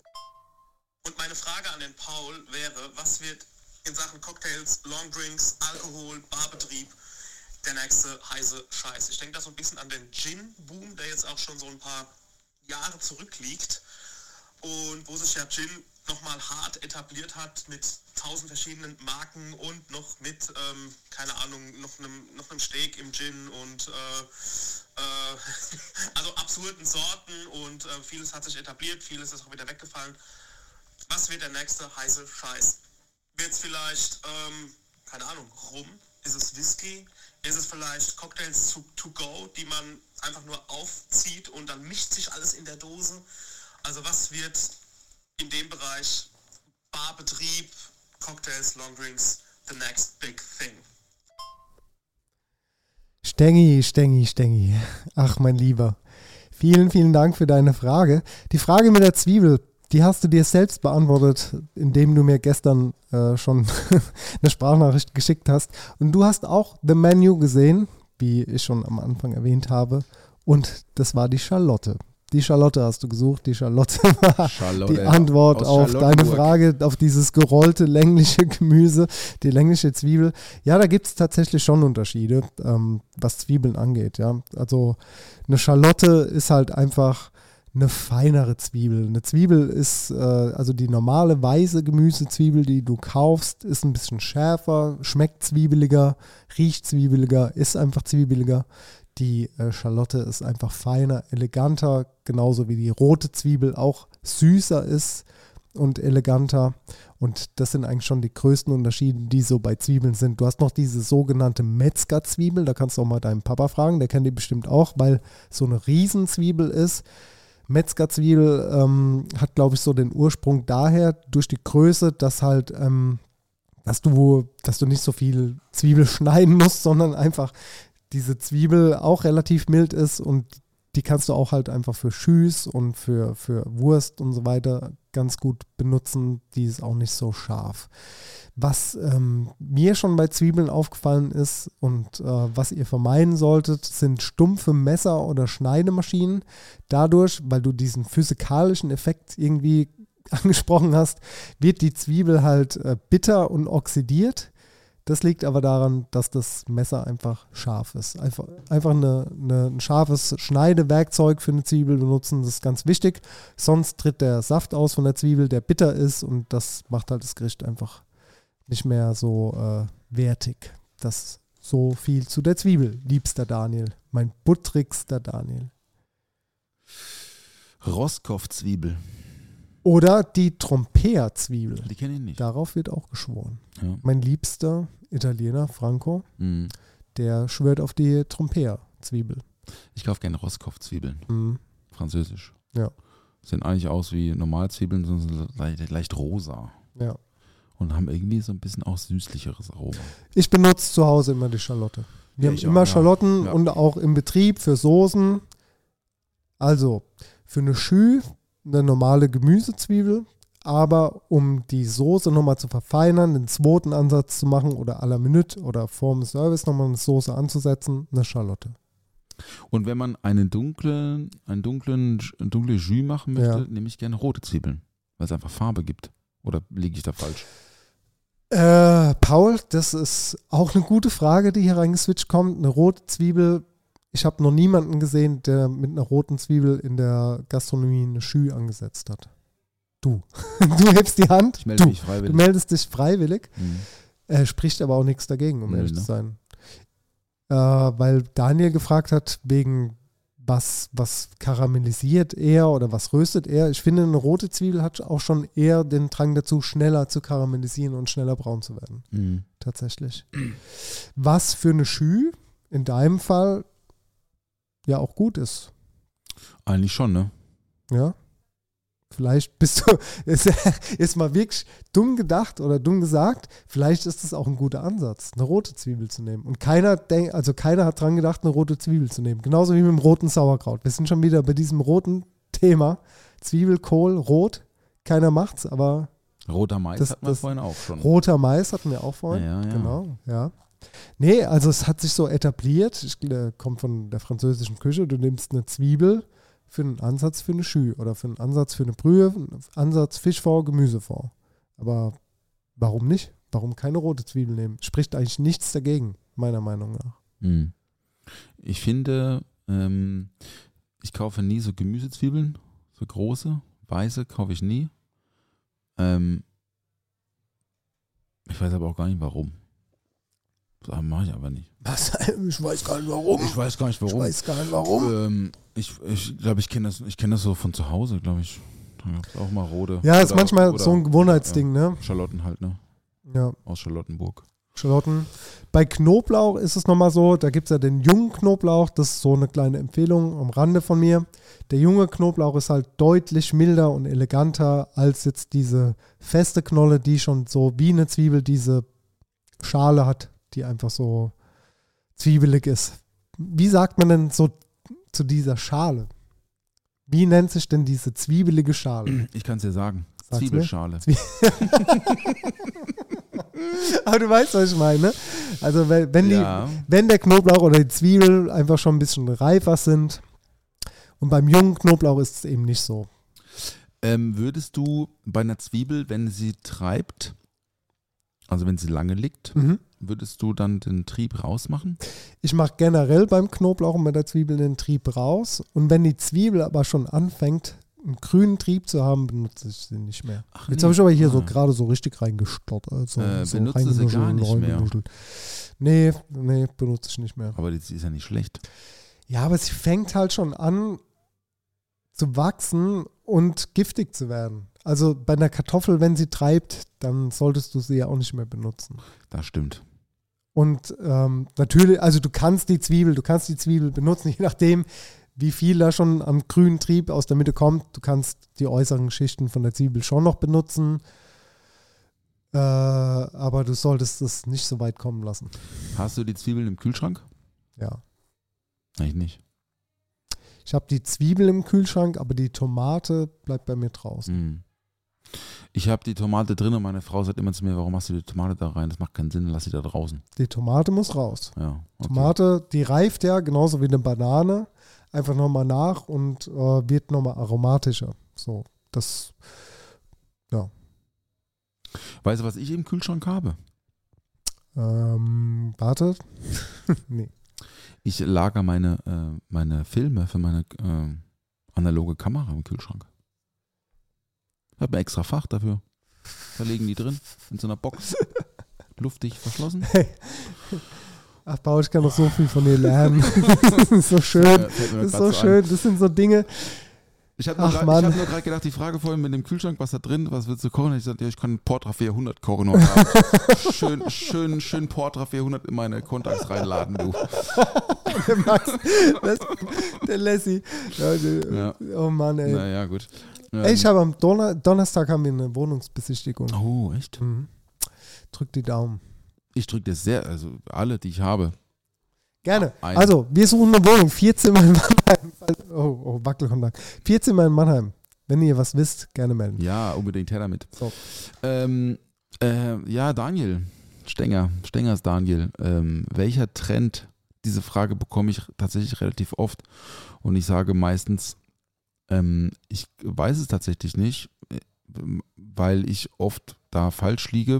Und meine Frage an den Paul wäre, was wird in Sachen Cocktails, Longdrinks, Alkohol, Barbetrieb der nächste heiße Scheiß? Ich denke da so ein bisschen an den Gin-Boom, der jetzt auch schon so ein paar Jahre zurückliegt und wo sich ja Gin nochmal hart etabliert hat mit tausend verschiedenen Marken und noch mit, ähm, keine Ahnung, noch einem, noch einem Steak im Gin und äh, äh, also absurden Sorten und äh, vieles hat sich etabliert, vieles ist auch wieder weggefallen. Was wird der nächste heiße Scheiß? Wird es vielleicht, ähm, keine Ahnung, Rum? Ist es Whisky? Ist es vielleicht Cocktails to, to go, die man einfach nur aufzieht und dann mischt sich alles in der Dose? Also was wird in dem Bereich Barbetrieb, Cocktails, Longdrinks, the next big thing? Stengi, Stengi, Stengi. Ach, mein Lieber. Vielen, vielen Dank für deine Frage. Die Frage mit der Zwiebel, die hast du dir selbst beantwortet, indem du mir gestern äh, schon eine Sprachnachricht geschickt hast. Und du hast auch The Menu gesehen, wie ich schon am Anfang erwähnt habe. Und das war die Charlotte. Die Charlotte hast du gesucht. Die Charlotte war Charlotte, die Antwort auf deine Frage, auf dieses gerollte, längliche Gemüse, die längliche Zwiebel. Ja, da gibt es tatsächlich schon Unterschiede, ähm, was Zwiebeln angeht. Ja. Also eine Charlotte ist halt einfach eine feinere Zwiebel. Eine Zwiebel ist, äh, also die normale weiße Gemüsezwiebel, die du kaufst, ist ein bisschen schärfer, schmeckt zwiebeliger, riecht zwiebeliger, ist einfach zwiebeliger. Die äh, Schalotte ist einfach feiner, eleganter, genauso wie die rote Zwiebel auch süßer ist und eleganter. Und das sind eigentlich schon die größten Unterschiede, die so bei Zwiebeln sind. Du hast noch diese sogenannte Metzgerzwiebel, da kannst du auch mal deinen Papa fragen, der kennt die bestimmt auch, weil so eine Riesenzwiebel ist. Metzgerzwiebel ähm, hat, glaube ich, so den Ursprung daher, durch die Größe, dass halt, ähm, dass du, dass du nicht so viel Zwiebel schneiden musst, sondern einfach diese Zwiebel auch relativ mild ist und die kannst du auch halt einfach für Schüss und für, für Wurst und so weiter ganz gut benutzen. Die ist auch nicht so scharf. Was ähm, mir schon bei Zwiebeln aufgefallen ist und äh, was ihr vermeiden solltet, sind stumpfe Messer oder Schneidemaschinen. Dadurch, weil du diesen physikalischen Effekt irgendwie angesprochen hast, wird die Zwiebel halt äh, bitter und oxidiert. Das liegt aber daran, dass das Messer einfach scharf ist. Einfach, einfach eine, eine, ein scharfes Schneidewerkzeug für eine Zwiebel benutzen, das ist ganz wichtig. Sonst tritt der Saft aus von der Zwiebel, der bitter ist und das macht halt das Gericht einfach nicht mehr so äh, wertig. Das so viel zu der Zwiebel, liebster Daniel. Mein buttrigster Daniel. Roscoff-Zwiebel. Oder die Trompea-Zwiebel. Die kenne ich nicht. Darauf wird auch geschworen. Ja. Mein liebster Italiener, Franco, Mhm. der schwört auf die Trompea-Zwiebel. Ich kaufe gerne Roscoff-Zwiebeln. Mhm. Französisch. Ja. Sehen eigentlich aus wie Normalzwiebeln, sondern leicht, leicht rosa. Ja. Und haben irgendwie so ein bisschen auch süßlicheres Aroma. Ich benutze zu Hause immer die Schalotte. Wir Ja, haben ich immer auch, ja. Schalotten Ja. und auch im Betrieb für Soßen. Also für eine Schü eine normale Gemüsezwiebel, aber um die Soße nochmal zu verfeinern, den zweiten Ansatz zu machen oder à la Minute oder vorm Service nochmal eine Soße anzusetzen, eine Schalotte. Und wenn man einen dunklen, einen dunklen, ein dunkle Jus machen möchte, Ja. nehme ich gerne rote Zwiebeln, weil es einfach Farbe gibt. Oder liege ich da falsch? Äh, Paul, das ist auch eine gute Frage, die hier reingeswitcht kommt. Eine rote Zwiebel. Ich habe noch niemanden gesehen, der mit einer roten Zwiebel in der Gastronomie eine Schü angesetzt hat. Du. Du hebst die Hand. Ich melde du. mich freiwillig. Du meldest dich freiwillig. Mhm. Äh, spricht aber auch nichts dagegen, um Nee, ehrlich ne? zu sein. Äh, weil Daniel gefragt hat, wegen was, was karamellisiert er oder was röstet er. Ich finde, eine rote Zwiebel hat auch schon eher den Drang dazu, schneller zu karamellisieren und schneller braun zu werden. Mhm. Tatsächlich. Was für eine Schü in deinem Fall ja auch gut ist. Eigentlich schon, ne? Ja. Vielleicht bist du, ist, ist mal wirklich dumm gedacht oder dumm gesagt, vielleicht ist das auch ein guter Ansatz, eine rote Zwiebel zu nehmen. Und keiner denkt, also keiner hat dran gedacht, eine rote Zwiebel zu nehmen. Genauso wie mit dem roten Sauerkraut. Wir sind schon wieder bei diesem roten Thema. Zwiebel, Kohl, rot. Keiner macht's, aber. Roter Mais das, hat man das, vorhin auch schon. Roter Mais hatten wir auch vorhin. Ja, ja. Genau, ja. Nee, also es hat sich so etabliert. Ich äh, komme von der französischen Küche. Du nimmst eine Zwiebel für einen Ansatz für eine Schü oder für einen Ansatz für eine Brühe, einen Ansatz Fischfond, Gemüsefond. Aber warum nicht? Warum keine rote Zwiebel nehmen? Spricht eigentlich nichts dagegen, meiner Meinung nach. Hm. Ich finde, ähm, ich kaufe nie so Gemüsezwiebeln, so große, weiße kaufe ich nie. Ähm, ich weiß aber auch gar nicht, warum. Das mache ich aber nicht. Was? Ich weiß gar nicht warum. Ich weiß gar nicht warum. Ich weiß gar nicht warum. Ähm, ich ich glaube, ich kenne das, ich kenn das so von zu Hause, glaube ich. Da gab es auch mal rote. Ja, ist Oder- manchmal oder- so ein Gewohnheitsding, ja, ne? Schalotten halt, ne? Ja. Aus Charlottenburg. Schalotten. Bei Knoblauch ist es nochmal so, da gibt es ja den jungen Knoblauch, das ist so eine kleine Empfehlung am Rande von mir. Der junge Knoblauch ist halt deutlich milder und eleganter als jetzt diese feste Knolle, die schon so wie eine Zwiebel diese Schale hat, die einfach so zwiebelig ist. Wie sagt man denn so zu dieser Schale? Wie nennt sich denn diese zwiebelige Schale? Ich kann es dir sagen. Sag's mir. Zwiebelschale. Zwie Aber du weißt, was ich meine. Also wenn, wenn, Ja. die, wenn der Knoblauch oder die Zwiebel einfach schon ein bisschen reifer sind und beim jungen Knoblauch ist es eben nicht so. Ähm, würdest du bei einer Zwiebel, wenn sie treibt, also wenn sie lange liegt, Mhm. würdest du dann den Trieb rausmachen? Ich mache generell beim Knoblauch und bei der Zwiebel den Trieb raus. Und wenn die Zwiebel aber schon anfängt, einen grünen Trieb zu haben, benutze ich sie nicht mehr. Ach, Jetzt nee. habe ich aber hier ah. so gerade so richtig reingestottert. Also Äh, so benutzt du sie gar nicht mehr? Nee, nee, benutze ich nicht mehr. Aber die ist ja nicht schlecht. Ja, aber sie fängt halt schon an zu wachsen und giftig zu werden. Also bei einer Kartoffel, wenn sie treibt, dann solltest du sie ja auch nicht mehr benutzen. Das stimmt. Und ähm, natürlich, also du kannst die Zwiebel, du kannst die Zwiebel benutzen, je nachdem, wie viel da schon an grünen Trieb aus der Mitte kommt. Du kannst die äußeren Schichten von der Zwiebel schon noch benutzen, äh, aber du solltest es nicht so weit kommen lassen. Hast du die Zwiebeln im Kühlschrank? Ja. Eigentlich nicht. Ich habe die Zwiebel im Kühlschrank, aber die Tomate bleibt bei mir draußen. Mm. Ich habe die Tomate drin und meine Frau sagt immer zu mir, warum hast du die Tomate da rein? Das macht keinen Sinn, lass sie da draußen. Die Tomate muss raus. Ja, okay. Tomate, die reift ja genauso wie eine Banane einfach nochmal nach und äh, wird nochmal aromatischer. So, das, ja. Weißt du, was ich im Kühlschrank habe? Ähm, warte. Nee. Ich lager meine, äh, meine Filme für meine äh, analoge Kamera im Kühlschrank. Ich habe ein extra Fach dafür. Da liegen die drin, in so einer Box. Luftig verschlossen. Hey. Ach, Paul, ich kann noch so viel von dir lernen. Das ist so schön. Ja, das ist so schön. Das sind so Dinge. Ich habe nur gerade gedacht, die Frage vorhin mit dem Kühlschrank, was da drin, was willst du kochen? Ich sagte, ja, ich kann einen Portra vierhundert kochen heute Abend. schön, schön, schön Portra vierhundert in meine Contacts reinladen, du. Der Max, das, der Lassie. Ja, der, ja. Oh Mann, ey. Naja, gut. Ähm, ey, ich habe am Donner- Donnerstag haben wir eine Wohnungsbesichtigung. Oh, echt? Mhm. Drück die Daumen. Ich drücke das sehr, also alle, die ich habe. Gerne. Eine. Also, wir suchen eine Wohnung. Vier Zimmer in Mannheim. Oh, oh Wackelkontakt. Vier Zimmer in Mannheim. Wenn ihr was wisst, gerne melden. Ja, unbedingt her damit. So. Ähm, äh, ja, Daniel Stenger, Stengers Daniel. Ähm, welcher Trend, diese Frage bekomme ich tatsächlich relativ oft. Und ich sage meistens, ähm, ich weiß es tatsächlich nicht, weil ich oft da falsch liege.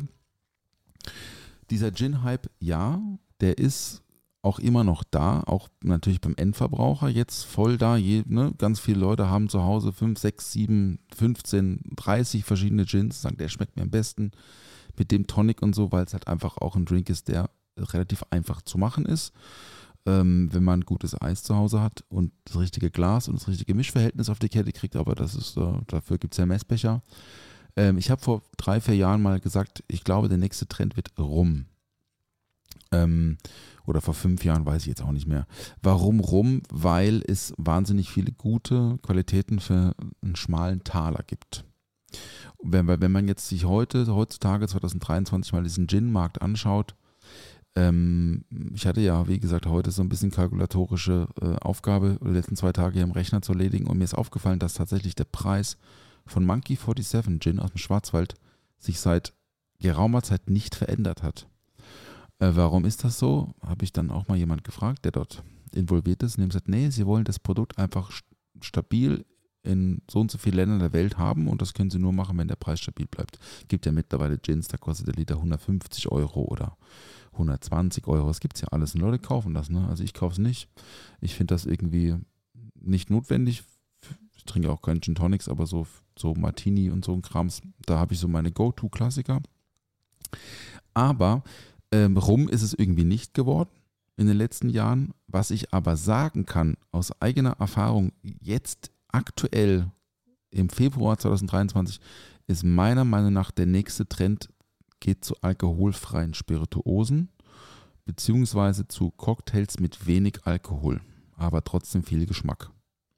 Dieser Gin-Hype, ja, der ist auch immer noch da, auch natürlich beim Endverbraucher jetzt voll da. Je, ne, ganz viele Leute haben zu Hause fünf, sechs, sieben, fünfzehn, dreißig verschiedene Gins, sagen, der schmeckt mir am besten mit dem Tonic und so, weil es halt einfach auch ein Drink ist, der relativ einfach zu machen ist. Ähm, wenn man gutes Eis zu Hause hat und das richtige Glas und das richtige Mischverhältnis auf die Kette kriegt, aber das ist, äh, dafür gibt es ja Messbecher. Ähm, ich habe vor drei, vier Jahren mal gesagt, ich glaube, der nächste Trend wird Rum. Ähm, oder vor fünf Jahren, weiß ich jetzt auch nicht mehr. Warum Rum? Weil es wahnsinnig viele gute Qualitäten für einen schmalen Taler gibt. Wenn, wenn man jetzt sich heute, heutzutage zwanzig dreiundzwanzig mal diesen Gin-Markt anschaut, ähm, ich hatte ja, wie gesagt, heute so ein bisschen kalkulatorische äh, Aufgabe, die letzten zwei Tage hier im Rechner zu erledigen und mir ist aufgefallen, dass tatsächlich der Preis von Monkey siebenundvierzig Gin aus dem Schwarzwald sich seit geraumer Zeit nicht verändert hat. Äh, warum ist das so? Habe ich dann auch mal jemand gefragt, der dort involviert ist. Und dem sagt, nee, sie wollen das Produkt einfach st- stabil in so und so vielen Ländern der Welt haben und das können sie nur machen, wenn der Preis stabil bleibt. Es gibt ja mittlerweile Gins, da kostet der Liter hundertfünfzig Euro oder hundertzwanzig Euro. Das gibt es ja alles und Leute kaufen das. Ne? Also ich kaufe es nicht. Ich finde das irgendwie nicht notwendig. Ich trinke auch keinen Gin Tonics, aber so, so Martini und so ein Krams, da habe ich so meine Go-To-Klassiker. Aber Ähm, Rum ist es irgendwie nicht geworden in den letzten Jahren. Was ich aber sagen kann, aus eigener Erfahrung, jetzt aktuell im Februar zwanzig dreiundzwanzig, ist meiner Meinung nach der nächste Trend, geht zu alkoholfreien Spirituosen, beziehungsweise zu Cocktails mit wenig Alkohol, aber trotzdem viel Geschmack.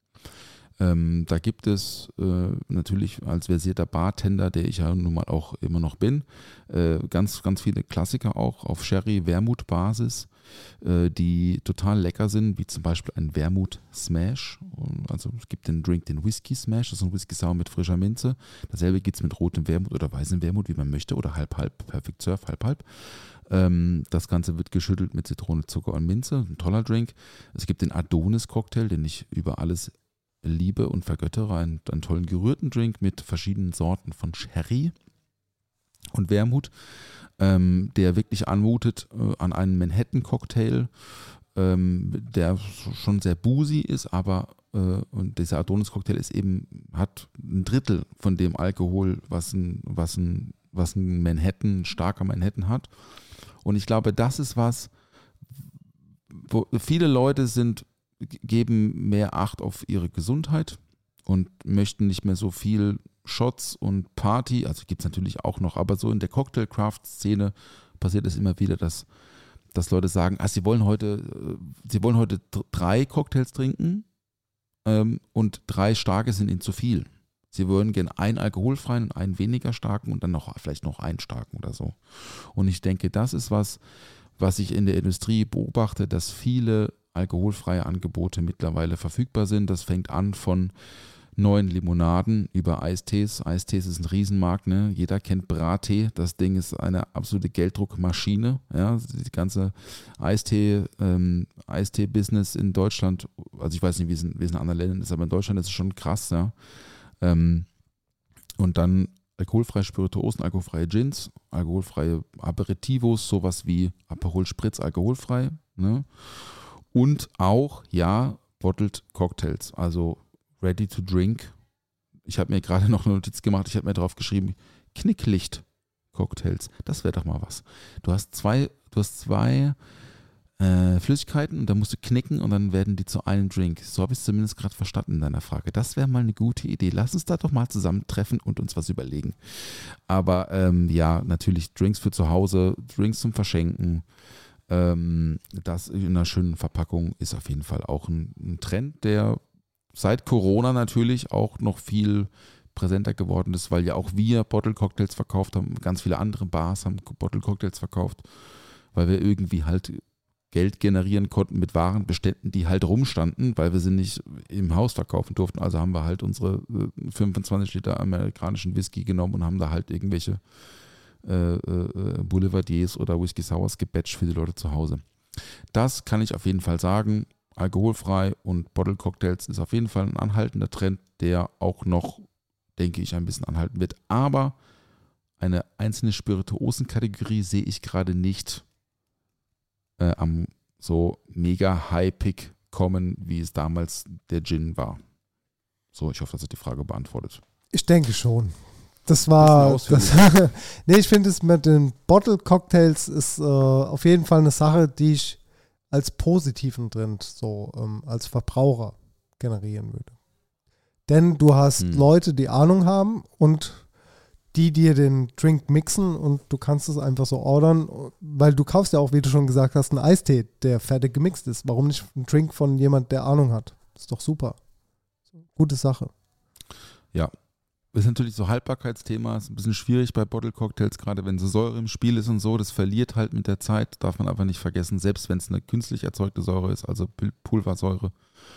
Ähm, da gibt es äh, natürlich als versierter Bartender, der ich ja nun mal auch immer noch bin, äh, ganz, ganz viele Klassiker auch auf Sherry-Wermut-Basis, äh, die total lecker sind, wie zum Beispiel ein Wermut-Smash. Also es gibt den Drink, den Whisky-Smash, das ist ein Whisky-Sour mit frischer Minze. Dasselbe gibt es mit rotem Wermut oder weißem Wermut, wie man möchte, oder halb-halb, Perfect Surf, halb-halb. Ähm, das Ganze wird geschüttelt mit Zitrone, Zucker und Minze, ein toller Drink. Es gibt den Adonis-Cocktail, den ich über alles liebe und vergöttere, einen, einen tollen gerührten Drink mit verschiedenen Sorten von Sherry und Wermut. ähm, der wirklich anmutet äh, an einen Manhattan-Cocktail, ähm, der schon sehr boozy ist, aber äh, und dieser Adonis-Cocktail ist eben, hat ein Drittel von dem Alkohol, was ein, was ein, was ein Manhattan, ein starker Manhattan hat. Und ich glaube, das ist was, wo viele Leute sind, geben mehr Acht auf ihre Gesundheit und möchten nicht mehr so viel Shots und Party, also gibt es natürlich auch noch, aber so in der Cocktail-Craft-Szene passiert es immer wieder, dass, dass Leute sagen, ah, sie wollen heute, sie wollen heute drei Cocktails trinken ähm, und drei starke sind ihnen zu viel. Sie würden gerne einen alkoholfreien und einen weniger starken und dann noch vielleicht noch einen starken oder so. Und ich denke, das ist was, was ich in der Industrie beobachte, dass viele alkoholfreie Angebote mittlerweile verfügbar sind. Das fängt an von neuen Limonaden über Eistees. Eistees ist ein Riesenmarkt, ne? Jeder kennt Brattee. Das Ding ist eine absolute Gelddruckmaschine. Ja? Die ganze Eistee, ähm, Eistee-Business in Deutschland, also ich weiß nicht, wie es in, wie es in anderen Ländern ist, aber in Deutschland ist es schon krass, ja. Ähm, und dann alkoholfreie Spirituosen, alkoholfreie Gins, alkoholfreie Aperitivos, sowas wie Aperol Spritz, alkoholfrei. Ne? Und auch, ja, Bottled Cocktails, also ready to drink. Ich habe mir gerade noch eine Notiz gemacht, ich habe mir drauf geschrieben, Knicklicht-Cocktails. Das wäre doch mal was. Du hast zwei, du hast zwei äh, Flüssigkeiten und dann musst du knicken und dann werden die zu einem Drink. So habe ich es zumindest gerade verstanden in deiner Frage. Das wäre mal eine gute Idee. Lass uns da doch mal zusammentreffen und uns was überlegen. Aber ähm, ja, natürlich Drinks für zu Hause, Drinks zum Verschenken. Ähm, das in einer schönen Verpackung ist auf jeden Fall auch ein, ein Trend, der seit Corona natürlich auch noch viel präsenter geworden ist, weil ja auch wir Bottle Cocktails verkauft haben. Ganz viele andere Bars haben Bottle Cocktails verkauft, weil wir irgendwie halt Geld generieren konnten mit Warenbeständen, die halt rumstanden, weil wir sie nicht im Haus verkaufen durften. Also haben wir halt unsere fünfundzwanzig Liter amerikanischen Whisky genommen und haben da halt irgendwelche äh, äh, Boulevardiers oder Whisky Sours gebatcht für die Leute zu Hause. Das kann ich auf jeden Fall sagen. Alkoholfrei und Bottle Cocktails ist auf jeden Fall ein anhaltender Trend, der auch noch, denke ich, ein bisschen anhalten wird. Aber eine einzelne Spirituosenkategorie sehe ich gerade nicht Äh, am so mega High-Pick kommen, wie es damals der Gin war. So, ich hoffe, das hat die Frage beantwortet. Ich denke schon. Das war, das, nee, ich finde es mit den Bottle Cocktails ist äh, auf jeden Fall eine Sache, die ich als positiven Trend so ähm, als Verbraucher generieren würde. Denn du hast hm. Leute, die Ahnung haben und die dir den Drink mixen und du kannst es einfach so ordern, weil du kaufst ja auch, wie du schon gesagt hast, einen Eistee, der fertig gemixt ist. Warum nicht einen Drink von jemand, der Ahnung hat? Das ist doch super. Gute Sache. Ja, ist natürlich so Haltbarkeitsthema, ist ein bisschen schwierig bei Bottle Cocktails, gerade wenn so Säure im Spiel ist und so, das verliert halt mit der Zeit, darf man aber nicht vergessen, selbst wenn es eine künstlich erzeugte Säure ist, also Pulversäure.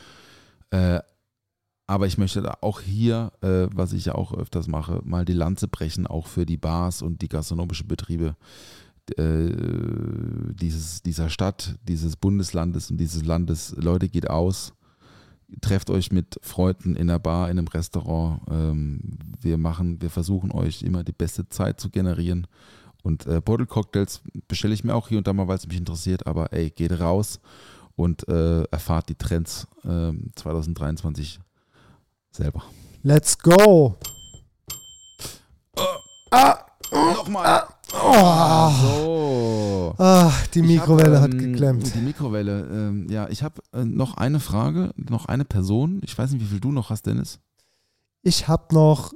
Äh, Aber ich möchte da auch hier, äh, was ich ja auch öfters mache, mal die Lanze brechen, auch für die Bars und die gastronomischen Betriebe äh, dieses, dieser Stadt, dieses Bundeslandes und dieses Landes. Leute, geht aus, trefft euch mit Freunden in einer Bar, in einem Restaurant. Ähm, wir machen, wir versuchen euch immer die beste Zeit zu generieren. Und äh, Bottle Cocktails bestelle ich mir auch hier und da mal, weil es mich interessiert. Aber ey, geht raus und äh, erfahrt die Trends äh, zwanzig dreiundzwanzig selber. Let's go! Oh, ah, oh, Nochmal! Ah, oh. So. Ah, die Mikrowelle hab, hat ähm, geklemmt. Die Mikrowelle, ähm, ja, ich habe äh, noch eine Frage, noch eine Person. Ich weiß nicht, wie viel du noch hast, Dennis. Ich habe noch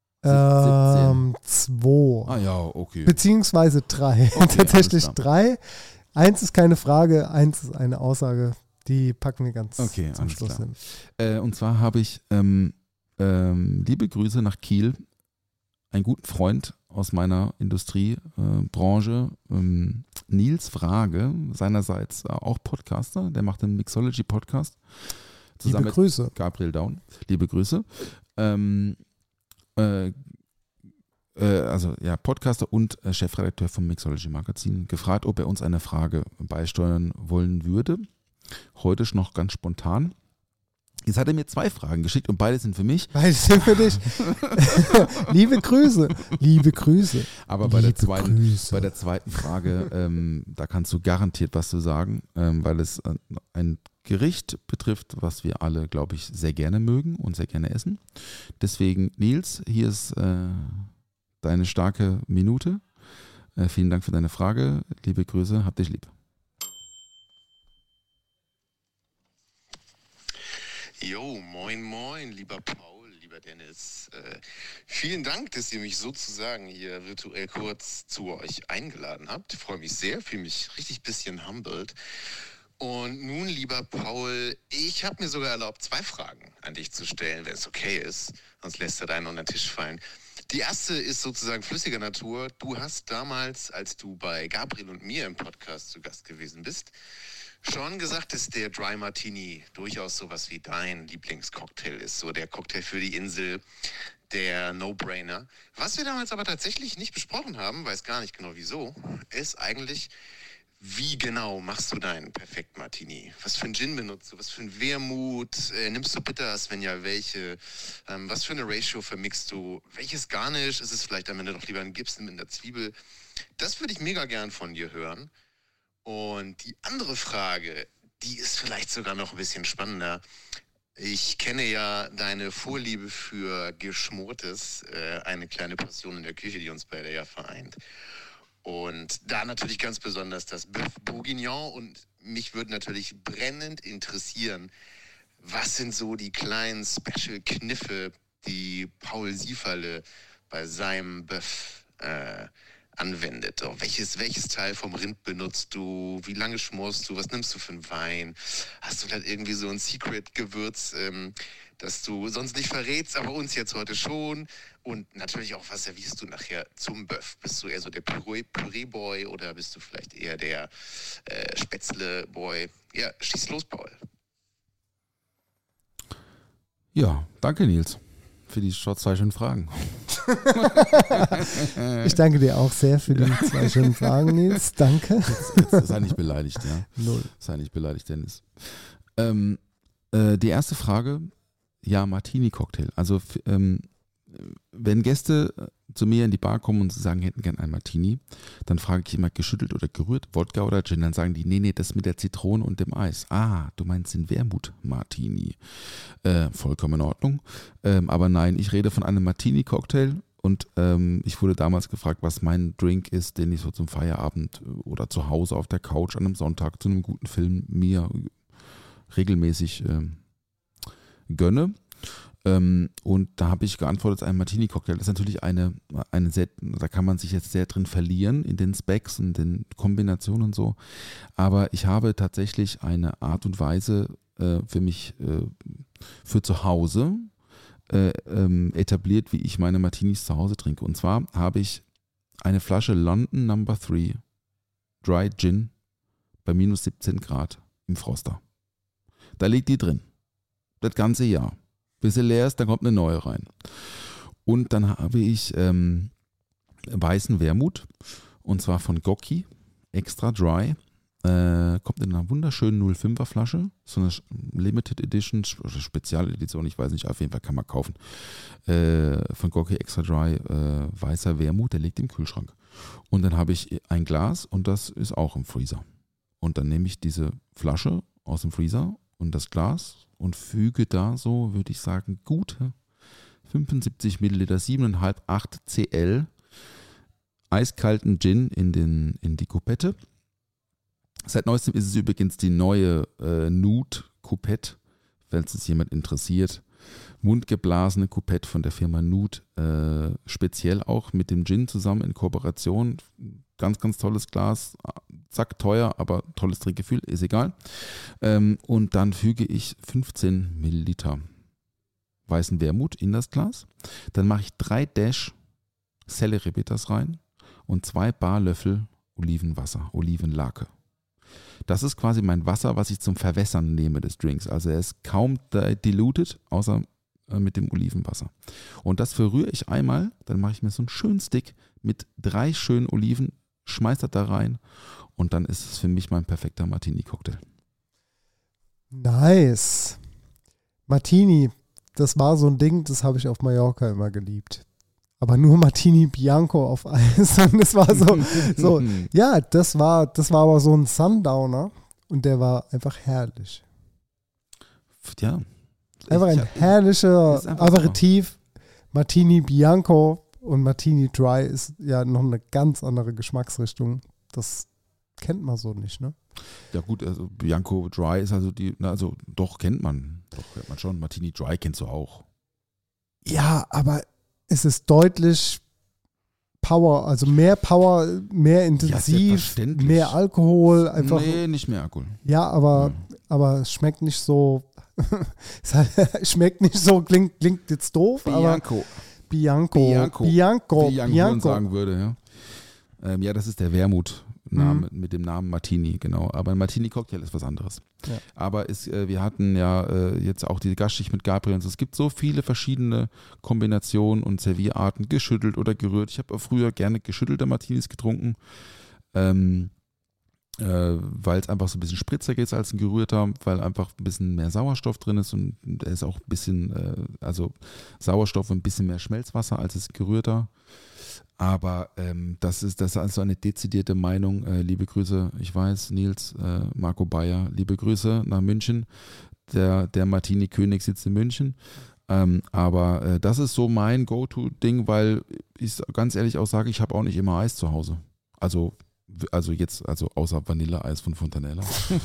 ähm, zwei. Ah ja, okay. Beziehungsweise drei. Okay, Tatsächlich drei. Eins ist keine Frage, eins ist eine Aussage. Die packen wir ganz okay, zum Schluss klar. hin. Äh, und zwar habe ich ähm, ähm, liebe Grüße nach Kiel, einen guten Freund aus meiner Industriebranche, äh, ähm, Nils Frage, seinerseits auch Podcaster, der macht den Mixology-Podcast. Liebe Grüße. Mit Gabriel Daun. Liebe Grüße. Ähm, äh, äh, also ja, Podcaster und äh, Chefredakteur vom Mixology-Magazin, gefragt, ob er uns eine Frage beisteuern wollen würde. Heute noch ganz spontan. Jetzt hat er mir zwei Fragen geschickt und beide sind für mich. Beide sind für dich. Liebe Grüße. Liebe Grüße. Aber bei, Liebe der zweiten, Grüße. bei der zweiten Frage, ähm, da kannst du garantiert was zu sagen, ähm, weil es äh, ein Gericht betrifft, was wir alle, glaube ich, sehr gerne mögen und sehr gerne essen. Deswegen, Nils, hier ist äh, deine starke Minute. Äh, vielen Dank für deine Frage. Liebe Grüße, hab dich lieb. Jo, moin, moin, lieber Paul, lieber Dennis. Äh, vielen Dank, dass ihr mich sozusagen hier virtuell kurz zu euch eingeladen habt. Ich freue mich sehr, fühle mich richtig bisschen humbled. Und nun, lieber Paul, ich habe mir sogar erlaubt, zwei Fragen an dich zu stellen, wenn es okay ist. Sonst lässt er deinen unter den Tisch fallen. Die erste ist sozusagen flüssiger Natur. Du hast damals, als du bei Gabriel und mir im Podcast zu Gast gewesen bist, schon gesagt, dass der Dry Martini durchaus sowas wie dein Lieblingscocktail ist. So der Cocktail für die Insel, der No-Brainer. Was wir damals aber tatsächlich nicht besprochen haben, weiß gar nicht genau wieso, ist eigentlich, wie genau machst du deinen Perfekt Martini? Was für einen Gin benutzt du? Was für einen Wermut? Äh, nimmst du Bitters? Wenn ja, welche? Ähm, was für eine Ratio vermixst du? Welches Garnish? Ist es vielleicht am Ende doch lieber ein Gibson mit einer Zwiebel? Das würde ich mega gern von dir hören. Und die andere Frage, die ist vielleicht sogar noch ein bisschen spannender. Ich kenne ja deine Vorliebe für Geschmortes, äh, eine kleine Passion in der Küche, die uns beide ja vereint. Und da natürlich ganz besonders das Bœuf Bourguignon. Und mich würde natürlich brennend interessieren, was sind so die kleinen Special-Kniffe, die Paul Sieferle bei seinem Bœuf äh, anwendet. Oh, welches, welches Teil vom Rind benutzt du? Wie lange schmorst du? Was nimmst du für einen Wein? Hast du vielleicht irgendwie so ein Secret-Gewürz, ähm, das du sonst nicht verrätst, aber uns jetzt heute schon? Und natürlich auch, was servierst du nachher zum Bœuf? Bist du eher so der Püree-Boy oder bist du vielleicht eher der äh, Spätzle-Boy? Ja, schieß los, Paul. Ja, danke Nils für die zwei schönen Fragen. Ich danke dir auch sehr für die zwei schönen Fragen, Nils. Danke. Jetzt, jetzt sei nicht beleidigt, ja. Null. Sei nicht beleidigt, Dennis. Ähm, äh, die erste Frage, ja, Martini-Cocktail. Also ähm, wenn Gäste zu mir in die Bar kommen und sie sagen, hätten gern einen Martini, dann frage ich immer, geschüttelt oder gerührt, Wodka oder Gin. Dann sagen die, nee, nee, das mit der Zitrone und dem Eis. Ah, du meinst den Wermut-Martini. Äh, vollkommen in Ordnung. Ähm, aber nein, ich rede von einem Martini-Cocktail und ähm, ich wurde damals gefragt, was mein Drink ist, den ich so zum Feierabend oder zu Hause auf der Couch an einem Sonntag zu einem guten Film mir regelmäßig ähm, gönne. Ähm, und da habe ich geantwortet, ein Martini-Cocktail. Das ist natürlich eine, eine sehr, da kann man sich jetzt sehr drin verlieren in den Specs und den Kombinationen und so. Aber ich habe tatsächlich eine Art und Weise äh, für mich, äh, für zu Hause äh, ähm, etabliert, wie ich meine Martinis zu Hause trinke. Und zwar habe ich eine Flasche London Number Three Dry Gin bei minus siebzehn Grad im Froster. Da liegt die drin. Das ganze Jahr. Bis sie leer ist, dann kommt eine neue rein. Und dann habe ich ähm, weißen Wermut, und zwar von Gocki, extra dry. Äh, kommt in einer wunderschönen null Komma fünfer Flasche, so eine Limited Edition, Spezialedition, ich weiß nicht, auf jeden Fall kann man kaufen. Äh, von Gocki extra dry, äh, weißer Wermut, der liegt im Kühlschrank. Und dann habe ich ein Glas und das ist auch im Freezer. Und dann nehme ich diese Flasche aus dem Freezer und das Glas und füge da so, würde ich sagen, gute fünfundsiebzig Milliliter, sieben Komma fünf, acht Zentiliter eiskalten Gin in, den, in die Kupette. Seit neuestem ist es übrigens die neue äh, Nude Coupette, falls es jemand interessiert. Mundgeblasene Coupette von der Firma Nude, äh, speziell auch mit dem Gin zusammen in Kooperation. Ganz, ganz tolles Glas, zack, teuer, aber tolles Trinkgefühl, ist egal. Ähm, und dann füge ich fünfzehn Milliliter weißen Wermut in das Glas. Dann mache ich drei Dash Sellerie-Bitters rein und zwei Barlöffel Olivenwasser, Olivenlake. Das ist quasi mein Wasser, was ich zum Verwässern nehme des Drinks. Also er ist kaum diluted, außer mit dem Olivenwasser. Und das verrühre ich einmal, dann mache ich mir so einen schönen Stick mit drei schönen Oliven, schmeiße das da rein und dann ist es für mich mein perfekter Martini-Cocktail. Nice. Martini, das war so ein Ding, das habe ich auf Mallorca immer geliebt. Aber nur Martini Bianco auf Eis. Und das war so, so, ja, das war, das war aber so ein Sundowner und der war einfach herrlich. Ja. Einfach ein hab, herrlicher einfach Aperitif. So. Martini Bianco und Martini Dry ist ja noch eine ganz andere Geschmacksrichtung. Das kennt man so nicht, ne? Ja gut, also Bianco Dry ist also die, na, also doch kennt man, doch kennt man schon. Martini Dry kennst du auch. Ja, aber es ist deutlich Power, also mehr Power, mehr intensiv, ja, mehr Alkohol. Einfach, nee, nicht mehr Alkohol. Ja, aber, ja. aber es schmeckt nicht so, es schmeckt nicht so, klingt, klingt jetzt doof, Bianco. aber Bianco. Bianco. Bianco. Wie Young Bianco. sagen würde, ja. Ähm, ja, das ist der Wermut. Name, mhm. mit dem Namen Martini, genau. Aber ein Martini-Cocktail ist was anderes. Ja. Aber es, äh, wir hatten ja äh, jetzt auch die Gastschicht mit Gabriel. Es gibt so viele verschiedene Kombinationen und Servierarten, geschüttelt oder gerührt. Ich habe früher gerne geschüttelte Martinis getrunken, ähm, äh, weil es einfach so ein bisschen spritziger ist als ein gerührter, weil einfach ein bisschen mehr Sauerstoff drin ist und da ist auch ein bisschen, äh, also Sauerstoff und ein bisschen mehr Schmelzwasser als es gerührter. Aber ähm, das ist das ist also eine dezidierte Meinung. Äh, liebe Grüße, ich weiß, Nils, äh, Marco Bayer, liebe Grüße nach München. Der, der Martini-König sitzt in München. Ähm, aber äh, das ist so mein Go-To-Ding, weil ich ganz ehrlich auch sage, ich habe auch nicht immer Eis zu Hause. Also Also jetzt, also außer Vanilleeis von Fontanella.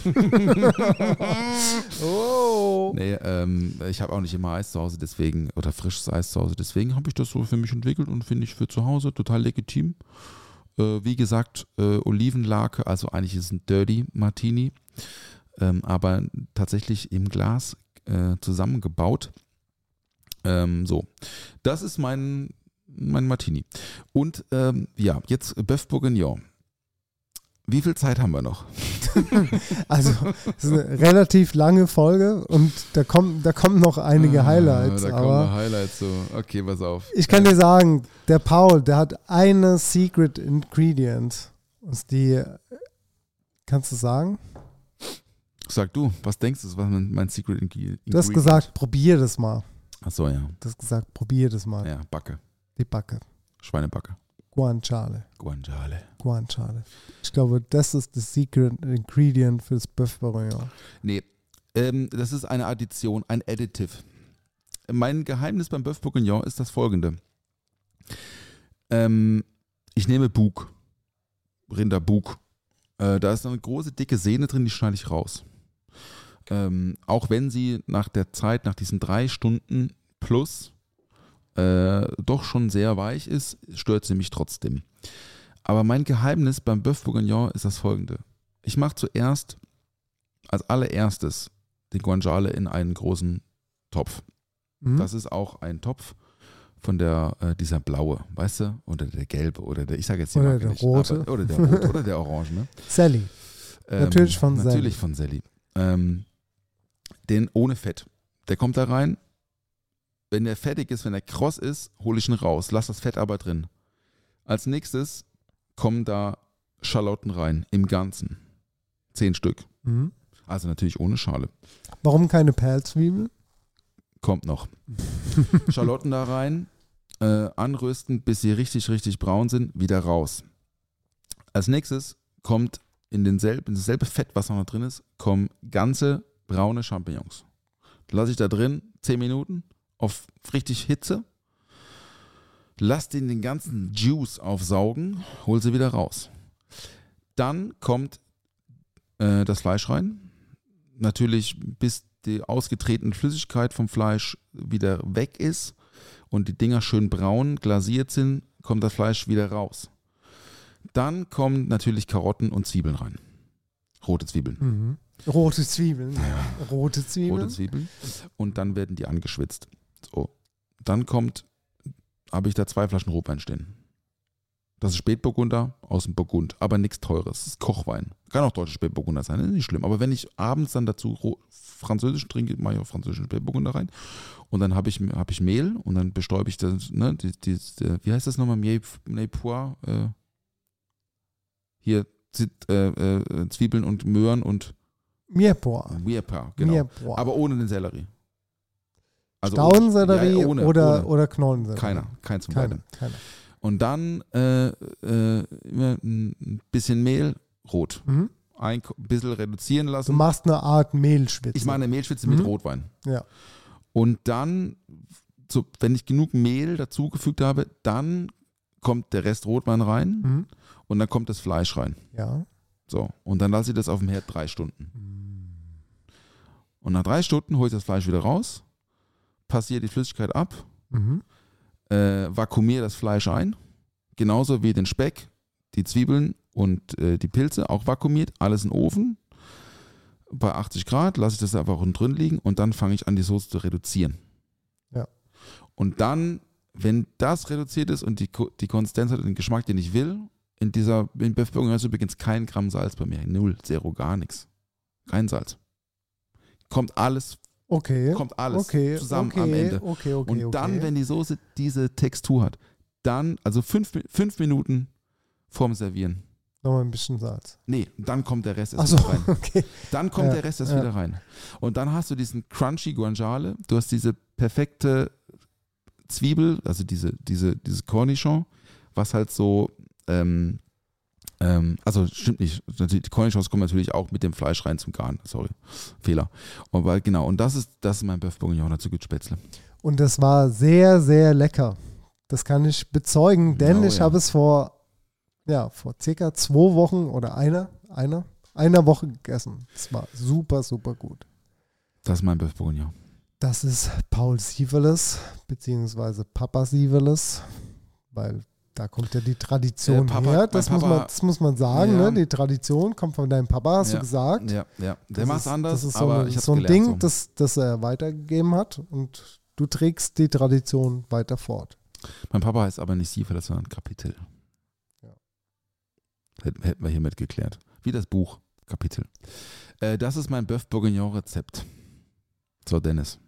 oh. Nee, ähm, ich habe auch nicht immer Eis zu Hause, deswegen, oder frisches Eis zu Hause, deswegen habe ich das so für mich entwickelt und finde ich für zu Hause total legitim. Äh, wie gesagt, äh, Olivenlake, also eigentlich ist es ein Dirty Martini, ähm, aber tatsächlich im Glas äh, zusammengebaut. Ähm, so, das ist mein, mein Martini. Und ähm, ja, jetzt Bœuf Bourguignon. Wie viel Zeit haben wir noch? Also, es ist eine relativ lange Folge und da kommen, da kommen noch einige Highlights. Ah, da aber kommen noch Highlights, so. Okay, pass auf. Ich kann dir sagen, der Paul, der hat eine Secret Ingredient. Und die, kannst du sagen? Sag du, was denkst du, was mein, mein Secret Ingredient ist? Du hast gesagt, probier das mal. Ach so, ja. Du hast gesagt, probier das mal. Ja, Backe. Die Backe. Schweinebacke. Guanciale. Guanciale. Guanciale. Ich glaube, das ist das Secret Ingredient für das Bœuf Bourguignon. Nee, ähm, das ist eine Addition, ein Additive. Mein Geheimnis beim Bœuf Bourguignon ist das folgende. Ähm, ich nehme Bug. Rinderbug. Äh, da ist eine große, dicke Sehne drin, die schneide ich raus. Ähm, auch wenn sie nach der Zeit, nach diesen drei Stunden plus Äh, doch schon sehr weich ist, stört sie mich trotzdem. Aber mein Geheimnis beim Bœuf Bourguignon ist das folgende. Ich mache zuerst als allererstes den Guanciale in einen großen Topf. Mhm. Das ist auch ein Topf von der, äh, dieser blaue, weißt du, oder der gelbe, oder der, ich sage jetzt die oder Marke der nicht, rote. Aber, oder der rote, oder der orange, ne? Sally. Ähm, natürlich von Sally. Natürlich von Sally. Ähm, den ohne Fett. Der kommt da rein. Wenn der fertig ist, wenn der kross ist, hole ich ihn raus. Lass das Fett aber drin. Als nächstes kommen da Schalotten rein, im Ganzen. Zehn Stück. Mhm. Also natürlich ohne Schale. Warum keine Perlzwiebel? Kommt noch. Schalotten da rein, äh, anrösten, bis sie richtig, richtig braun sind, wieder raus. Als nächstes kommt in, denselben, in dasselbe Fett, was noch drin ist, kommen ganze braune Champignons. Lasse ich da drin zehn Minuten. Auf richtig Hitze, lass den den ganzen Juice aufsaugen, hol sie wieder raus. Dann kommt äh, das Fleisch rein, natürlich bis die ausgetretene Flüssigkeit vom Fleisch wieder weg ist und die Dinger schön braun glasiert sind, kommt das Fleisch wieder raus. Dann kommen natürlich Karotten und Zwiebeln rein, rote Zwiebeln. Mhm. Rote Zwiebeln, ja. Rote Zwiebeln. Rote Zwiebeln. Und dann werden die angeschwitzt. So, dann kommt, habe ich da zwei Flaschen Rotwein stehen. Das ist Spätburgunder aus dem Burgund, aber nichts Teures. Das ist Kochwein. Kann auch deutscher Spätburgunder sein, ist nicht schlimm. Aber wenn ich abends dann dazu Französisch trinke, mache ich auch französischen Spätburgunder rein. Und dann habe ich, hab ich Mehl und dann bestäube ich das, ne, die, die, die, wie heißt das nochmal? Miel Pois, äh, hier äh, äh, Zwiebeln und Möhren und Mirepoix. Mirepoix, genau. Mirepoix. Aber ohne den Sellerie. Also Staudensellerie ohne, ja, ohne, oder, ohne. oder Knollensellerie? Keiner, keins von Keiner, beiden. keiner. Und dann äh, äh, immer ein bisschen Mehl, rot. Mhm. Ein bisschen reduzieren lassen. Du machst eine Art Mehlschwitze. Ich mache eine Mehlschwitze mhm. mit Rotwein. Ja. Und dann, so, wenn ich genug Mehl dazugefügt habe, dann kommt der Rest Rotwein rein Mhm. und dann kommt das Fleisch rein. Ja. So, und dann lasse ich das auf dem Herd drei Stunden. Und nach drei Stunden hole ich das Fleisch wieder raus, passiere die Flüssigkeit ab, Mhm. äh, vakuumiere das Fleisch ein, genauso wie den Speck, die Zwiebeln und äh, die Pilze, auch vakuumiert, alles in den Ofen. Bei achtzig Grad lasse ich das einfach unten drin liegen und dann fange ich an, die Soße zu reduzieren. Ja. Und dann, wenn das reduziert ist und die, die Konsistenz hat und den Geschmack, den ich will, in dieser, in Bœuf Bourguignon ist übrigens kein Gramm Salz bei mir. Null, zero, gar nichts. Kein Salz. Kommt alles, Okay. kommt alles okay. zusammen okay. am Ende. Okay, okay, und dann, okay. wenn die Soße diese Textur hat, dann, also fünf, fünf Minuten vorm Servieren. Nochmal ein bisschen Salz. Nee, dann kommt der Rest erst Ach so, wieder rein. okay. Dann kommt Ja, der Rest erst ja. wieder rein. Und dann hast du diesen crunchy Guanciale, du hast diese perfekte Zwiebel, also diese, diese, diese Cornichon, was halt so, ähm, ähm, also stimmt nicht, die Cornichons kommen natürlich auch mit dem Fleisch rein zum Garen, sorry, Fehler. Aber genau, und das ist, das ist mein Bœuf Bourguignon, dazu gibt Spätzle. Und das war sehr, sehr lecker. Das kann ich bezeugen, denn Oh, ich ja. habe es vor, ja, vor circa zwei Wochen oder einer, einer, einer Woche gegessen. Es war super, super gut. Das ist mein Bœuf Bourguignon. Das ist Paul Sieveles, beziehungsweise Papa Sieveles, weil da kommt ja die Tradition Äh, Papa- her. Das, mein muss Papa- man, das muss man sagen, Ja. ne? Die Tradition kommt von deinem Papa, hast ja, du gesagt. Ja, ja. Der Das macht ist- anders, das ist so aber eine, ich habe so ein gelernt. Ding, so. das, das er weitergegeben hat und du trägst die Tradition weiter fort. Mein Papa heißt aber nicht Sieveles, sondern Kapitel. Ja. Hätten, hätten wir hiermit geklärt. Wie das Buch, Kapitel. Äh, das ist mein Bœuf Bourguignon Rezept. So, Dennis.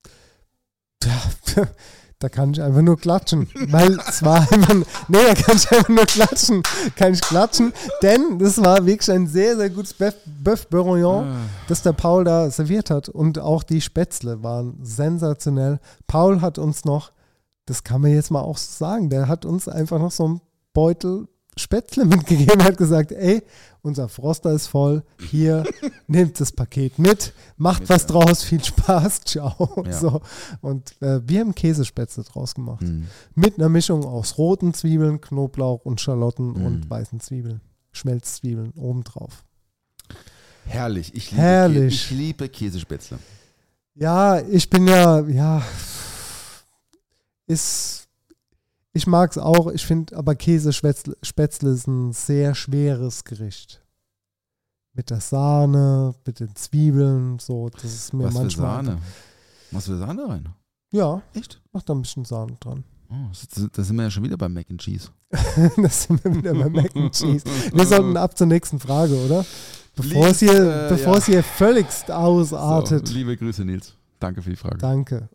Ja, da kann ich einfach nur klatschen, weil es war einfach, nee, da kann ich einfach nur klatschen, kann ich klatschen, denn das war wirklich ein sehr, sehr gutes Bœuf, Bœuf Bourguignon, Ah. das der Paul da serviert hat und auch die Spätzle waren sensationell. Paul hat uns noch, das kann man jetzt mal auch so sagen, der hat uns einfach noch so einen Beutel Spätzle mitgegeben, hat gesagt, ey, unser Froster ist voll, hier, nehmt das Paket mit, macht Mit, was ja. draus, viel Spaß, ciao. Und, Ja. so. Und äh, wir haben Käsespätzle draus gemacht. Hm. Mit einer Mischung aus roten Zwiebeln, Knoblauch und Schalotten Mm. und weißen Zwiebeln. Schmelzzwiebeln obendrauf. Herrlich. Ich liebe, Herrlich. Ich liebe Käsespätzle. Ja, ich bin ja, ja, ist, ich mag es auch, ich finde aber Käsespätzle Spätzle ist ein sehr schweres Gericht. Mit der Sahne, mit den Zwiebeln, so, das ist mir Was für manchmal. Sahne? Was für Sahne rein? Ja, Echt? mach da ein bisschen Sahne dran. Oh, das- da sind wir ja schon wieder beim Mac and Cheese. Das sind wir wieder bei Mac and Cheese. Wir sollten ab zur nächsten Frage, oder? Bevor es Lies, hier, äh, bevor ja. es hier völligst ausartet. So, liebe Grüße, Nils. Danke für die Frage. Danke.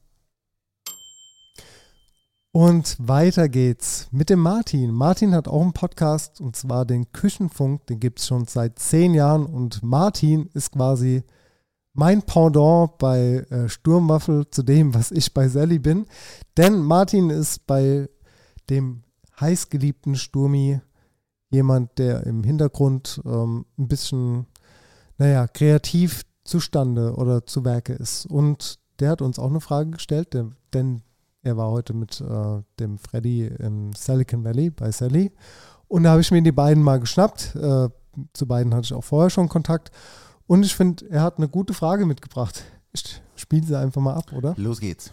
Und weiter geht's mit dem Martin. Martin hat auch einen Podcast und zwar den Küchenfunk. Den gibt es schon seit zehn Jahren und Martin ist quasi mein Pendant bei äh, Sturmwaffel zu dem, was ich bei Sally bin. Denn Martin ist bei dem heißgeliebten Sturmi jemand, der im Hintergrund ähm, ein bisschen, naja, kreativ zustande oder zu Werke ist. Und der hat uns auch eine Frage gestellt, der, denn er war heute mit äh, dem Freddy im Silicon Valley bei Sally. Und da habe ich mir die beiden mal geschnappt. Äh, zu beiden hatte ich auch vorher schon Kontakt. Und ich finde, er hat eine gute Frage mitgebracht. Ich spiele sie einfach mal ab, oder? Los geht's.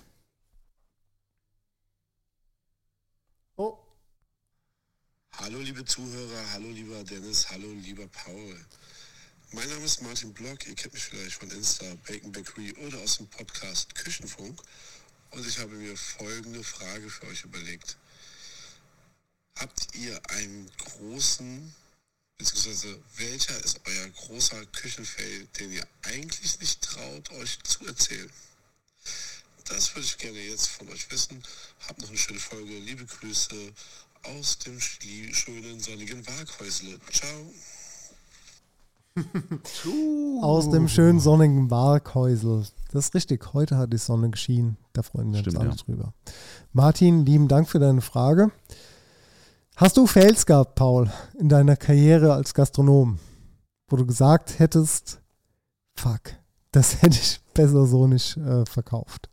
Oh. Hallo liebe Zuhörer, hallo lieber Dennis, hallo lieber Paul. Mein Name ist Martin Block, ihr kennt mich vielleicht von Insta, Bacon Bakery oder aus dem Podcast Küchenfunk. Und ich habe mir folgende Frage für euch überlegt. Habt ihr einen großen, beziehungsweise welcher ist euer großer Küchenfail, den ihr eigentlich nicht traut, euch zu erzählen? Das würde ich gerne jetzt von euch wissen. Habt noch eine schöne Folge. Liebe Grüße aus dem schönen, sonnigen Waaghäusle. Ciao. Aus dem schönen sonnigen Warkhäusl. Das ist richtig, heute hat die Sonne geschienen. Da freuen wir Stimmt, uns alle ja. drüber. Martin, lieben Dank für deine Frage. Hast du Fails gehabt, Paul, in deiner Karriere als Gastronom, wo du gesagt hättest, fuck, das hätte ich besser so nicht äh, verkauft?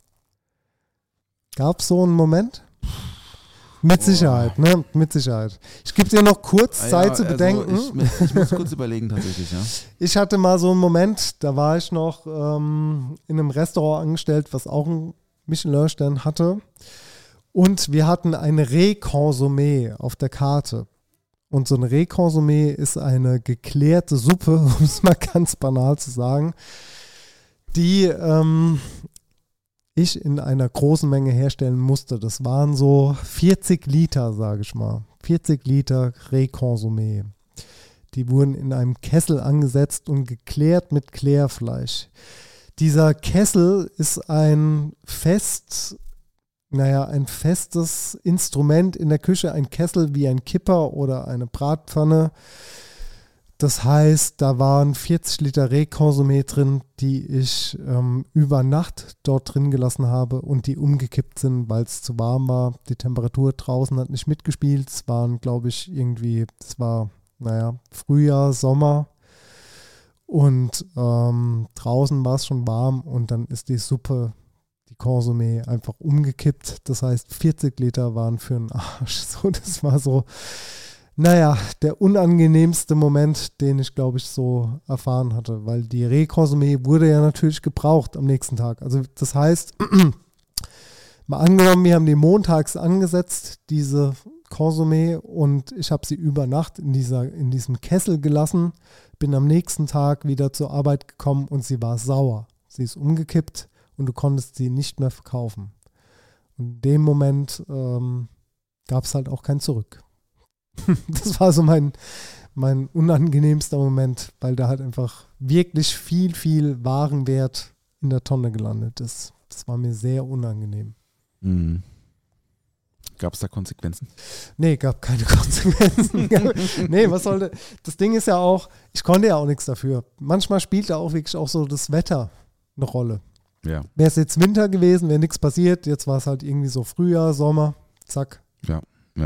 Gab es so einen Moment? Mit Boah. Sicherheit, ne? Mit Sicherheit. Ich gebe dir noch kurz Ah, Zeit ja, zu also bedenken. Ich, ich muss kurz überlegen tatsächlich, ja. Ich hatte mal so einen Moment, da war ich noch ähm, in einem Restaurant angestellt, was auch einen Michelin-Stern hatte. Und wir hatten ein Reh-Consommé auf der Karte. Und so ein Reh-Consommé ist eine geklärte Suppe, um es mal ganz banal zu sagen, die ähm, ich in einer großen Menge herstellen musste. Das waren so vierzig Liter, sage ich mal. vierzig Liter Reh-Consommé. Die wurden in einem Kessel angesetzt und geklärt mit Klärfleisch. Dieser Kessel ist ein fest, naja, ein festes Instrument in der Küche, ein Kessel wie ein Kipper oder eine Bratpfanne. Das heißt, da waren vierzig Liter Reh-Consommé drin, die ich ähm, über Nacht dort drin gelassen habe und die umgekippt sind, weil es zu warm war. Die Temperatur draußen hat nicht mitgespielt. Es waren, glaube ich, irgendwie, es war, naja, Frühjahr, Sommer und ähm, draußen war es schon warm und dann ist die Suppe, die Consommé, einfach umgekippt. Das heißt, vierzig Liter waren für den Arsch. So, das war so... Naja, der unangenehmste Moment, den ich, glaube ich, so erfahren hatte, weil die Reh-Consommé wurde ja natürlich gebraucht am nächsten Tag. Also das heißt, mal angenommen, wir haben die montags angesetzt, diese Consommé, und ich habe sie über Nacht in, dieser, in diesem Kessel gelassen, bin am nächsten Tag wieder zur Arbeit gekommen und sie war sauer. Sie ist umgekippt und du konntest sie nicht mehr verkaufen. Und in dem Moment ähm, gab es halt auch kein Zurück. Das war so mein, mein unangenehmster Moment, weil da halt einfach wirklich viel, viel Warenwert in der Tonne gelandet ist. Das war mir sehr unangenehm. Mhm. Gab es da Konsequenzen? Nee, gab keine Konsequenzen. Nee, was sollte. Das Ding ist ja auch, ich konnte ja auch nichts dafür. Manchmal spielt da auch wirklich auch so das Wetter eine Rolle. Ja. Wäre es jetzt Winter gewesen, wäre nichts passiert. Jetzt war es halt irgendwie so Frühjahr, Sommer, zack. Ja, ja.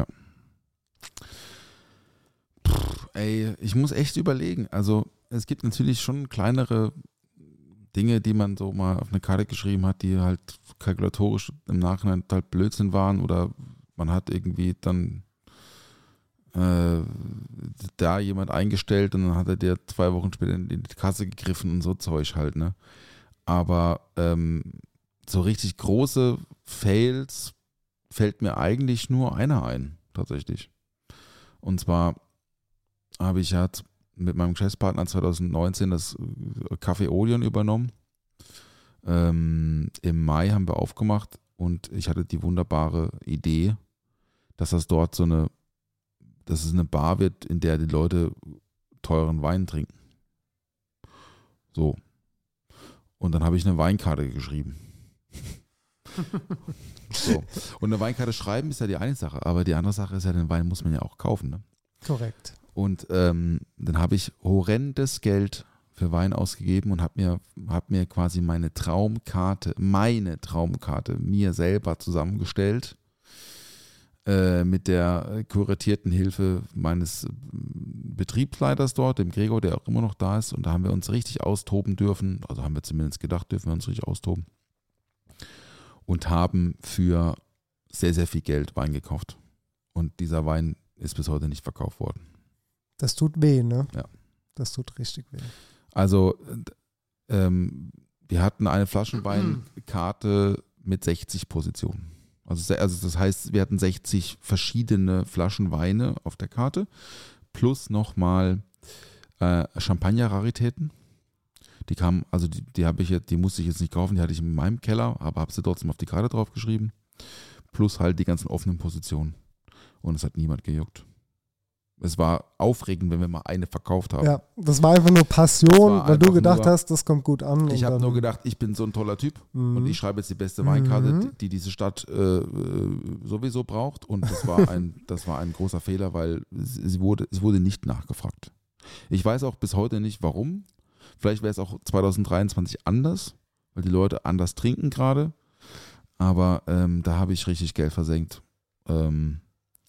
Pff, ey, ich muss echt überlegen. Also es gibt natürlich schon kleinere Dinge, die man so mal auf eine Karte geschrieben hat, die halt kalkulatorisch im Nachhinein halt Blödsinn waren, oder man hat irgendwie dann äh, da jemand eingestellt und dann hat er dir zwei Wochen später in die Kasse gegriffen und so Zeug halt, ne? Aber ähm, so richtig große Fails fällt mir eigentlich nur einer ein, tatsächlich. Und zwar habe ich ja mit meinem Geschäftspartner zwanzig neunzehn das Café Odeon übernommen. Ähm, im Mai haben wir aufgemacht und ich hatte die wunderbare Idee, dass das dort so eine, dass es eine Bar wird, in der die Leute teuren Wein trinken. So. Und dann habe ich eine Weinkarte geschrieben. So. Und eine Weinkarte schreiben ist ja die eine Sache, aber die andere Sache ist ja, den Wein muss man ja auch kaufen. Ne? Korrekt. Und ähm, dann habe ich horrendes Geld für Wein ausgegeben und habe mir, hab mir quasi meine Traumkarte, meine Traumkarte mir selber zusammengestellt, äh, mit der kuratierten Hilfe meines Betriebsleiters dort, dem Gregor, der auch immer noch da ist. Und da haben wir uns richtig austoben dürfen, also haben wir zumindest gedacht, dürfen wir uns richtig austoben. Und haben für sehr, sehr viel Geld Wein gekauft. Und dieser Wein ist bis heute nicht verkauft worden. Das tut weh, ne? Ja. Das tut richtig weh. Also, ähm, wir hatten eine Flaschenweinkarte mit sechzig Positionen. Also, also das heißt, wir hatten sechzig verschiedene Flaschen Weine auf der Karte, plus nochmal äh, Champagner-Raritäten. Die kamen, also die, die habe ich jetzt, die musste ich jetzt nicht kaufen, die hatte ich in meinem Keller, aber habe sie trotzdem auf die Karte drauf geschrieben. Plus halt die ganzen offenen Positionen. Und es hat niemand gejuckt. Es war aufregend, wenn wir mal eine verkauft haben. Ja, das war einfach nur Passion, weil du gedacht nur, hast, das kommt gut an. Ich habe nur gedacht, ich bin so ein toller Typ mhm. und ich schreibe jetzt die beste Weinkarte, mhm. die, die diese Stadt äh, sowieso braucht. Und das war ein, das war ein großer Fehler, weil sie wurde, es wurde nicht nachgefragt. Ich weiß auch bis heute nicht, warum. Vielleicht wäre es auch zwanzig dreiundzwanzig anders, weil die Leute anders trinken gerade. Aber ähm, da habe ich richtig Geld versenkt ähm,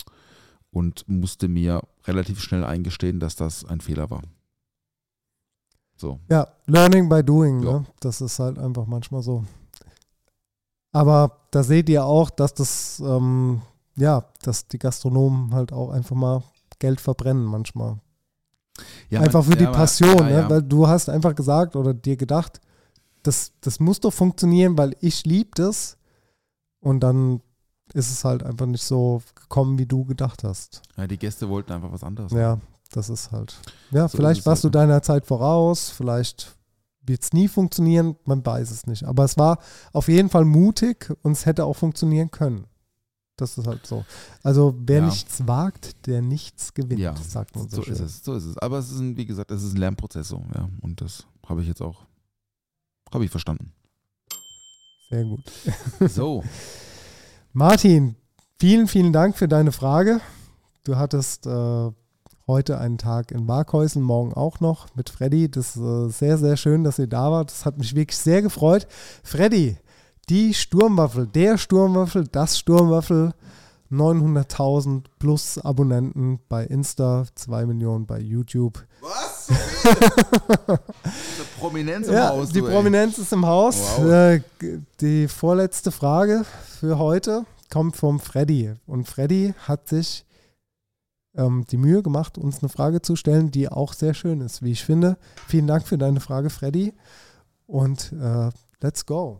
und musste mir relativ schnell eingestehen, dass das ein Fehler war. So. Ja, learning by doing, Ja. ne? Das ist halt einfach manchmal so. Aber da seht ihr auch, dass das, ähm, ja, dass die Gastronomen halt auch einfach mal Geld verbrennen manchmal. Ja, einfach man- für die ja, Passion, ja, ne? ja. Weil du hast einfach gesagt oder dir gedacht, das, das muss doch funktionieren, weil ich liebe das. Und dann ist es halt einfach nicht so gekommen, wie du gedacht hast. Ja, die Gäste wollten einfach was anderes. Ja, das ist halt. Ja, So vielleicht ist es warst halt, du deiner Zeit voraus, vielleicht wird es nie funktionieren, man weiß es nicht. Aber es war auf jeden Fall mutig und es hätte auch funktionieren können. Das ist halt so. Also wer Ja. nichts wagt, der nichts gewinnt, Ja, sagt man so, so schön. ist es, so ist es. Aber es ist, ein, wie gesagt, es ist ein Lernprozess so, ja. Und das habe ich jetzt auch, habe ich verstanden. Sehr gut. So. Martin, vielen, vielen Dank für deine Frage. Du hattest äh, heute einen Tag in Markhäusl, morgen auch noch mit Freddy. Das ist äh, sehr, sehr schön, dass ihr da wart. Das hat mich wirklich sehr gefreut. Freddy, die Sturmwaffel, der Sturmwaffel, das Sturmwaffel, neunhunderttausend plus Abonnenten bei Insta, zwei Millionen bei YouTube. Was? So viel? Die Prominenz im Ja, Haus. die du, ey. Prominenz ist im Haus. Wow. Äh, g- die vorletzte Frage für heute kommt vom Freddy. Und Freddy hat sich ähm, die Mühe gemacht, uns eine Frage zu stellen, die auch sehr schön ist, wie ich finde. Vielen Dank für deine Frage, Freddy. Und äh, let's go.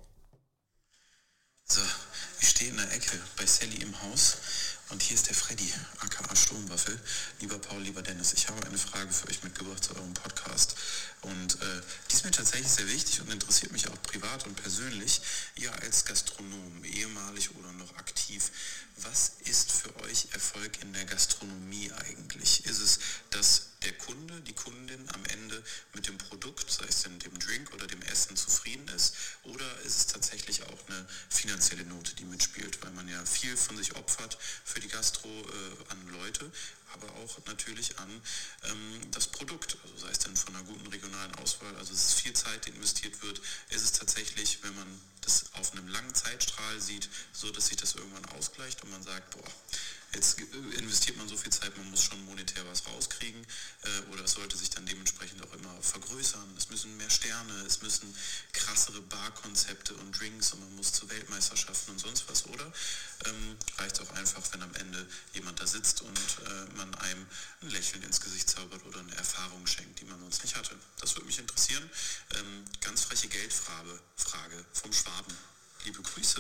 So, ich stehe in der Ecke bei Sally im Haus und hier ist der Freddy, aka Sturmwaffel. Lieber Paul, lieber Dennis, ich habe eine Frage für euch mitgebracht zu eurem Podcast. Und äh, die ist mir tatsächlich sehr wichtig und interessiert mich auch privat und persönlich. Ihr als Gastronom, ehemalig oder noch aktiv, was ist für euch Erfolg in der Gastronomie eigentlich? Ist es, dass der Kunde, die Kundin am Ende mit dem Produkt, sei es denn dem Drink oder dem Essen, zufrieden ist? Oder ist es tatsächlich auch eine finanzielle Note, die mitspielt, weil man ja viel von sich opfert für die Gastro äh, an Leute, aber auch natürlich an ähm, das Produkt, also sei es denn von einer guten regionalen Auswahl, also es ist viel Zeit, die investiert wird. Ist es tatsächlich, wenn man das auf einem langen Zeitstrahl sieht, so dass sich das irgendwann ausgleicht und man sagt, boah, jetzt investiert man so viel Zeit, man muss schon monetär was rauskriegen äh, oder es sollte sich dann dementsprechend auch immer vergrößern. Es müssen mehr Sterne, es müssen krassere Barkonzepte und Drinks und man muss zu Weltmeisterschaften und sonst was, oder? Ähm, reicht auch einfach, wenn am Ende jemand da sitzt und äh, man einem ein Lächeln ins Gesicht zaubert oder eine Erfahrung schenkt, die man sonst nicht hatte. Das würde mich interessieren. Ähm, ganz freche Geldfrage Frage vom Schwaben. Liebe Grüße.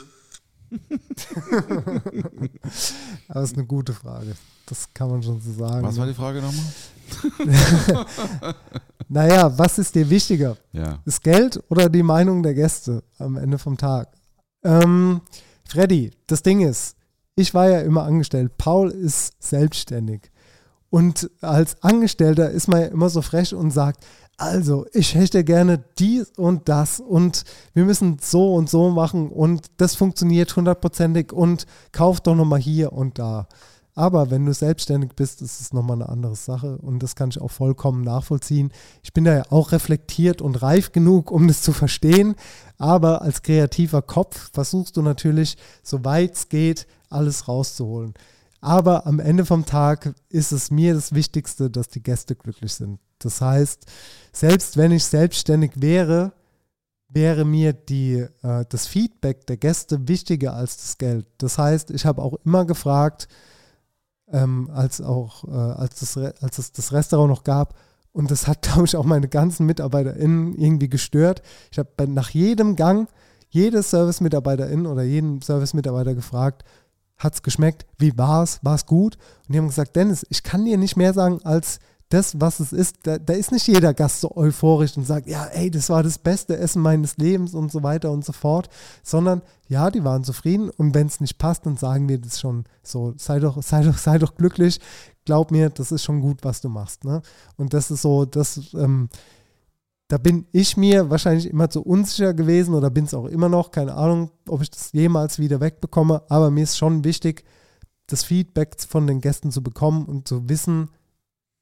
Das ist eine gute Frage. Das kann man schon so sagen. Was war die Frage nochmal? Naja, was ist dir wichtiger? Ja. Das Geld oder die Meinung der Gäste am Ende vom Tag? Ähm, Freddy, das Ding ist, ich war ja immer angestellt. Paul ist selbstständig. Und als Angestellter ist man ja immer so frech und sagt, also, ich hätte gerne dies und das und wir müssen so und so machen und das funktioniert hundertprozentig und kauf doch nochmal hier und da. Aber wenn du selbstständig bist, ist es nochmal eine andere Sache und das kann ich auch vollkommen nachvollziehen. Ich bin da ja auch reflektiert und reif genug, um das zu verstehen, aber als kreativer Kopf versuchst du natürlich, soweit es geht, alles rauszuholen. Aber am Ende vom Tag ist es mir das Wichtigste, dass die Gäste glücklich sind. Das heißt, selbst wenn ich selbstständig wäre, wäre mir die, äh, das Feedback der Gäste wichtiger als das Geld. Das heißt, ich habe auch immer gefragt, ähm, als, auch, äh, als, das, als es das Restaurant noch gab, und das hat, glaube ich, auch meine ganzen MitarbeiterInnen irgendwie gestört. Ich habe nach jedem Gang jede Service-MitarbeiterInnen oder jeden Service-Mitarbeiter gefragt, hat es geschmeckt? Wie war es? War es gut? Und die haben gesagt, Dennis, ich kann dir nicht mehr sagen als das, was es ist. Da, da ist nicht jeder Gast so euphorisch und sagt, ja, ey, das war das beste Essen meines Lebens und so weiter und so fort, sondern ja, die waren zufrieden und wenn es nicht passt, dann sagen wir das schon so, sei doch, sei doch, sei doch glücklich, glaub mir, das ist schon gut, was du machst. Ne? Und das ist so, das, ähm, da bin ich mir wahrscheinlich immer zu unsicher gewesen oder bin es auch immer noch, keine Ahnung, ob ich das jemals wieder wegbekomme, aber mir ist schon wichtig, das Feedback von den Gästen zu bekommen und zu wissen,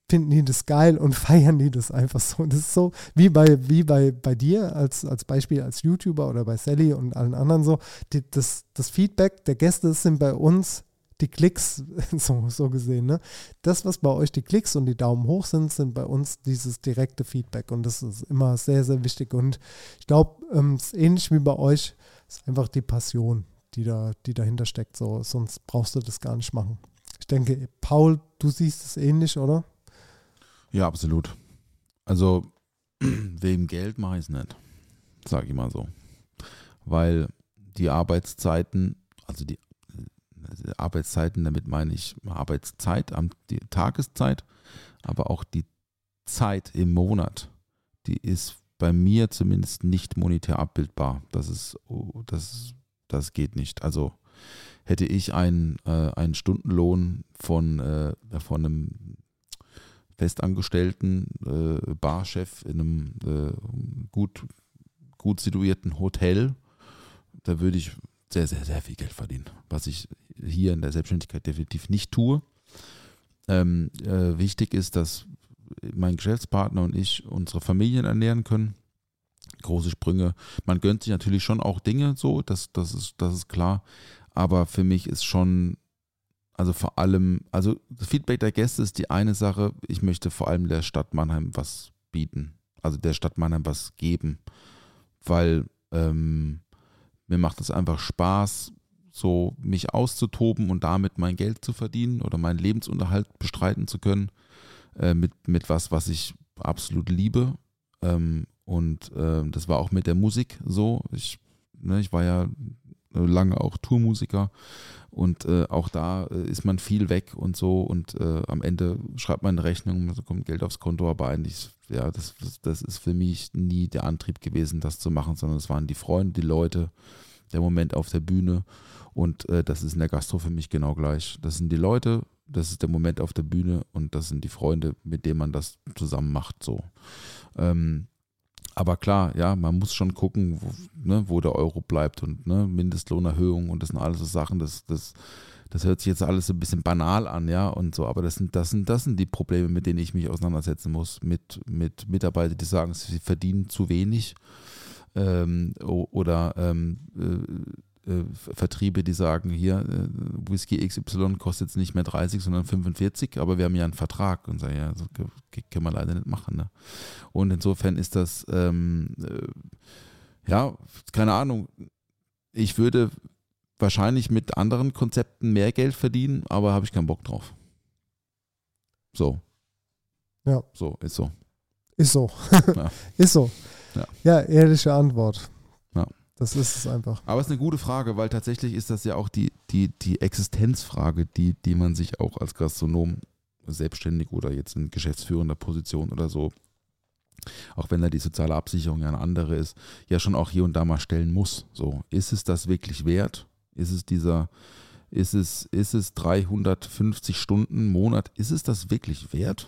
finden die das geil und feiern die das einfach so. Das ist so wie bei, wie bei, bei dir als, als Beispiel als YouTuber oder bei Sally und allen anderen so. Die, das, das Feedback der Gäste sind bei uns die Klicks, so, so gesehen. Ne? Das, was bei euch die Klicks und die Daumen hoch sind, sind bei uns dieses direkte Feedback und das ist immer sehr, sehr wichtig. Und ich glaube, ähm, es ist ähnlich wie bei euch, ist einfach die Passion, die, da, die dahinter steckt. So, sonst brauchst du das gar nicht machen. Ich denke, Paul, du siehst es ähnlich, oder? Ja, absolut. Also wegen Geld mache ich es nicht, sage ich mal so. Weil die Arbeitszeiten, also die, die Arbeitszeiten, damit meine ich Arbeitszeit, die Tageszeit, aber auch die Zeit im Monat, die ist bei mir zumindest nicht monetär abbildbar. Das ist, das, das geht nicht. Also hätte ich einen, äh, einen Stundenlohn von, äh, von einem Festangestellten, äh, Barchef in einem äh, gut, gut situierten Hotel, da würde ich sehr, sehr, sehr viel Geld verdienen, was ich hier in der Selbstständigkeit definitiv nicht tue. Ähm, äh, wichtig ist, dass mein Geschäftspartner und ich unsere Familien ernähren können. Große Sprünge. Man gönnt sich natürlich schon auch Dinge so, das, das, ist, das ist klar, aber für mich ist schon Also vor allem, also das Feedback der Gäste ist die eine Sache, ich möchte vor allem der Stadt Mannheim was bieten, also der Stadt Mannheim was geben, weil ähm, mir macht es einfach Spaß, so mich auszutoben und damit mein Geld zu verdienen oder meinen Lebensunterhalt bestreiten zu können, äh, mit, mit was, was ich absolut liebe, ähm, und äh, das war auch mit der Musik so, ich, ne, ich war ja lange auch Tourmusiker und äh, auch da äh, ist man viel weg und so und äh, am Ende schreibt man eine Rechnung, also kommt Geld aufs Konto, aber eigentlich, ja, das, das ist für mich nie der Antrieb gewesen, das zu machen, sondern es waren die Freunde, die Leute, der Moment auf der Bühne und äh, das ist in der Gastro für mich genau gleich. Das sind die Leute, das ist der Moment auf der Bühne und das sind die Freunde, mit denen man das zusammen macht, so. Ähm, Aber klar, ja, man muss schon gucken, wo, ne, wo der Euro bleibt und ne, Mindestlohnerhöhung und das sind alles so Sachen, das, das, das hört sich jetzt alles so ein bisschen banal an, ja, und so, aber das sind, das sind, das sind die Probleme, mit denen ich mich auseinandersetzen muss, mit, mit Mitarbeitern, die sagen, sie verdienen zu wenig ähm, oder ähm, äh, äh, Vertriebe, die sagen, hier, äh, Whisky X Y kostet jetzt nicht mehr dreißig, sondern fünfundvierzig, aber wir haben ja einen Vertrag und sagen, ja, so können wir leider nicht machen. Ne? Und insofern ist das, ähm, äh, ja, keine Ahnung, ich würde wahrscheinlich mit anderen Konzepten mehr Geld verdienen, aber habe ich keinen Bock drauf. So. Ja. So, ist so. Ist so. Ja. Ist so. Ja. Ja, ehrliche Antwort. Ja. Das ist es einfach. Aber es ist eine gute Frage, weil tatsächlich ist das ja auch die, die, die Existenzfrage, die, die man sich auch als Gastronom, selbstständig oder jetzt in geschäftsführender Position oder so, auch wenn da die soziale Absicherung ja eine andere ist, ja schon auch hier und da mal stellen muss. So, ist es das wirklich wert? Ist es dieser, ist es, ist es dreihundertfünfzig Stunden im Monat, ist es das wirklich wert?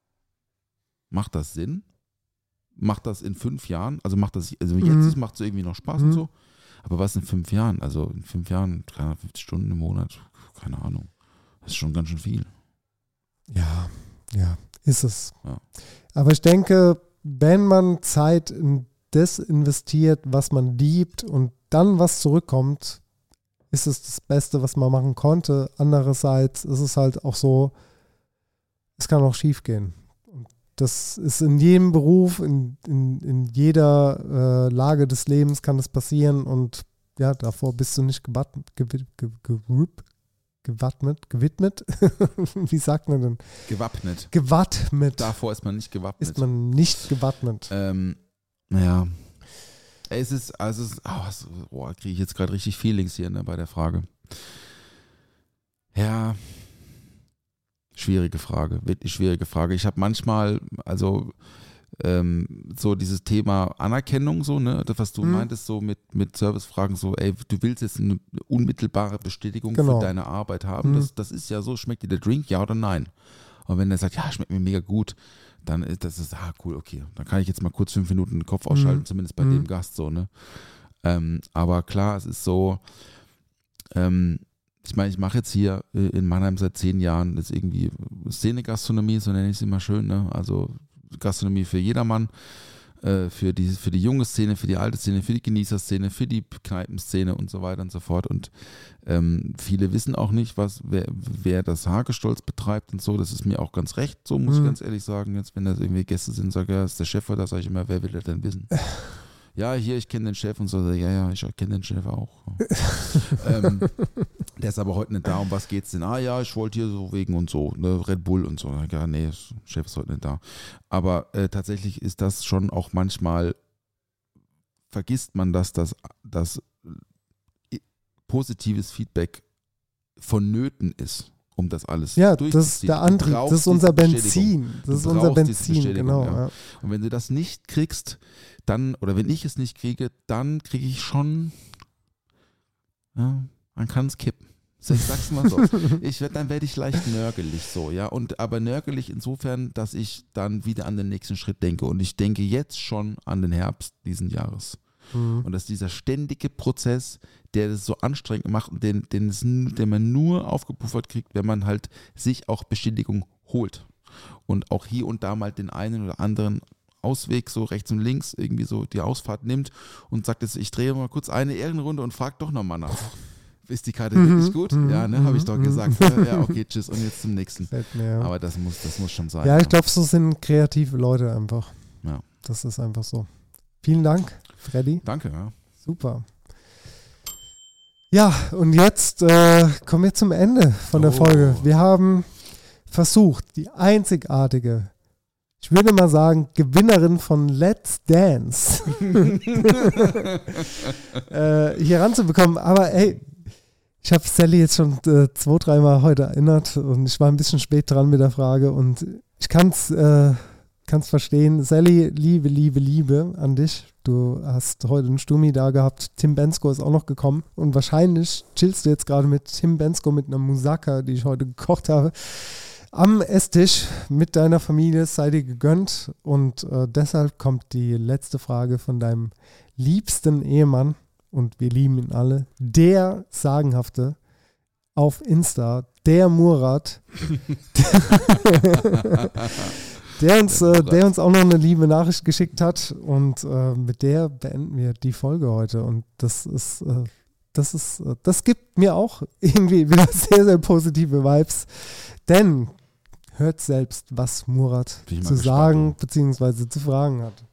Macht das Sinn? Macht das in fünf Jahren? Also macht das, also jetzt Mhm. macht es irgendwie noch Spaß Mhm. und so. Aber was in fünf Jahren? Also in fünf Jahren, dreihundertfünfzig Stunden im Monat, keine Ahnung. Das ist schon ganz schön viel. Ja, ja, ist es. Ja. Aber ich denke, wenn man Zeit in das investiert, was man liebt und dann was zurückkommt, ist es das Beste, was man machen konnte. Andererseits ist es halt auch so, es kann auch schief gehen. Und das ist in jedem Beruf, in, in, in jeder äh, Lage des Lebens kann das passieren und ja, davor bist du nicht gewappnet, gew- gew- gew- gewappnet, gewidmet, wie sagt man denn? Gewappnet. Gewappnet. Davor ist man nicht gewappnet. Ist man nicht gewappnet. Ähm, naja. Es ist, also es ist, oh, es- oh, kriege ich jetzt gerade richtig Feelings hier, ne, bei der Frage. Ja, schwierige Frage, wirklich schwierige Frage. Ich habe manchmal, also ähm, so dieses Thema Anerkennung, so, ne, das, was du Mhm. meintest, so mit, mit Servicefragen, so, ey, du willst jetzt eine unmittelbare Bestätigung Genau. für deine Arbeit haben. Mhm. Das, das ist ja so, schmeckt dir der Drink, ja oder nein? Und wenn er sagt, ja, schmeckt mir mega gut, dann ist das, ist, ah, cool, okay. Dann kann ich jetzt mal kurz fünf Minuten den Kopf ausschalten, Mhm. zumindest bei Mhm. dem Gast so, ne? Ähm, aber klar, es ist so, ähm, ich meine, ich mache jetzt hier in Mannheim seit zehn Jahren das irgendwie Szene-Gastronomie, so nenne ich es immer schön, ne? Also Gastronomie für jedermann, äh, für, die, für die junge Szene, für die alte Szene, für die Genießerszene, für die Kneipenszene und so weiter und so fort. Und ähm, viele wissen auch nicht, was wer, wer das Hagestolz betreibt und so. Das ist mir auch ganz recht, so muss mhm. ich ganz ehrlich sagen. Jetzt, wenn da irgendwie Gäste sind, sage ich, ja, ist der Chef, da sage ich immer, wer will das denn wissen? Ja, hier, ich kenne den Chef und so, ja, ja, ich kenne den Chef auch. ähm, der ist aber heute nicht da, um was geht's denn? Ah ja, ich wollte hier so wegen und so, ne, Red Bull und so. Ja, nee, der Chef ist heute nicht da. Aber äh, tatsächlich ist das schon auch manchmal, vergisst man, dass das, das positives Feedback vonnöten ist, um das alles ja, durchzuziehen. Ja, das ist der Antrieb, das ist unser Benzin. Das ist unser Benzin, genau. Ja. Ja. Und wenn du das nicht kriegst, dann, oder wenn ich es nicht kriege, dann kriege ich schon, ja, man kann es kippen. So, ich sag's mal so. Ich werd, dann werde ich leicht nörgelig so, ja. Und aber nörgelig insofern, dass ich dann wieder an den nächsten Schritt denke. Und ich denke jetzt schon an den Herbst diesen Jahres. Mhm. Und dass dieser ständige Prozess, der das so anstrengend macht und den, den, es, den man nur aufgepuffert kriegt, wenn man halt sich auch Bestätigung holt. Und auch hier und da mal den einen oder anderen Ausweg so rechts und links irgendwie so die Ausfahrt nimmt und sagt jetzt, ich drehe mal kurz eine Ehrenrunde und frag doch nochmal nach. Ist die Karte mhm. wirklich gut? Mhm. Ja, ne, habe ich doch gesagt. Ja, okay, tschüss und jetzt zum nächsten. Mir, ja. Aber das muss, das muss schon sein. Ja, ich glaube, so sind kreative Leute einfach. Ja. Das ist einfach so. Vielen Dank, Freddy. Danke, ja. Super. Ja, und jetzt äh, kommen wir zum Ende von der oh. Folge. Wir haben versucht, die einzigartige, ich würde mal sagen, Gewinnerin von Let's Dance äh, hier ranzubekommen. Aber ey, ich habe Sally jetzt schon äh, zwei, dreimal heute erinnert und ich war ein bisschen spät dran mit der Frage und ich kann es äh, verstehen. Sally, Liebe, Liebe, Liebe an dich. Du hast heute einen Stummi da gehabt. Tim Bensko ist auch noch gekommen und wahrscheinlich chillst du jetzt gerade mit Tim Bensko mit einer Moussaka, die ich heute gekocht habe, am Esstisch mit deiner Familie. Sei dir gegönnt und äh, deshalb kommt die letzte Frage von deinem liebsten Ehemann und wir lieben ihn alle, der sagenhafte auf Insta, der Murat, der, uns, äh, der uns auch noch eine liebe Nachricht geschickt hat und äh, mit der beenden wir die Folge heute und das ist, äh, das ist, äh, das gibt mir auch irgendwie wieder sehr, sehr positive Vibes, denn hört selbst, was Murat zu gespannt, sagen bzw. zu fragen hat.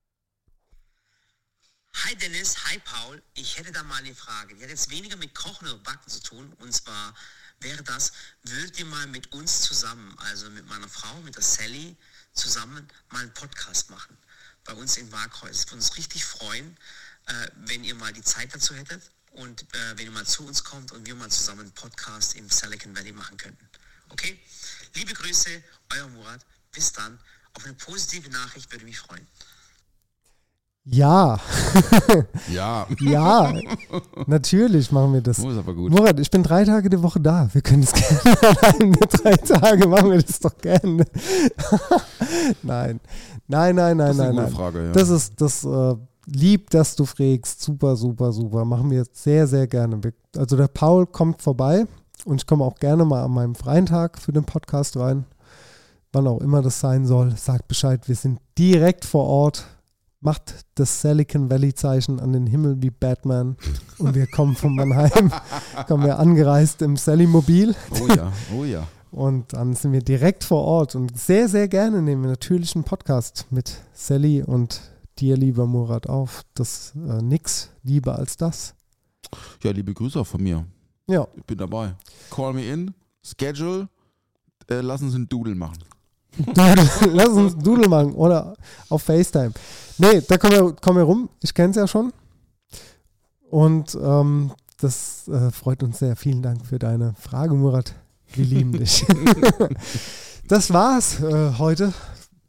Hi Dennis, hi Paul. Ich hätte da mal eine Frage. Die hat jetzt weniger mit Kochen oder Backen zu tun. Und zwar wäre das, würdet ihr mal mit uns zusammen, also mit meiner Frau, mit der Sally, zusammen mal einen Podcast machen? Bei uns in Waghäusern. Es würde uns richtig freuen, äh, wenn ihr mal die Zeit dazu hättet und äh, wenn ihr mal zu uns kommt und wir mal zusammen einen Podcast im Silicon Valley machen könnten. Okay? Liebe Grüße, euer Murat. Bis dann. Auf eine positive Nachricht würde mich freuen. Ja. Ja. Ja. Natürlich machen wir das. Oh, ist aber gut. Murat, ich bin drei Tage die Woche da. Wir können das gerne alleine. Drei Tage machen wir das doch gerne. Nein. Nein, nein, nein, das ist nein. eine gute nein. Frage, ja. Das ist das äh, lieb, dass du fragst. Super, super, super. Machen wir sehr, sehr gerne. Also der Paul kommt vorbei und ich komme auch gerne mal an meinem freien Tag für den Podcast rein. Wann auch immer das sein soll. Sagt Bescheid. Wir sind direkt vor Ort. Macht das Silicon Valley Zeichen an den Himmel wie Batman und wir kommen von Mannheim, kommen wir angereist im Sally-Mobil. Oh ja, oh ja. Und dann sind wir direkt vor Ort und sehr, sehr gerne nehmen wir natürlich einen Podcast mit Sally und dir, lieber Murat, auf. Das äh, nix lieber als das. Ja, liebe Grüße auch von mir. Ja. Ich bin dabei. Call me in, schedule, äh, lass uns einen Doodle machen. Doodle, lass uns Doodle machen oder auf FaceTime. Nee, da kommen wir, kommen wir rum. Ich kenne es ja schon. Und ähm, das äh, freut uns sehr. Vielen Dank für deine Frage, Murat. Wir lieben dich. Das war's äh, heute.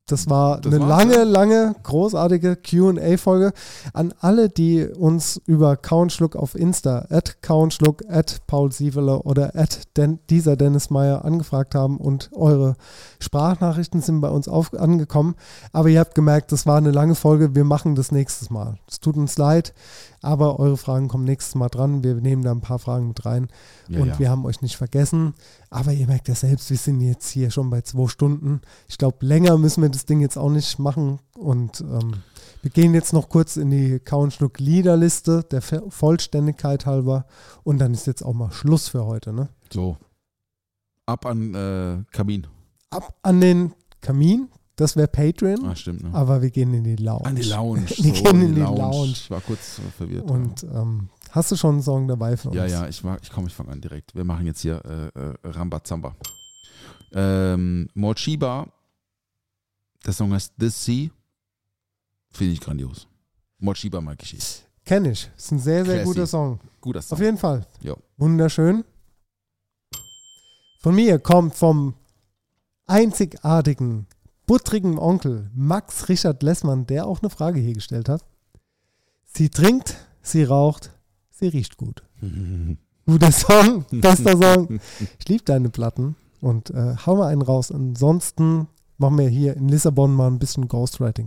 Das war Das eine war's, lange, ja. lange, großartige Q und A-Folge. An alle, die uns über Kauenschluck auf Insta, at Kauenschluck, at Paul Sieveler oder at Den, dieser Dennis Meyer angefragt haben und eure Sprachnachrichten sind bei uns auf, angekommen. Aber ihr habt gemerkt, das war eine lange Folge. Wir machen das nächstes Mal. Es tut uns leid, aber eure Fragen kommen nächstes Mal dran. Wir nehmen da ein paar Fragen mit rein Ja, und ja. wir haben euch nicht vergessen. Aber ihr merkt ja selbst, wir sind jetzt hier schon bei zwei Stunden. Ich glaube, länger müssen wir das Ding jetzt auch nicht machen. Und ähm, wir gehen jetzt noch kurz in die Kauenschluck-Liederliste, der Ver- Vollständigkeit halber. Und dann ist jetzt auch mal Schluss für heute. Ne? So. Ab an äh, Kamin. Ab an den Kamin. Das wäre Patreon. Ah, stimmt. Ne? Aber wir gehen in die Lounge. An die Lounge. Wir so, gehen in die Lounge. Ich war kurz äh, verwirrt. Und ähm, hast du schon einen Song dabei für uns? Ja, ja, ich, ich komme, ich fange an direkt. Wir machen jetzt hier äh, äh, Rambazamba. Ähm, Mochiba, der Song heißt This Sea, finde ich grandios. Mochiba mag ich. Kenn ich. Ist ein sehr, sehr Classy. guter Song. Guter Song. Auf jeden Fall. Jo. Wunderschön. Von mir kommt vom einzigartigen, buttrigen Onkel Max Richard Lessmann, der auch eine Frage hier gestellt hat. Sie trinkt, sie raucht, sie riecht gut. Guter Song, bester Song. Ich liebe deine Platten und äh, hau mal einen raus. Ansonsten machen wir hier in Lissabon mal ein bisschen Ghostwriting.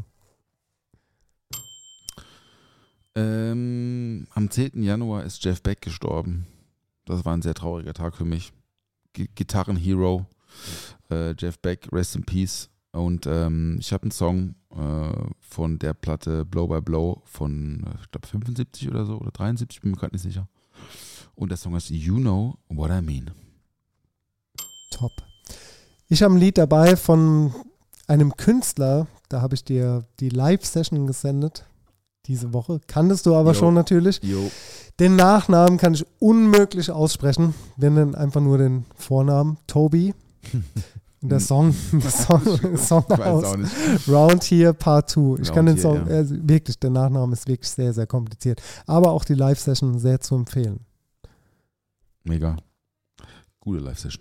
Ähm, am zehnten Januar ist Jeff Beck gestorben. Das war ein sehr trauriger Tag für mich. G- Gitarrenhero, äh, Jeff Beck, Rest in Peace. Und ähm, ich habe einen Song äh, von der Platte Blow by Blow von, äh, ich glaube, fünfundsiebzig oder so, oder dreiundsiebzig, bin mir gerade nicht sicher. Und der Song heißt You Know What I Mean. Top. Ich habe ein Lied dabei von einem Künstler, da habe ich dir die Live-Session gesendet diese Woche. Kanntest du aber Jo. schon natürlich. Jo. Den Nachnamen kann ich unmöglich aussprechen. Wir nennen einfach nur den Vornamen. Toby. Und der Song, der Song, der Song Ich weiß aus auch nicht. Round Here Part zwei. Ich Round kann den Here, Song, ja. äh, wirklich, der Nachname ist wirklich sehr, sehr kompliziert. Aber auch die Live-Session sehr zu empfehlen. Mega. Gute Live-Session.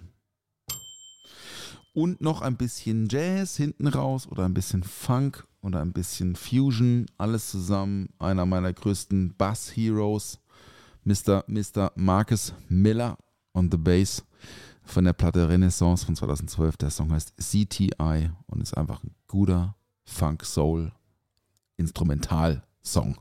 Und noch ein bisschen Jazz hinten raus oder ein bisschen Funk oder ein bisschen Fusion. Alles zusammen. Einer meiner größten Bass-Heroes, Mister Mister Marcus Miller on the Bass von der Platte Renaissance von zweitausendzwölf. Der Song heißt C T I und ist einfach ein guter Funk-Soul-Instrumental-Song.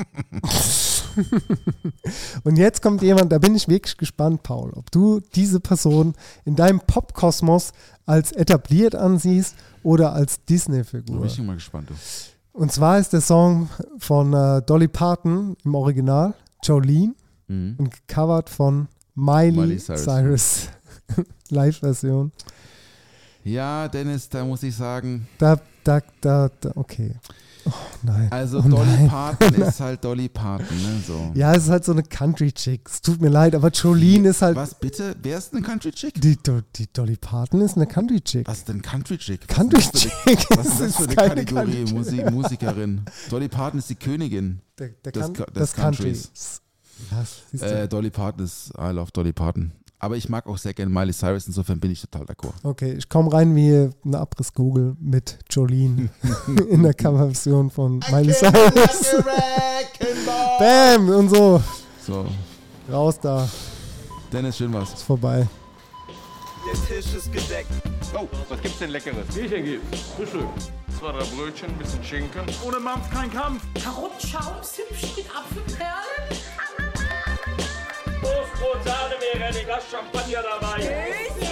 Und jetzt kommt jemand, da bin ich wirklich gespannt, Paul, ob du diese Person in deinem Popkosmos als etabliert ansiehst oder als Da Disney-Figur. bin ich mal gespannt. Du. Und zwar ist der Song von äh, Dolly Parton im Original, Jolene, Mhm. und gecovert von Miley, Miley Cyrus. Cyrus. Live-Version. Ja, Dennis, da muss ich sagen, Da, da, da, da, okay. Oh, nein. also Oh, Dolly nein. Parton ist halt Dolly Parton, ne? So. Ja, es ist halt so eine Country-Chick. Es tut mir leid, aber Jolene ist halt. Was bitte? Wer ist eine Country Chick? Die, Do- die Dolly Parton ist eine Country-Chick. Was ist denn Country Chick? Was Country ist das für Chick? eine- Was ist Es das für ist eine keine Kategorie? Country. Musik, Musikerin. Dolly Parton ist die Königin Der, der des, kann, Ka- des das Country. Countries. Was? Siehst du? Äh, Dolly Parton ist I love Dolly Parton. Aber ich mag auch sehr gerne Miley Cyrus, insofern bin ich total d'accord. Okay, ich komme rein wie eine Abriss-Google mit Jolene in der Coverversion von Miley Cyrus. Bam! Und so. So, Raus da. Dennis, schön was. Ist vorbei. Der Tisch ist gedeckt. Oh, was gibt's denn Leckeres? Bierchen gibt's. Frühstück. Zwei, drei Brötchen, ein bisschen Schinken. Ohne Mampf kein Kampf. Karottenschaums hübsch mit Apfelperlen. Toastbrot, Sahne wäre ein Glas Champagner dabei.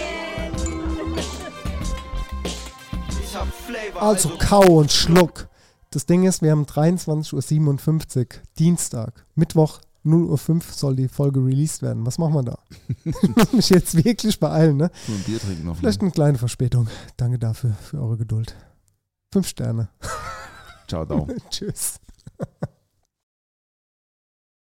Ich hab Flavor. Also Kau und Schluck. Das Ding ist, wir haben dreiundzwanzig Uhr siebenundfünfzig, Dienstag, Mittwoch, null Uhr fünf soll die Folge released werden. Was machen wir da? Ich muss mich jetzt wirklich beeilen, ne? So ein Bier trinken noch. Vielleicht eine kleine Verspätung. Danke dafür, für eure Geduld. Fünf Sterne. Ciao, Dau. Tschüss.